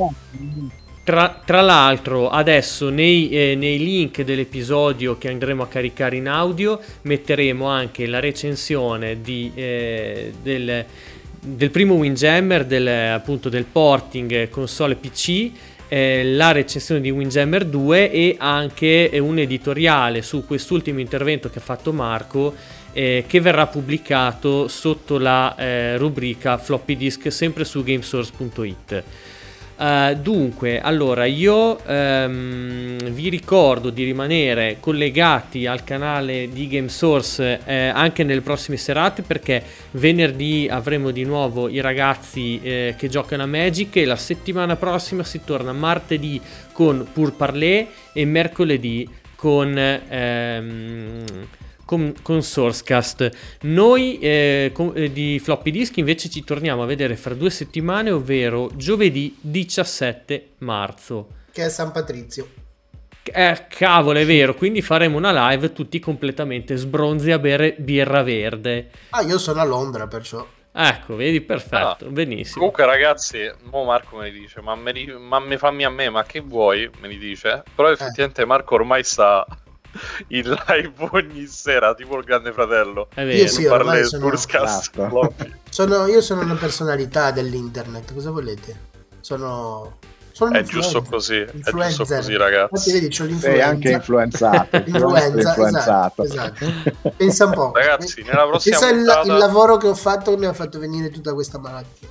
tra l'altro adesso nei link dell'episodio che andremo a caricare in audio metteremo anche la recensione del primo Windjammer, appunto del porting console PC, la recensione di Windjammer 2 e anche un editoriale su quest'ultimo intervento che ha fatto Marco, che verrà pubblicato sotto la rubrica Floppy Disk, sempre su gamesource.it. Dunque, allora io vi ricordo di rimanere collegati al canale di Gamesource anche nelle prossime serate, perché venerdì avremo di nuovo i ragazzi che giocano a Magic, e la settimana prossima si torna martedì con Pur Parler e mercoledì con Sourcecast. Noi di Floppy Disk invece ci torniamo a vedere fra 2 settimane, ovvero giovedì 17 marzo, che è San Patrizio. Cavolo, è vero, quindi faremo una live tutti completamente sbronzi a bere birra verde. Io sono a Londra, perciò. Ecco, vedi, perfetto, benissimo. Comunque ragazzi, mo Marco me ne dice, ma me fammi a me, ma che vuoi? Me ne dice. Però effettivamente Marco ormai sta in live ogni sera, tipo il Grande Fratello. È vero. Io sì, ormai sono, io sono una personalità dell'internet, cosa volete? Sono è giusto così, è giusto così, ragazzi. Infatti, vedi, c'ho l'influenza. Sei anche influenzato. influenzato. Esatto. Pensa un po'. Ragazzi, nella prossima pensa puntata... il lavoro che ho fatto mi ha fatto venire tutta questa malattia.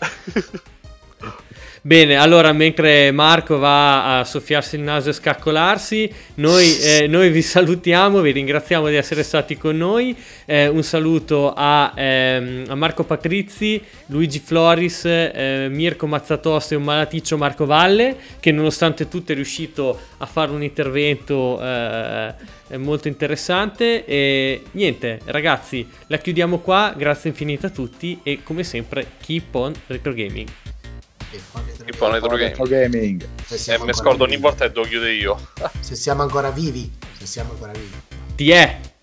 Bene, allora mentre Marco va a soffiarsi il naso e scaccolarsi, noi vi salutiamo, vi ringraziamo di essere stati con noi. Un saluto a Marco Patrizzi, Luigi Floris, Mirko Mazzatosto e un malaticcio Marco Valle, che nonostante tutto è riuscito a fare un intervento molto interessante. E niente, ragazzi, la chiudiamo qua. Grazie infinite a tutti e come sempre keep on retro gaming. Retro gaming. E mi scordo ogni volta e devo chiudere io. Se siamo ancora vivi. Ti è.